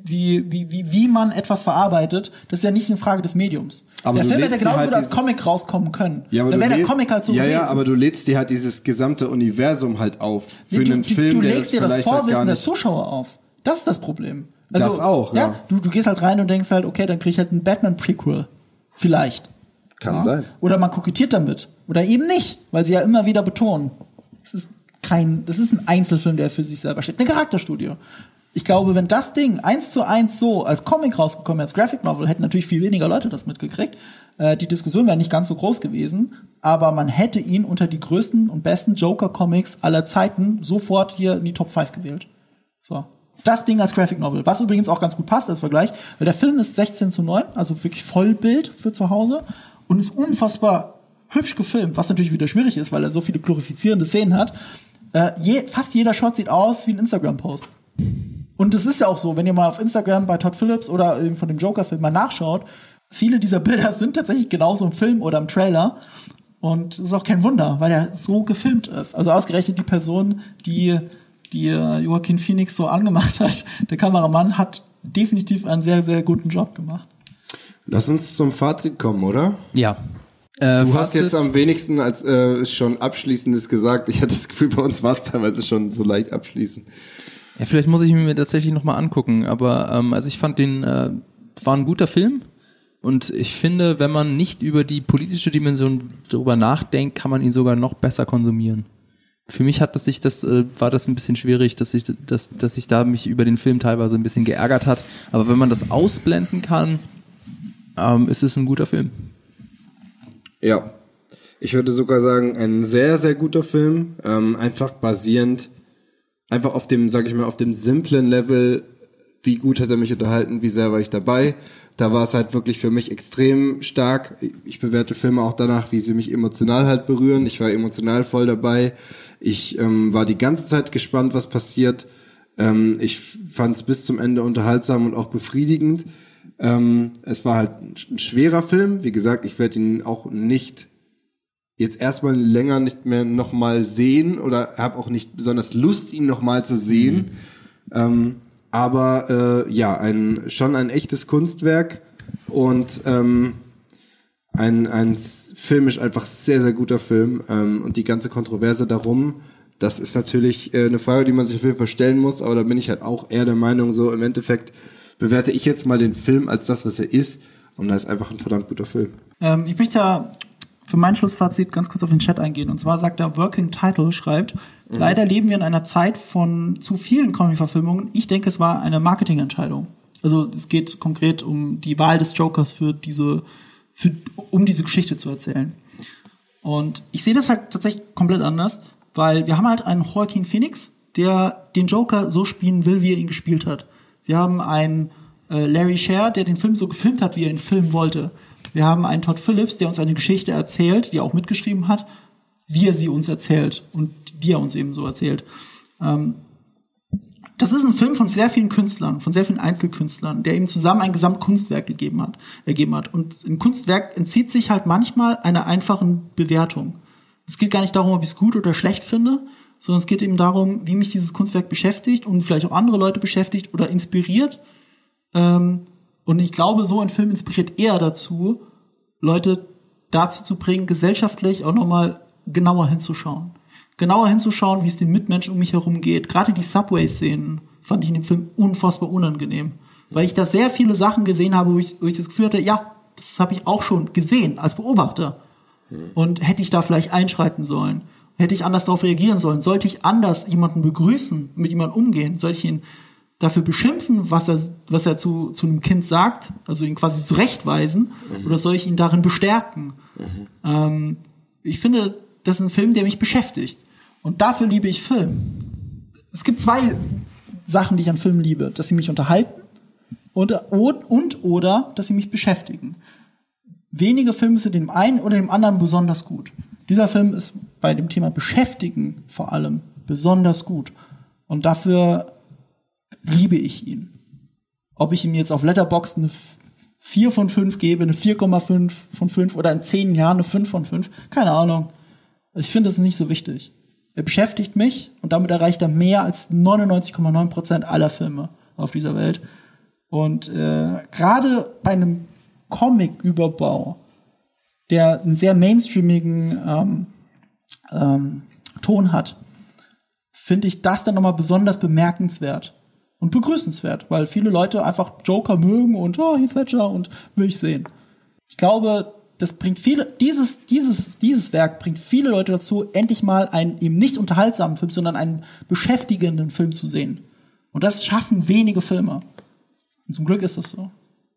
Speaker 2: wie, wie, wie, wie man etwas verarbeitet, das ist ja nicht eine Frage des Mediums.
Speaker 4: Aber
Speaker 2: der
Speaker 4: du
Speaker 2: Film hätte
Speaker 4: lädst
Speaker 2: genauso
Speaker 4: dir halt
Speaker 2: gut als
Speaker 4: dieses-
Speaker 2: Comic rauskommen können.
Speaker 4: Ja, aber
Speaker 2: da
Speaker 4: du
Speaker 2: wäre der
Speaker 4: lädst-
Speaker 2: Comic halt so
Speaker 4: ja,
Speaker 2: gewesen.
Speaker 4: ja, aber du lädst dir halt dieses gesamte Universum halt auf für
Speaker 2: du,
Speaker 4: einen
Speaker 2: du,
Speaker 4: Film,
Speaker 2: du
Speaker 4: der
Speaker 2: legst dir das
Speaker 4: vielleicht halt
Speaker 2: Vorwissen
Speaker 4: gar
Speaker 2: der
Speaker 4: nicht.
Speaker 2: Zuschauer auf. Das ist das Problem. Also,
Speaker 4: Das auch, ja.
Speaker 2: Du, du gehst halt rein und denkst halt, okay, dann krieg ich halt ein Batman-Prequel. Vielleicht.
Speaker 4: Kann
Speaker 2: Ja.
Speaker 4: sein.
Speaker 2: Oder man kokettiert damit. Oder eben nicht, weil sie ja immer wieder betonen. Es ist kein, das ist ein Einzelfilm, der für sich selber steht. Eine Charakterstudie. Ich glaube, wenn das Ding eins zu eins so als Comic rausgekommen wäre, als Graphic Novel, hätten natürlich viel weniger Leute das mitgekriegt. Äh, die Diskussion wäre nicht ganz so groß gewesen, aber man hätte ihn unter die größten und besten Joker-Comics aller Zeiten sofort hier in die Top fünf gewählt. So. Das Ding als Graphic Novel, was übrigens auch ganz gut passt als Vergleich, weil der Film ist sechzehn zu neun, also wirklich Vollbild für zu Hause und ist unfassbar hübsch gefilmt, was natürlich wieder schwierig ist, weil er so viele glorifizierende Szenen hat. Äh, je, fast jeder Shot sieht aus wie ein Instagram-Post. Und das ist ja auch so, wenn ihr mal auf Instagram bei Todd Phillips oder eben von dem Joker-Film mal nachschaut, viele dieser Bilder sind tatsächlich genauso im Film oder im Trailer. Und das ist auch kein Wunder, weil er so gefilmt ist. Also ausgerechnet die Person, die, die Joaquin Phoenix so angemacht hat, der Kameramann, hat definitiv einen sehr, sehr guten Job gemacht.
Speaker 4: Lass uns zum Fazit kommen, oder?
Speaker 3: Ja. Äh,
Speaker 4: Du hast
Speaker 3: Fazit-
Speaker 4: jetzt am wenigsten als äh, schon Abschließendes gesagt. Ich hatte das Gefühl, bei uns war es teilweise schon so leicht abschließen.
Speaker 3: Ja, vielleicht muss ich mir tatsächlich nochmal angucken, aber ähm, also ich fand den, äh, war ein guter Film und ich finde, wenn man nicht über die politische Dimension darüber nachdenkt, kann man ihn sogar noch besser konsumieren. Für mich hat das sich das, äh, war das ein bisschen schwierig, dass ich, dass, dass ich da mich über den Film teilweise ein bisschen geärgert hat, aber wenn man das ausblenden kann, ähm, ist es ein guter Film.
Speaker 4: Ja, ich würde sogar sagen, ein sehr, sehr guter Film, ähm, einfach basierend, einfach auf dem, sag ich mal, auf dem simplen Level, wie gut hat er mich unterhalten, wie sehr war ich dabei. Da war es halt wirklich für mich extrem stark. Ich bewerte Filme auch danach, wie sie mich emotional halt berühren. Ich war emotional voll dabei. Ich ähm, war die ganze Zeit gespannt, was passiert. Ähm, ich fand es bis zum Ende unterhaltsam und auch befriedigend. Ähm, es war halt ein schwerer Film. Wie gesagt, ich werde ihn auch nicht jetzt erstmal länger nicht mehr nochmal sehen oder habe auch nicht besonders Lust, ihn nochmal zu sehen. Mhm. Ähm, aber äh, ja, ein schon ein echtes Kunstwerk und ähm, ein, ein filmisch einfach sehr, sehr guter Film. Ähm, und die ganze Kontroverse darum, das ist natürlich äh, eine Frage, die man sich auf jeden Fall stellen muss, aber da bin ich halt auch eher der Meinung, so im Endeffekt bewerte ich jetzt mal den Film als das, was er ist, und da ist einfach ein verdammt guter Film.
Speaker 2: Ähm, ich möchte da für mein Schlussfazit ganz kurz auf den Chat eingehen. Und zwar sagt er, Working Title schreibt, mhm. leider leben wir in einer Zeit von zu vielen Comic-Verfilmungen. Ich denke, es war eine Marketingentscheidung. Also es geht konkret um die Wahl des Jokers für diese, für, um diese Geschichte zu erzählen. Und ich sehe das halt tatsächlich komplett anders, weil wir haben halt einen Joaquin Phoenix, der den Joker so spielen will, wie er ihn gespielt hat. Wir haben einen äh, Larry Sher, der den Film so gefilmt hat, wie er ihn filmen wollte. Wir haben einen Todd Phillips, der uns eine Geschichte erzählt, die er auch mitgeschrieben hat, wie er sie uns erzählt und die er uns eben so erzählt. Ähm, das ist ein Film von sehr vielen Künstlern, von sehr vielen Einzelkünstlern, der eben zusammen ein Gesamtkunstwerk gegeben hat, ergeben hat. Und ein Kunstwerk entzieht sich halt manchmal einer einfachen Bewertung. Es geht gar nicht darum, ob ich es gut oder schlecht finde, sondern es geht eben darum, wie mich dieses Kunstwerk beschäftigt und vielleicht auch andere Leute beschäftigt oder inspiriert. Ähm, und ich glaube, so ein Film inspiriert eher dazu, Leute dazu zu bringen, gesellschaftlich auch nochmal genauer hinzuschauen. Genauer hinzuschauen, wie es den Mitmenschen um mich herum geht. Gerade die Subway-Szenen fand ich in dem Film unfassbar unangenehm. Weil ich da sehr viele Sachen gesehen habe, wo ich, wo ich das Gefühl hatte, ja, das habe ich auch schon gesehen als Beobachter. Und hätte ich da vielleicht einschreiten sollen? Hätte ich anders darauf reagieren sollen? Sollte ich anders jemanden begrüßen, mit jemandem umgehen? Sollte ich ihn dafür beschimpfen, was er, was er zu, zu einem Kind sagt, also ihn quasi zurechtweisen, mhm. oder soll ich ihn darin bestärken? Mhm. Ähm, ich finde, das ist ein Film, der mich beschäftigt. Und dafür liebe ich Film. Es gibt zwei Sachen, die ich an Filmen liebe. Dass sie mich unterhalten und, und oder dass sie mich beschäftigen. Wenige Filme sind dem einen oder dem anderen besonders gut. Dieser Film ist bei dem Thema Beschäftigen vor allem besonders gut. Und dafür liebe ich ihn. Ob ich ihm jetzt auf Letterboxd eine vier von fünf gebe, eine vier Komma fünf von fünf oder in zehn Jahren eine fünf von fünf, keine Ahnung. Ich finde das nicht so wichtig. Er beschäftigt mich und damit erreicht er mehr als neunundneunzig Komma neun Prozent aller Filme auf dieser Welt. Und äh, gerade bei einem Comic-Überbau, der einen sehr mainstreamigen ähm, ähm, Ton hat, finde ich das dann nochmal besonders bemerkenswert und begrüßenswert, weil viele Leute einfach Joker mögen und oh, Heath Ledger und will ich sehen. Ich glaube, das bringt viele, dieses, dieses, dieses Werk bringt viele Leute dazu, endlich mal einen eben nicht unterhaltsamen Film, sondern einen beschäftigenden Film zu sehen. Und das schaffen wenige Filme. Und zum Glück ist das so.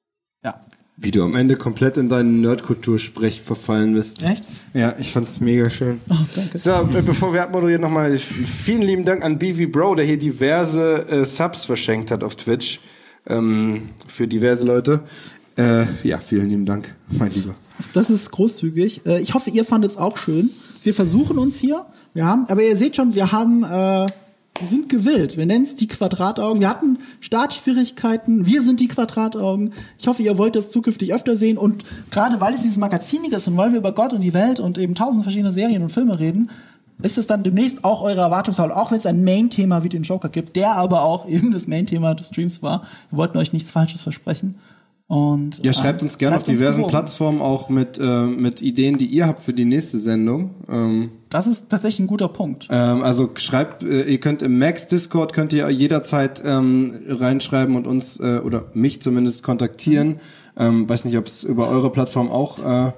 Speaker 2: Ja.
Speaker 4: Wie du am Ende komplett in deinen Nerdkultur-Sprech verfallen bist.
Speaker 2: Echt?
Speaker 4: Ja, ich fand's mega schön.
Speaker 2: Oh, danke.
Speaker 4: So, äh, bevor wir abmoderieren, nochmal vielen lieben Dank an B V Bro, der hier diverse äh, Subs verschenkt hat auf Twitch. Ähm, für diverse Leute. Äh, ja, vielen lieben Dank, mein Lieber.
Speaker 2: Das ist großzügig. Äh, ich hoffe, ihr fandet es auch schön. Wir versuchen uns hier. Wir haben, aber ihr seht schon, wir haben, äh, wir sind gewillt. Wir nennen es die Quadrataugen. Wir hatten Startschwierigkeiten. Wir sind die Quadrataugen. Ich hoffe, ihr wollt das zukünftig öfter sehen. Und gerade weil es dieses Magazinig ist und weil wir über Gott und die Welt und eben tausend verschiedene Serien und Filme reden, ist es dann demnächst auch eure Erwartungshaltung, auch wenn es ein Main-Thema wie den Joker gibt, der aber auch eben das Main-Thema des Streams war. Wir wollten euch nichts Falsches versprechen. Und,
Speaker 4: ja, schreibt
Speaker 2: ähm,
Speaker 4: uns gerne auf diversen
Speaker 2: gewogen.
Speaker 4: Plattformen auch mit, äh, mit Ideen, die ihr habt für die nächste Sendung. Ähm,
Speaker 2: das ist tatsächlich ein guter Punkt.
Speaker 4: Ähm, also schreibt, äh, ihr könnt im Max Discord könnt ihr jederzeit ähm, reinschreiben und uns äh, oder mich zumindest kontaktieren. Mhm. Ähm, weiß nicht, ob es über eure Plattform auch äh,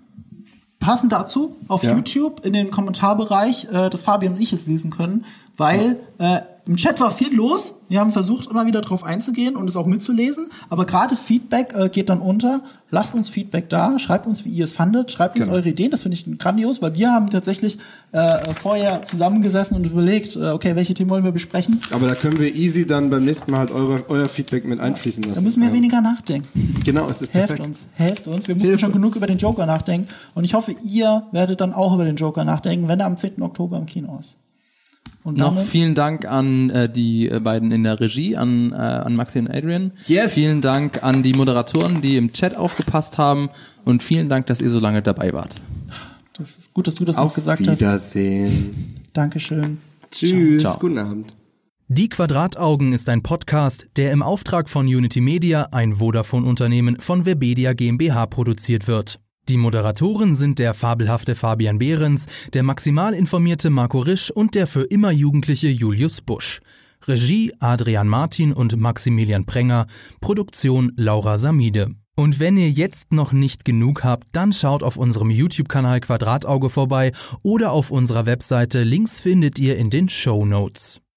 Speaker 2: passend dazu auf ja. YouTube in den Kommentarbereich, äh, dass Fabian und ich es lesen können, weil äh, im Chat war viel los. Wir haben versucht, immer wieder drauf einzugehen und es auch mitzulesen. Aber gerade Feedback äh, geht dann unter. Lasst uns Feedback da. Schreibt uns, wie ihr es fandet. Schreibt uns genau. eure Ideen. Das finde ich grandios, weil wir haben tatsächlich äh, vorher zusammengesessen und überlegt, äh, okay, welche Themen wollen wir besprechen.
Speaker 4: Aber da können wir easy dann beim nächsten Mal halt eure, euer Feedback mit einfließen lassen.
Speaker 2: Da müssen wir
Speaker 4: ja.
Speaker 2: weniger nachdenken.
Speaker 4: Genau, es ist
Speaker 2: helft
Speaker 4: perfekt.
Speaker 2: uns, helft uns. Wir mussten schon genug über den Joker nachdenken. Und ich hoffe, ihr werdet dann auch über den Joker nachdenken, wenn er am zehnten Oktober im Kino ist. Und
Speaker 3: noch vielen Dank an äh, die äh, beiden in der Regie, an, äh, an Maxi und Adrian.
Speaker 4: Yes.
Speaker 3: Vielen Dank an die Moderatoren, die im Chat aufgepasst haben. Und vielen Dank, dass ihr so lange dabei wart.
Speaker 2: Das ist gut, dass du das
Speaker 4: Auf
Speaker 2: noch gesagt hast.
Speaker 4: Auf Wiedersehen.
Speaker 2: Dankeschön.
Speaker 4: Tschüss.
Speaker 3: Ciao.
Speaker 4: Guten Abend.
Speaker 1: Die Quadrataugen ist ein Podcast, der im Auftrag von Unity Media, ein Vodafone-Unternehmen von Webedia GmbH, produziert wird. Die Moderatoren sind der fabelhafte Fabian Behrens, der maximal informierte Marco Risch und der für immer jugendliche Julius Busch. Regie Adrian Martin und Maximilian Prenger, Produktion Laura Samide. Und wenn ihr jetzt noch nicht genug habt, dann schaut auf unserem YouTube-Kanal Quadratauge vorbei oder auf unserer Webseite. Links findet ihr in den Shownotes.